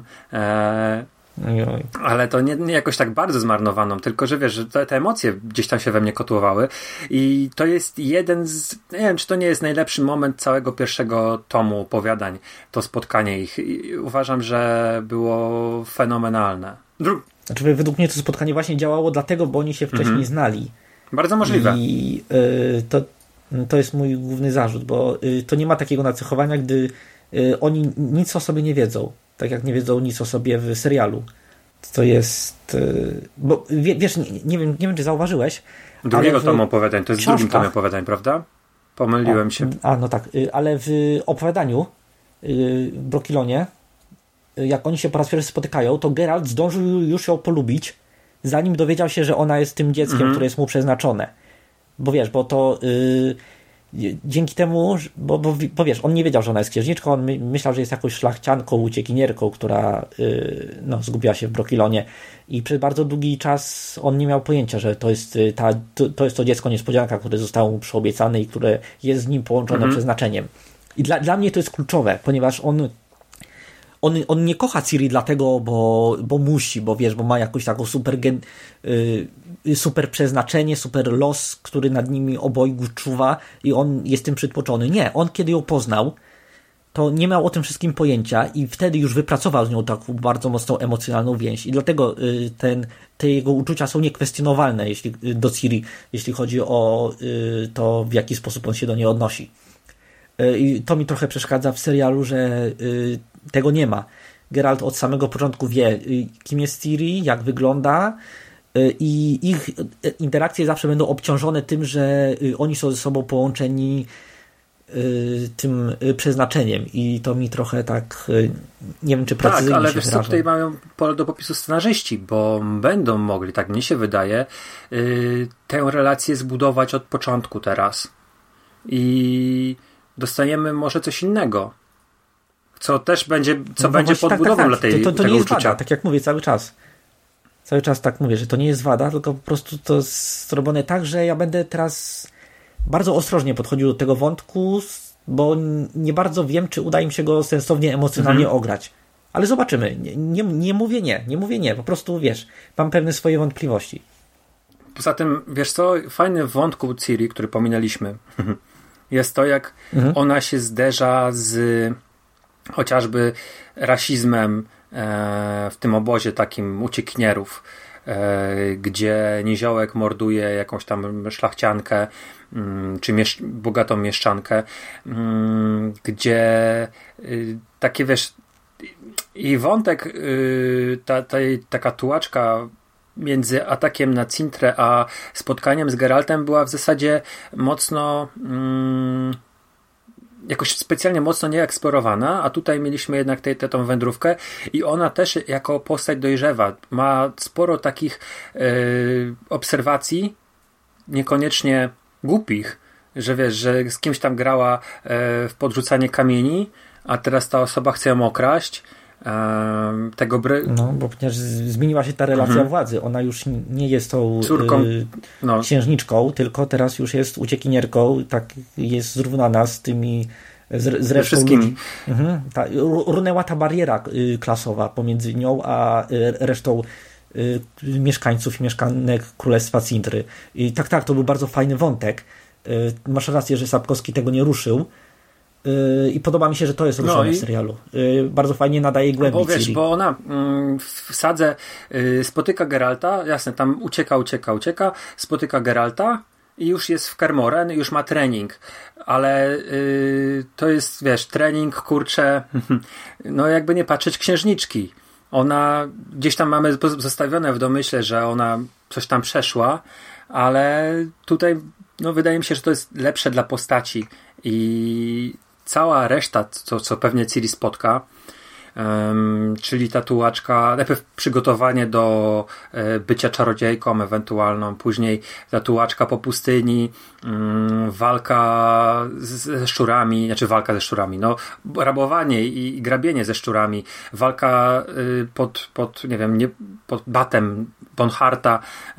ale to nie jakoś tak bardzo zmarnowaną, tylko że wiesz, że te emocje gdzieś tam się we mnie kotłowały i to jest jeden z, nie wiem, czy to nie jest najlepszy moment całego pierwszego tomu opowiadań, to spotkanie ich. I uważam, że było fenomenalne. Znaczy, według mnie to spotkanie właśnie działało dlatego, bo oni się wcześniej znali. Bardzo możliwe. I to jest mój główny zarzut, bo to nie ma takiego nacechowania, gdy oni nic o sobie nie wiedzą. Tak jak nie wiedzą nic o sobie w serialu. To jest... Bo wiesz, nie wiem, czy zauważyłeś. Drugiego tomu opowiadań, to jest w drugim tomie opowiadań, prawda? Pomyliłem się. Tak, ale w opowiadaniu w Brokilonie, jak oni się po raz pierwszy spotykają, to Geralt zdążył już ją polubić, zanim dowiedział się, że ona jest tym dzieckiem, które jest mu przeznaczone. Bo wiesz, bo to... dzięki temu, bo wiesz, on nie wiedział, że ona jest księżniczką, on myślał, że jest jakąś szlachcianką, uciekinierką, która zgubiła się w Brokilonie i przez bardzo długi czas on nie miał pojęcia, że to jest to dziecko niespodzianka, które zostało mu przyobiecane i które jest z nim połączone przeznaczeniem. I dla mnie to jest kluczowe, ponieważ on nie kocha Ciri dlatego, bo musi, bo wiesz, bo ma jakąś taką super przeznaczenie, super los, który nad nimi obojgu czuwa i on jest tym przytłoczony. Nie, on kiedy ją poznał, to nie miał o tym wszystkim pojęcia i wtedy już wypracował z nią taką bardzo mocną emocjonalną więź i dlatego te jego uczucia są niekwestionowalne do Ciri, jeśli chodzi o to, w jaki sposób on się do niej odnosi. I to mi trochę przeszkadza w serialu, że tego nie ma. Geralt od samego początku wie, kim jest Ciri, jak wygląda, i ich interakcje zawsze będą obciążone tym, że oni są ze sobą połączeni tym przeznaczeniem i to mi trochę tak nie wiem, czy precyzyjnie tak, ale się wiesz wyrażam. co, tutaj mają pole do popisu scenarzyści, bo będą mogli, tak mnie się wydaje, tę relację zbudować od początku teraz i dostaniemy może coś innego, co też będzie, będzie podbudową dla tej to tego nie jest uczucia. wada, tak jak mówię cały czas tak mówię, że to nie jest wada, tylko po prostu to jest zrobione tak, że ja będę teraz bardzo ostrożnie podchodził do tego wątku, bo nie bardzo wiem, czy uda im się go sensownie, emocjonalnie ograć. Ale zobaczymy. Nie mówię nie. Po prostu, wiesz, mam pewne swoje wątpliwości. Poza tym, wiesz co, fajny w wątku Ciri, który pominęliśmy, jest to, jak ona się zderza z chociażby rasizmem w tym obozie takim uciekinierów, gdzie niziołek morduje jakąś tam szlachciankę czy bogatą mieszczankę, gdzie takie, wiesz, i wątek taka tułaczka między atakiem na Cintrę a spotkaniem z Geraltem była w zasadzie mocno jakoś specjalnie mocno nieeksplorowana, a tutaj mieliśmy jednak tą wędrówkę i ona też jako postać dojrzewa. Ma sporo takich obserwacji, niekoniecznie głupich, że wiesz, że z kimś tam grała w podrzucanie kamieni, a teraz ta osoba chce ją okraść. No, bo przecież zmieniła się ta relacja władzy. Ona już nie jest tą córką, księżniczką, tylko teraz już jest uciekinierką, tak jest zrównana z tymi z resztą wszystkimi. Runęła ta bariera klasowa pomiędzy nią a resztą mieszkańców i mieszkanek Królestwa Cintry. I tak, to był bardzo fajny wątek. Masz rację, że Sapkowski tego nie ruszył. I podoba mi się, że to jest ruszone w serialu. Bardzo fajnie nadaje głębi. Bo wiesz, bo ona w sadze spotyka Geralta, jasne, tam ucieka, spotyka Geralta i już jest w Kermoren, już ma trening, ale to jest, wiesz, trening, kurczę, no jakby nie patrzeć, księżniczki. Ona, gdzieś tam mamy zostawione w domyśle, że ona coś tam przeszła, ale tutaj no wydaje mi się, że to jest lepsze dla postaci i cała reszta, co pewnie Ciri spotka, czyli ta tułaczka, najpierw przygotowanie do bycia czarodziejką ewentualną, później ta tułaczka po pustyni, walka ze szczurami, no rabowanie i grabienie ze szczurami, walka pod nie wiem, pod batem Bonharta,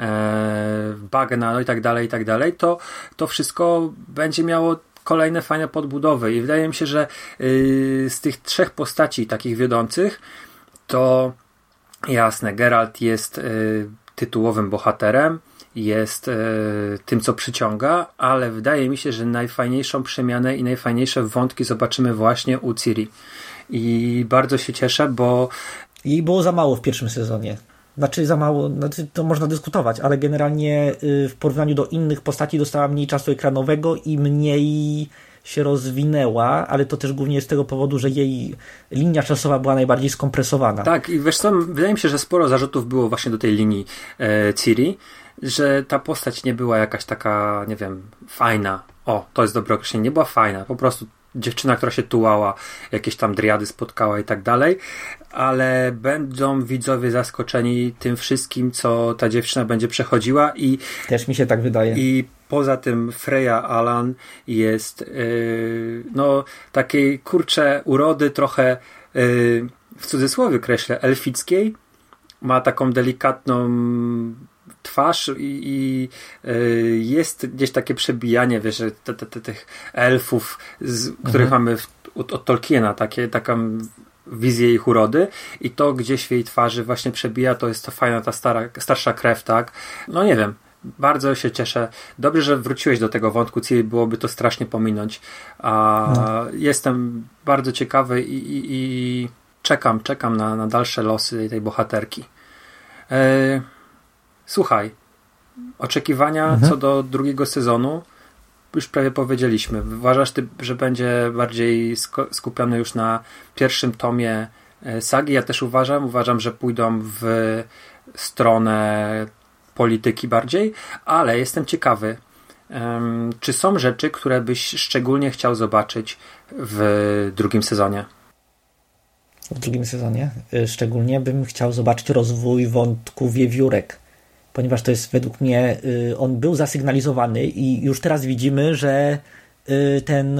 bagna, no i tak dalej, to wszystko będzie miało kolejne fajne podbudowy i wydaje mi się, że z tych trzech postaci takich wiodących to jasne, Geralt jest tytułowym bohaterem, jest tym, co przyciąga, ale wydaje mi się, że najfajniejszą przemianę i najfajniejsze wątki zobaczymy właśnie u Ciri. I bardzo się cieszę, bo jej było za mało w pierwszym sezonie. Znaczy za mało, to można dyskutować, ale generalnie w porównaniu do innych postaci dostała mniej czasu ekranowego i mniej się rozwinęła, ale to też głównie z tego powodu, że jej linia czasowa była najbardziej skompresowana. Tak, i wiesz co, wydaje mi się, że sporo zarzutów było właśnie do tej linii Ciri, że ta postać nie była jakaś taka, nie wiem, fajna. O, to jest dobre określenie, nie była fajna, po prostu dziewczyna, która się tułała, jakieś tam driady spotkała i tak dalej, ale będą widzowie zaskoczeni tym wszystkim, co ta dziewczyna będzie przechodziła i też mi się tak wydaje. I poza tym Freya Allan jest no takiej kurczę urody trochę w cudzysłowie kreślę, elfickiej. Ma taką delikatną twarz i jest gdzieś takie przebijanie, wiesz, tych elfów, których mamy od Tolkiena, taką wizję ich urody i to gdzieś w jej twarzy właśnie przebija, to jest to fajna ta starsza krew, tak? No nie wiem, bardzo się cieszę. Dobrze, że wróciłeś do tego wątku Ciri, byłoby to strasznie pominąć. Jestem bardzo ciekawy i czekam na dalsze losy tej bohaterki. Słuchaj, oczekiwania co do drugiego sezonu już prawie powiedzieliśmy. Uważasz ty, że będzie bardziej skupiony już na pierwszym tomie sagi? Ja też uważam, że pójdą w stronę polityki bardziej, ale jestem ciekawy, czy są rzeczy, które byś szczególnie chciał zobaczyć w drugim sezonie? W drugim sezonie? Szczególnie bym chciał zobaczyć rozwój wątku wiewiórek, ponieważ to jest według mnie, on był zasygnalizowany i już teraz widzimy, że ten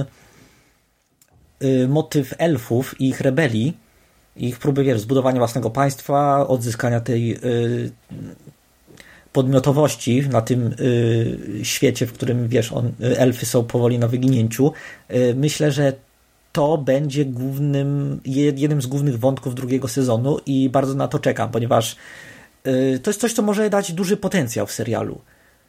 motyw elfów i ich rebelii, ich próby zbudowania własnego państwa, odzyskania tej podmiotowości na tym świecie, w którym elfy są powoli na wyginięciu. Myślę, że to będzie jednym z głównych wątków drugiego sezonu i bardzo na to czekam, ponieważ to jest coś, co może dać duży potencjał w serialu.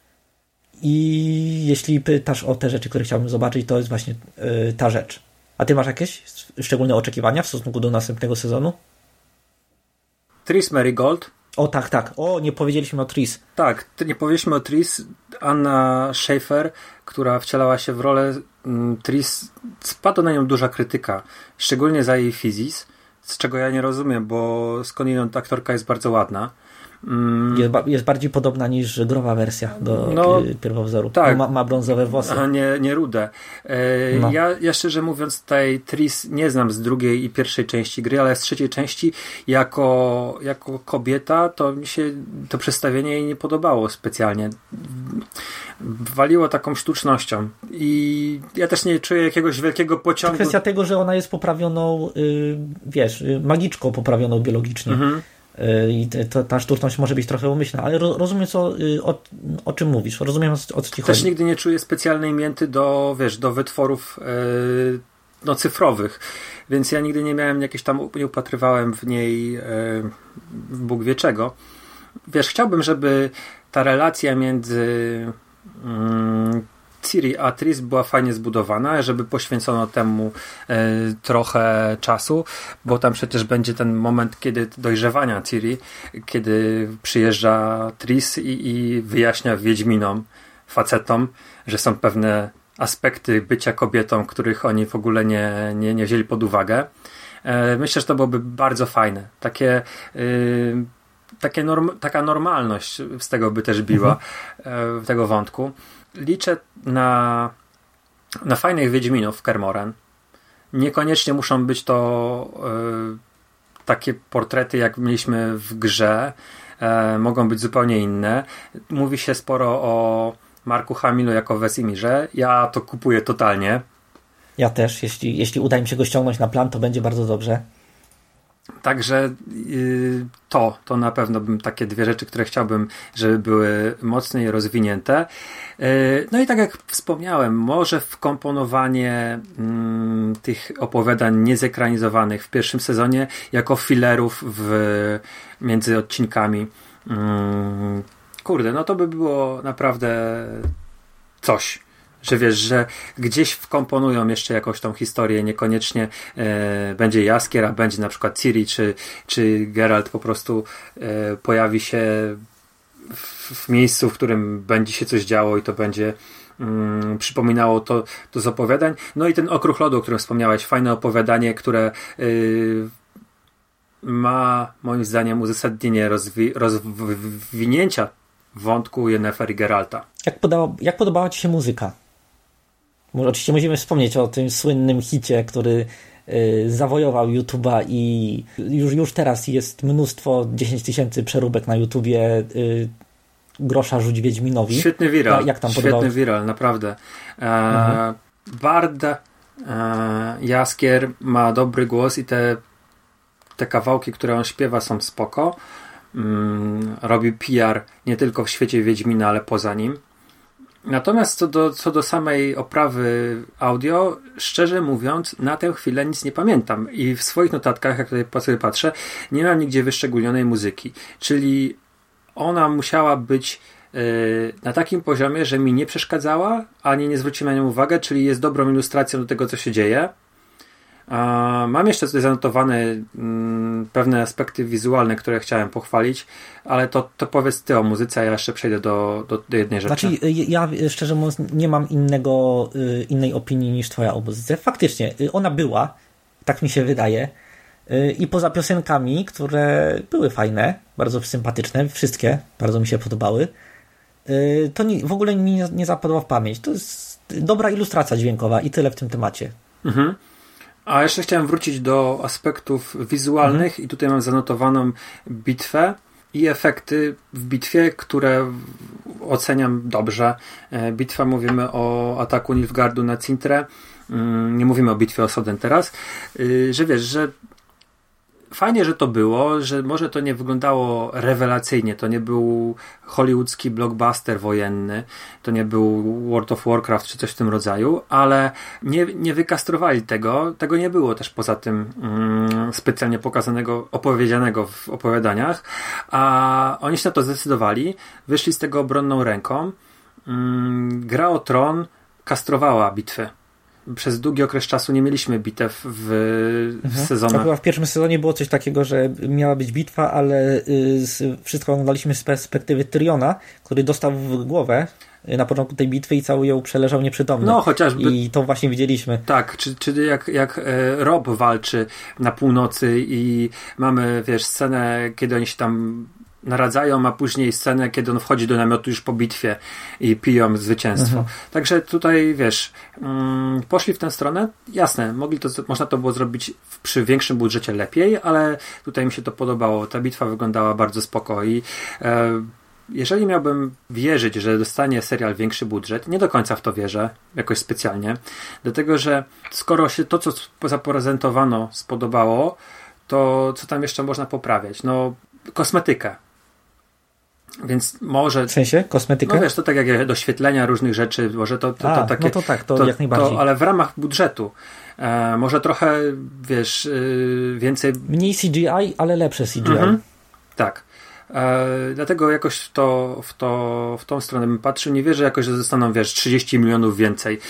I jeśli pytasz o te rzeczy, które chciałbym zobaczyć, to jest właśnie ta rzecz. A ty masz jakieś szczególne oczekiwania w stosunku do następnego sezonu? Tris Merigold. O tak. O, nie powiedzieliśmy o Tris. Tak, nie powiedzieliśmy o Tris. Anna Schaefer, która wcielała się w rolę Tris, spadła na nią duża krytyka, szczególnie za jej fizis, z czego ja nie rozumiem, bo skądinąd aktorka jest bardzo ładna. Jest bardziej podobna niż growa wersja do pierwowzoru. Tak. Ma brązowe włosy. A nie rude. Ja szczerze mówiąc tej Tris nie znam z drugiej i pierwszej części gry, ale z trzeciej części jako kobieta to mi się to przedstawienie jej nie podobało specjalnie. Waliło taką sztucznością i ja też nie czuję jakiegoś wielkiego pociągu. To kwestia tego, że ona jest poprawioną magiczką poprawioną biologicznie. I ta sztuczność może być trochę umyślna, ale rozumiem o czym mówisz, rozumiem o co ci chodzi. Też nigdy nie czuję specjalnej mięty do wytworów cyfrowych, więc ja nigdy nie miałem nie upatrywałem w niej w Bóg wie czego. Chciałbym, żeby ta relacja między Ciri a Tris była fajnie zbudowana, żeby poświęcono temu trochę czasu, bo tam przecież będzie ten moment dojrzewania Ciri, kiedy przyjeżdża Tris i wyjaśnia Wiedźminom, facetom, że są pewne aspekty bycia kobietą, których oni w ogóle nie wzięli pod uwagę. Myślę, że to byłoby bardzo fajne. Taka normalność z tego by też biła, tego wątku. Liczę na fajnych Wiedźminów w Kermoren. Niekoniecznie muszą być to takie portrety, jak mieliśmy w grze. Mogą być zupełnie inne. Mówi się sporo o Marku Hamilu jako Wesimirze. Ja to kupuję totalnie. Ja też. Jeśli uda im się go ściągnąć na plan, to będzie bardzo dobrze. Także to na pewno bym takie dwie rzeczy, które chciałbym, żeby były mocniej rozwinięte. No i tak jak wspomniałem, może wkomponowanie tych opowiadań niezekranizowanych w pierwszym sezonie jako filerów między odcinkami. Kurde, no to by było naprawdę coś. Że że gdzieś wkomponują jeszcze jakąś tą historię, niekoniecznie będzie Jaskier, a będzie na przykład Ciri, czy Geralt po prostu pojawi się w miejscu, w którym będzie się coś działo i to będzie przypominało to z opowiadań. No i ten Okruch Lodu, o którym wspomniałeś, fajne opowiadanie, które ma moim zdaniem uzasadnienie rozwinięcia wątku Yennefer i Geralta. Jak podobała ci się muzyka? Oczywiście musimy wspomnieć o tym słynnym hicie, który zawojował YouTube'a i już teraz jest mnóstwo, 10 000 przeróbek na YouTubie Grosza rzuć Wiedźminowi. Świetny viral. Jak tam świetny viral, naprawdę. Bard Jaskier ma dobry głos i te kawałki, które on śpiewa, są spoko. Robi PR nie tylko w świecie Wiedźmina, ale poza nim. Natomiast co do samej oprawy audio, szczerze mówiąc, na tę chwilę nic nie pamiętam i w swoich notatkach, jak tutaj sobie patrzę, nie mam nigdzie wyszczególnionej muzyki, czyli ona musiała być na takim poziomie, że mi nie przeszkadzała, ani nie zwróciłem na nią uwagę, czyli jest dobrą ilustracją do tego, co się dzieje. Mam jeszcze tutaj zanotowany pewne aspekty wizualne, które chciałem pochwalić, ale to powiedz ty o muzyce, a ja jeszcze przejdę do jednej rzeczy. Znaczy, ja szczerze mówiąc nie mam innej opinii niż twoja o muzyce. Faktycznie, ona była, tak mi się wydaje, i poza piosenkami, które były fajne, bardzo sympatyczne, wszystkie bardzo mi się podobały, to w ogóle mi nie zapadła w pamięć. To jest dobra ilustracja dźwiękowa i tyle w tym temacie. Mhm. A jeszcze chciałem wrócić do aspektów wizualnych i tutaj mam zanotowaną bitwę i efekty w bitwie, które oceniam dobrze. Bitwa, mówimy o ataku Nilfgaardu na Cintrę, nie mówimy o bitwie o Soden teraz, że wiesz, że fajnie, że to było, że może to nie wyglądało rewelacyjnie, to nie był hollywoodzki blockbuster wojenny, to nie był World of Warcraft czy coś w tym rodzaju, ale nie wykastrowali tego nie było też poza tym specjalnie pokazanego, opowiedzianego w opowiadaniach, a oni się na to zdecydowali, wyszli z tego obronną ręką. Gra o Tron kastrowała bitwy. Przez długi okres czasu nie mieliśmy bitew w sezonach. Chyba w pierwszym sezonie było coś takiego, że miała być bitwa, ale wszystko oglądaliśmy z perspektywy Tyriona, który dostał w głowę na początku tej bitwy i cały ją przeleżał nieprzytomny. No chociażby. I to właśnie widzieliśmy. Tak, czy jak Rob walczy na północy i mamy, wiesz, scenę, kiedy oni się tam naradzają, a później scenę, kiedy on wchodzi do namiotu już po bitwie i piją zwycięstwo. Także tutaj, wiesz, poszli w tę stronę. Jasne, można to było zrobić przy większym budżecie lepiej, ale tutaj mi się to podobało. Ta bitwa wyglądała bardzo spoko i jeżeli miałbym wierzyć, że dostanie serial większy budżet, nie do końca w to wierzę, jakoś specjalnie, dlatego, że skoro się to, co zaprezentowano, spodobało, to co tam jeszcze można poprawiać? No, kosmetykę. Więc może... W sensie? Kosmetykę? No wiesz, to tak jak doświetlenia różnych rzeczy, może to takie... No to tak, to jak najbardziej. Ale w ramach budżetu. Może trochę, wiesz, więcej... Mniej CGI, ale lepsze CGI. Tak. Dlatego jakoś w tą stronę bym patrzył. Nie wierzę jakoś, że zostaną, wiesz, 30 milionów więcej.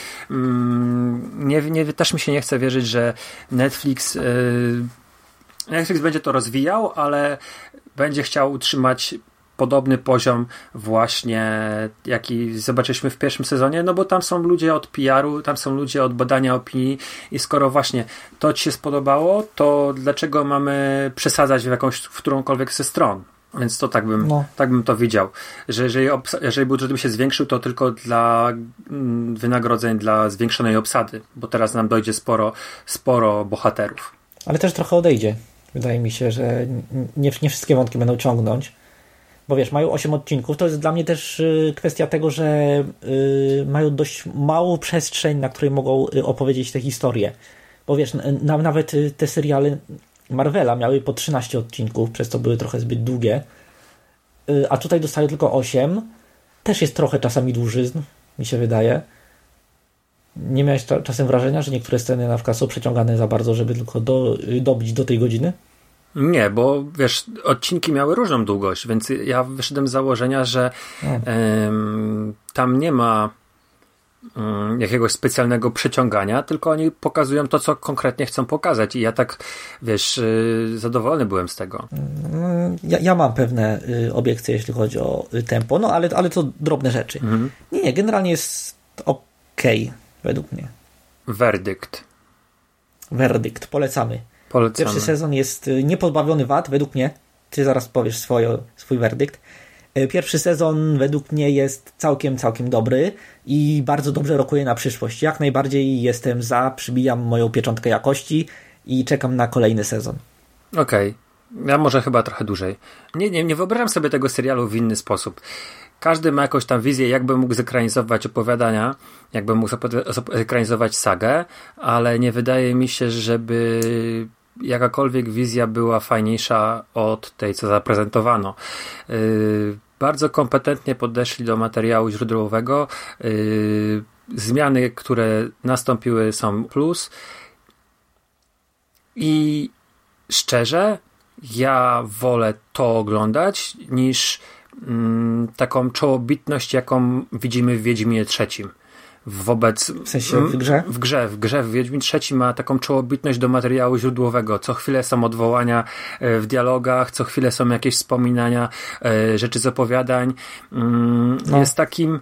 Też mi się nie chce wierzyć, że Netflix będzie to rozwijał, ale będzie chciał utrzymać podobny poziom właśnie, jaki zobaczyliśmy w pierwszym sezonie, no bo tam są ludzie od PR-u, tam są ludzie od badania opinii i skoro właśnie to ci się spodobało, to dlaczego mamy przesadzać w którąkolwiek ze stron? Więc to tak bym to widział. Że jeżeli budżet by się zwiększył, to tylko dla wynagrodzeń dla zwiększonej obsady, bo teraz nam dojdzie sporo bohaterów. Ale też trochę odejdzie. Wydaje mi się, że nie wszystkie wątki będą ciągnąć. Bo wiesz, mają 8 odcinków. To jest dla mnie też kwestia tego, że mają dość małą przestrzeń, na której mogą opowiedzieć te historie. Bo wiesz, nawet te seriale Marvela miały po 13 odcinków, przez to były trochę zbyt długie. A tutaj dostają tylko 8. Też jest trochę czasami dłużyzn, mi się wydaje. Nie miałeś czasem wrażenia, że niektóre sceny na przykład są przeciągane za bardzo, żeby tylko dobić do tej godziny? Nie, bo wiesz, odcinki miały różną długość, więc ja wyszedłem z założenia, że tam nie ma jakiegoś specjalnego przeciągania, tylko oni pokazują to, co konkretnie chcą pokazać i ja tak, wiesz, zadowolony byłem z tego. Ja mam pewne obiekcje, jeśli chodzi o tempo, no ale to drobne rzeczy. Nie, generalnie jest okej, według mnie. Werdykt, polecamy. Pierwszy sezon jest niepozbawiony wad, według mnie. Ty zaraz powiesz swój werdykt. Pierwszy sezon według mnie jest całkiem dobry i bardzo dobrze rokuje na przyszłość. Jak najbardziej jestem za, przybijam moją pieczątkę jakości i czekam na kolejny sezon. Okej. Ja może chyba trochę dłużej. Nie wyobrażam sobie tego serialu w inny sposób. Każdy ma jakąś tam wizję, jakby mógł zekranizować opowiadania, jakby mógł zekranizować sagę, ale nie wydaje mi się, żeby jakakolwiek wizja była fajniejsza od tej, co zaprezentowano. Bardzo kompetentnie podeszli do materiału źródłowego. Zmiany, które nastąpiły, są plus. I szczerze, ja wolę to oglądać niż taką czołobitność, jaką widzimy w Wiedźminie III. wobec... W sensie w grze? W grze. Wiedźmin III ma taką czołobitność do materiału źródłowego. Co chwilę są odwołania w dialogach, co chwilę są jakieś wspominania, rzeczy z opowiadań. Jest takim...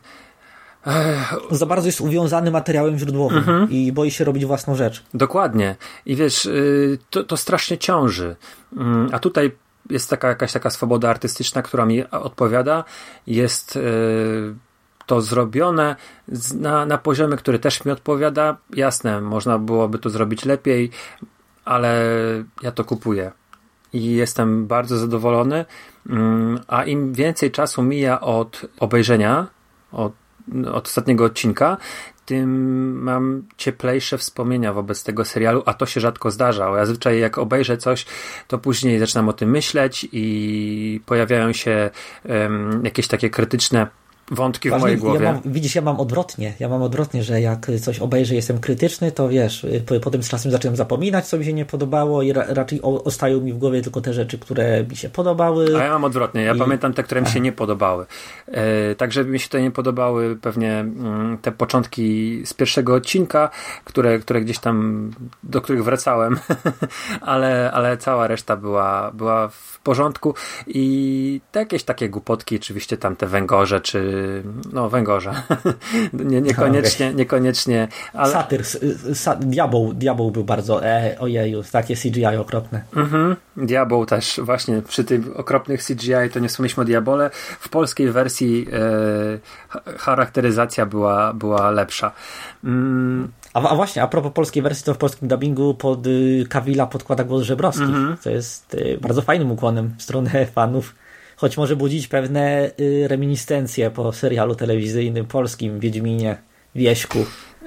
Za bardzo jest uwiązany materiałem źródłowym i boi się robić własną rzecz. Dokładnie. I wiesz, to strasznie ciąży. A tutaj jest jakaś taka swoboda artystyczna, która mi odpowiada. Jest to zrobione na poziomie, który też mi odpowiada. Jasne, można byłoby to zrobić lepiej, ale ja to kupuję. I jestem bardzo zadowolony. A im więcej czasu mija od obejrzenia, od ostatniego odcinka, tym mam cieplejsze wspomnienia wobec tego serialu, a to się rzadko zdarza. Ja zazwyczaj jak obejrzę coś, to później zaczynam o tym myśleć i pojawiają się jakieś takie krytyczne wątki w mojej głowie. Ja mam odwrotnie, że jak coś obejrzę, jestem krytyczny, to wiesz, potem z czasem zaczynam zapominać, co mi się nie podobało i raczej ostają mi w głowie tylko te rzeczy, które mi się podobały. A ja mam odwrotnie, ja pamiętam te, które mi się nie podobały. Także mi się to nie podobały pewnie te początki z pierwszego odcinka, które gdzieś tam, do których wracałem, ale cała reszta była w porządku i jakieś takie głupotki, oczywiście tam te węgorze, czy węgorze. Niekoniecznie. Ale... Satyr, diabeł był bardzo, ojeju, takie CGI okropne. Diabeł też, właśnie przy tym okropnych CGI to nie wspomnieliśmy o Diabole. W polskiej wersji charakteryzacja była lepsza. A właśnie, a propos polskiej wersji, to w polskim dubbingu pod Cavilla podkłada głos Żebrowski, co jest bardzo fajnym ukłonem w stronę fanów, choć może budzić pewne reminiscencje po serialu telewizyjnym polskim Wiedźminie, Wieśku.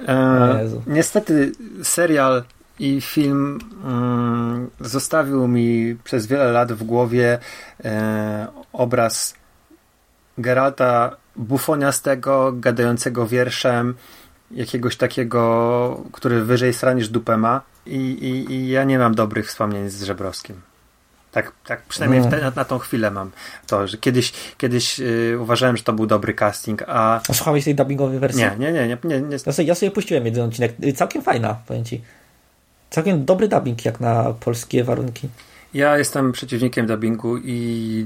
Niestety serial i film zostawił mi przez wiele lat w głowie obraz Geralta bufoniastego, gadającego wierszem, jakiegoś takiego, który wyżej sra niż dupę ma i ja nie mam dobrych wspomnień z Żebrowskim. Tak przynajmniej na tą chwilę mam to, że kiedyś uważałem, że to był dobry casting, a słuchałeś tej dubbingowej wersji? Nie. Ja sobie puściłem jeden odcinek. Całkiem fajna, powiem ci. Całkiem dobry dubbing jak na polskie warunki. Ja jestem przeciwnikiem dubbingu i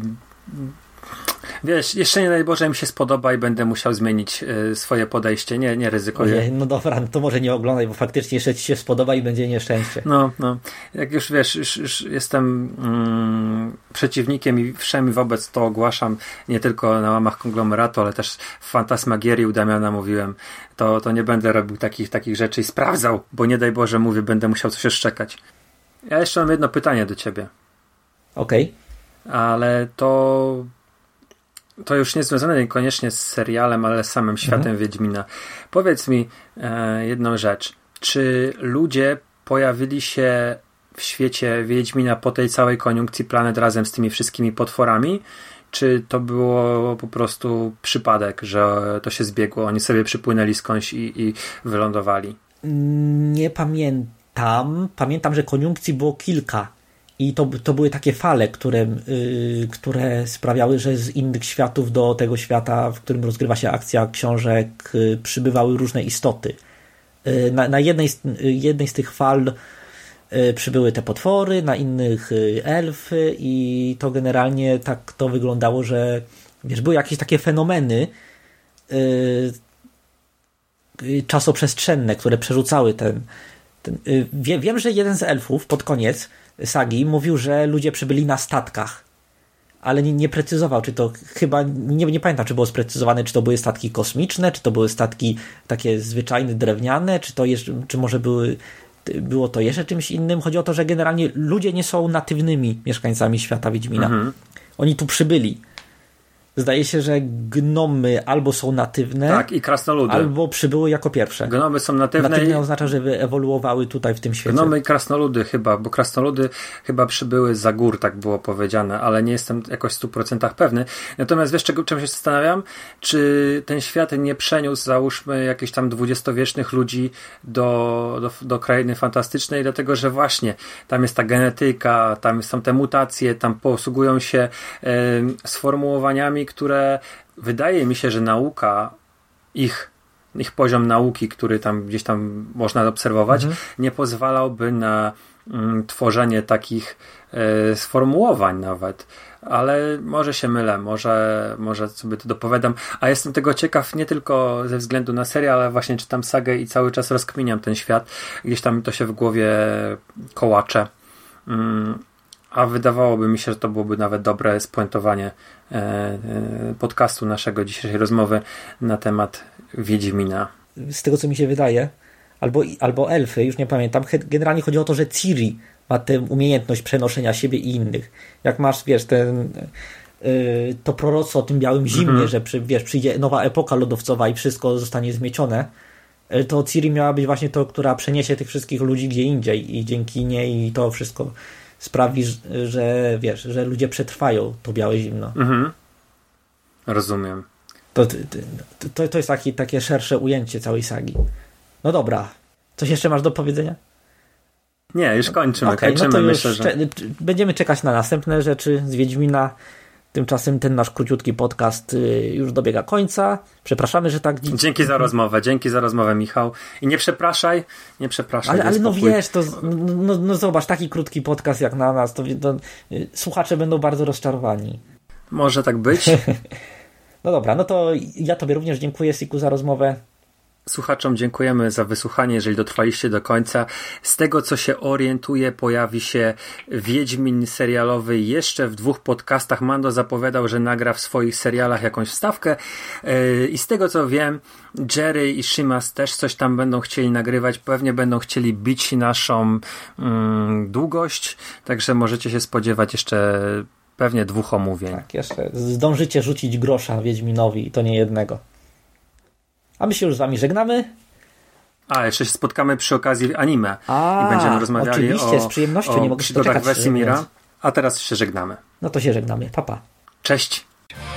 wiesz, jeszcze nie daj Boże mi się spodoba i będę musiał zmienić swoje podejście. Nie ryzykuję. Ojej, no dobra, to może nie oglądaj, bo faktycznie jeszcze ci się spodoba i będzie nieszczęście. No. Jak już wiesz, już jestem przeciwnikiem i wszemi wobec to ogłaszam, nie tylko na łamach konglomeratu, ale też w Fantasmagierii u Damiana mówiłem, to nie będę robił takich rzeczy i sprawdzał, bo nie daj Boże mówię, będę musiał coś szczekać. Ja jeszcze mam jedno pytanie do ciebie. Okej. Ale to już nie związane niekoniecznie z serialem, ale z samym światem Wiedźmina. Powiedz mi jedną rzecz. Czy ludzie pojawili się w świecie Wiedźmina po tej całej koniunkcji planet razem z tymi wszystkimi potworami? Czy to było po prostu przypadek, że to się zbiegło? Oni sobie przypłynęli skądś i wylądowali? Nie pamiętam. Pamiętam, że koniunkcji było kilka. I to były takie fale, które sprawiały, że z innych światów do tego świata, w którym rozgrywa się akcja książek, przybywały różne istoty. Na jednej z tych fal przybyły te potwory, na innych elfy i to generalnie tak to wyglądało, że wiesz, były jakieś takie fenomeny czasoprzestrzenne, które przerzucały Wiem, że jeden z elfów pod koniec sagi mówił, że ludzie przybyli na statkach, ale nie precyzował, czy to chyba, nie pamiętam, czy było sprecyzowane, czy to były statki kosmiczne, czy to były statki takie zwyczajne, drewniane, czy może było to jeszcze czymś innym. Chodzi o to, że generalnie ludzie nie są natywnymi mieszkańcami świata Wiedźmina. Oni tu przybyli. Zdaje się, że gnomy albo są natywne, tak, i krasnoludy. Albo przybyły jako pierwsze. Gnomy są natywne. Natywne oznacza, że wyewoluowały tutaj w tym świecie. Gnomy i krasnoludy chyba, bo krasnoludy chyba przybyły za gór, tak było powiedziane, ale nie jestem jakoś w 100% pewny. Natomiast wiesz, czym się zastanawiam? Czy ten świat nie przeniósł, załóżmy, jakichś tam dwudziestowiecznych ludzi do krainy fantastycznej, dlatego, że właśnie tam jest ta genetyka, tam są te mutacje, tam posługują się sformułowaniami, które wydaje mi się, że nauka ich ich poziom nauki, który tam gdzieś tam można obserwować, nie pozwalałby na tworzenie takich sformułowań nawet. Ale może się mylę, może sobie to dopowiadam, a jestem tego ciekaw nie tylko ze względu na serial, ale właśnie czytam sagę i cały czas rozkminiam ten świat, gdzieś tam to się w głowie kołacze, a wydawałoby mi się, że to byłoby nawet dobre spuentowanie podcastu naszego dzisiejszej rozmowy na temat Wiedźmina. Z tego co mi się wydaje, albo elfy, już nie pamiętam, generalnie chodzi o to, że Ciri ma tę umiejętność przenoszenia siebie i innych. Jak masz, wiesz, to proroctwo o tym białym zimnie, że przyjdzie nowa epoka lodowcowa i wszystko zostanie zmiecione, to Ciri miała być właśnie to, która przeniesie tych wszystkich ludzi gdzie indziej i dzięki niej to wszystko sprawi, że wiesz, że ludzie przetrwają to białe zimno. Rozumiem. To jest takie szersze ujęcie całej sagi. No dobra. Coś jeszcze masz do powiedzenia? Nie, już kończymy. Okay, no to myślę, że będziemy czekać na następne rzeczy z Wiedźmina. Tymczasem ten nasz króciutki podcast już dobiega końca. Przepraszamy, że tak... Dzięki za rozmowę, Michał. I nie przepraszaj. Ale no wiesz, to no zobacz, taki krótki podcast jak na nas, to słuchacze będą bardzo rozczarowani. Może tak być. No dobra, no to ja tobie również dziękuję, Siku, za rozmowę. Słuchaczom dziękujemy za wysłuchanie, jeżeli dotrwaliście do końca. Z tego, co się orientuję, pojawi się Wiedźmin serialowy jeszcze w 2 podcastach. Mando zapowiadał, że nagra w swoich serialach jakąś wstawkę i z tego, co wiem, Jerry i Shimas też coś tam będą chcieli nagrywać. Pewnie będą chcieli bić naszą długość, także możecie się spodziewać jeszcze pewnie 2 omówień. Tak, jeszcze zdążycie rzucić grosza Wiedźminowi i to nie jednego. A my się już z wami żegnamy. A, jeszcze się spotkamy przy okazji anime. I będziemy rozmawiali oczywiście, z przyjemnością, nie mogę się doczekać. Wesimira. A teraz się żegnamy. No to się żegnamy. Pa, pa. Cześć.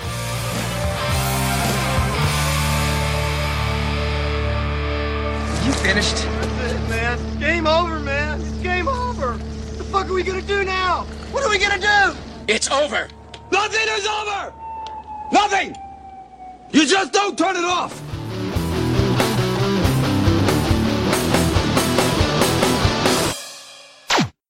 You finished? That's it, man. Game over, man. It's game over. What the fuck are we gonna do now? What are we gonna do? It's over. Nothing is over. Nothing. You just don't turn it off.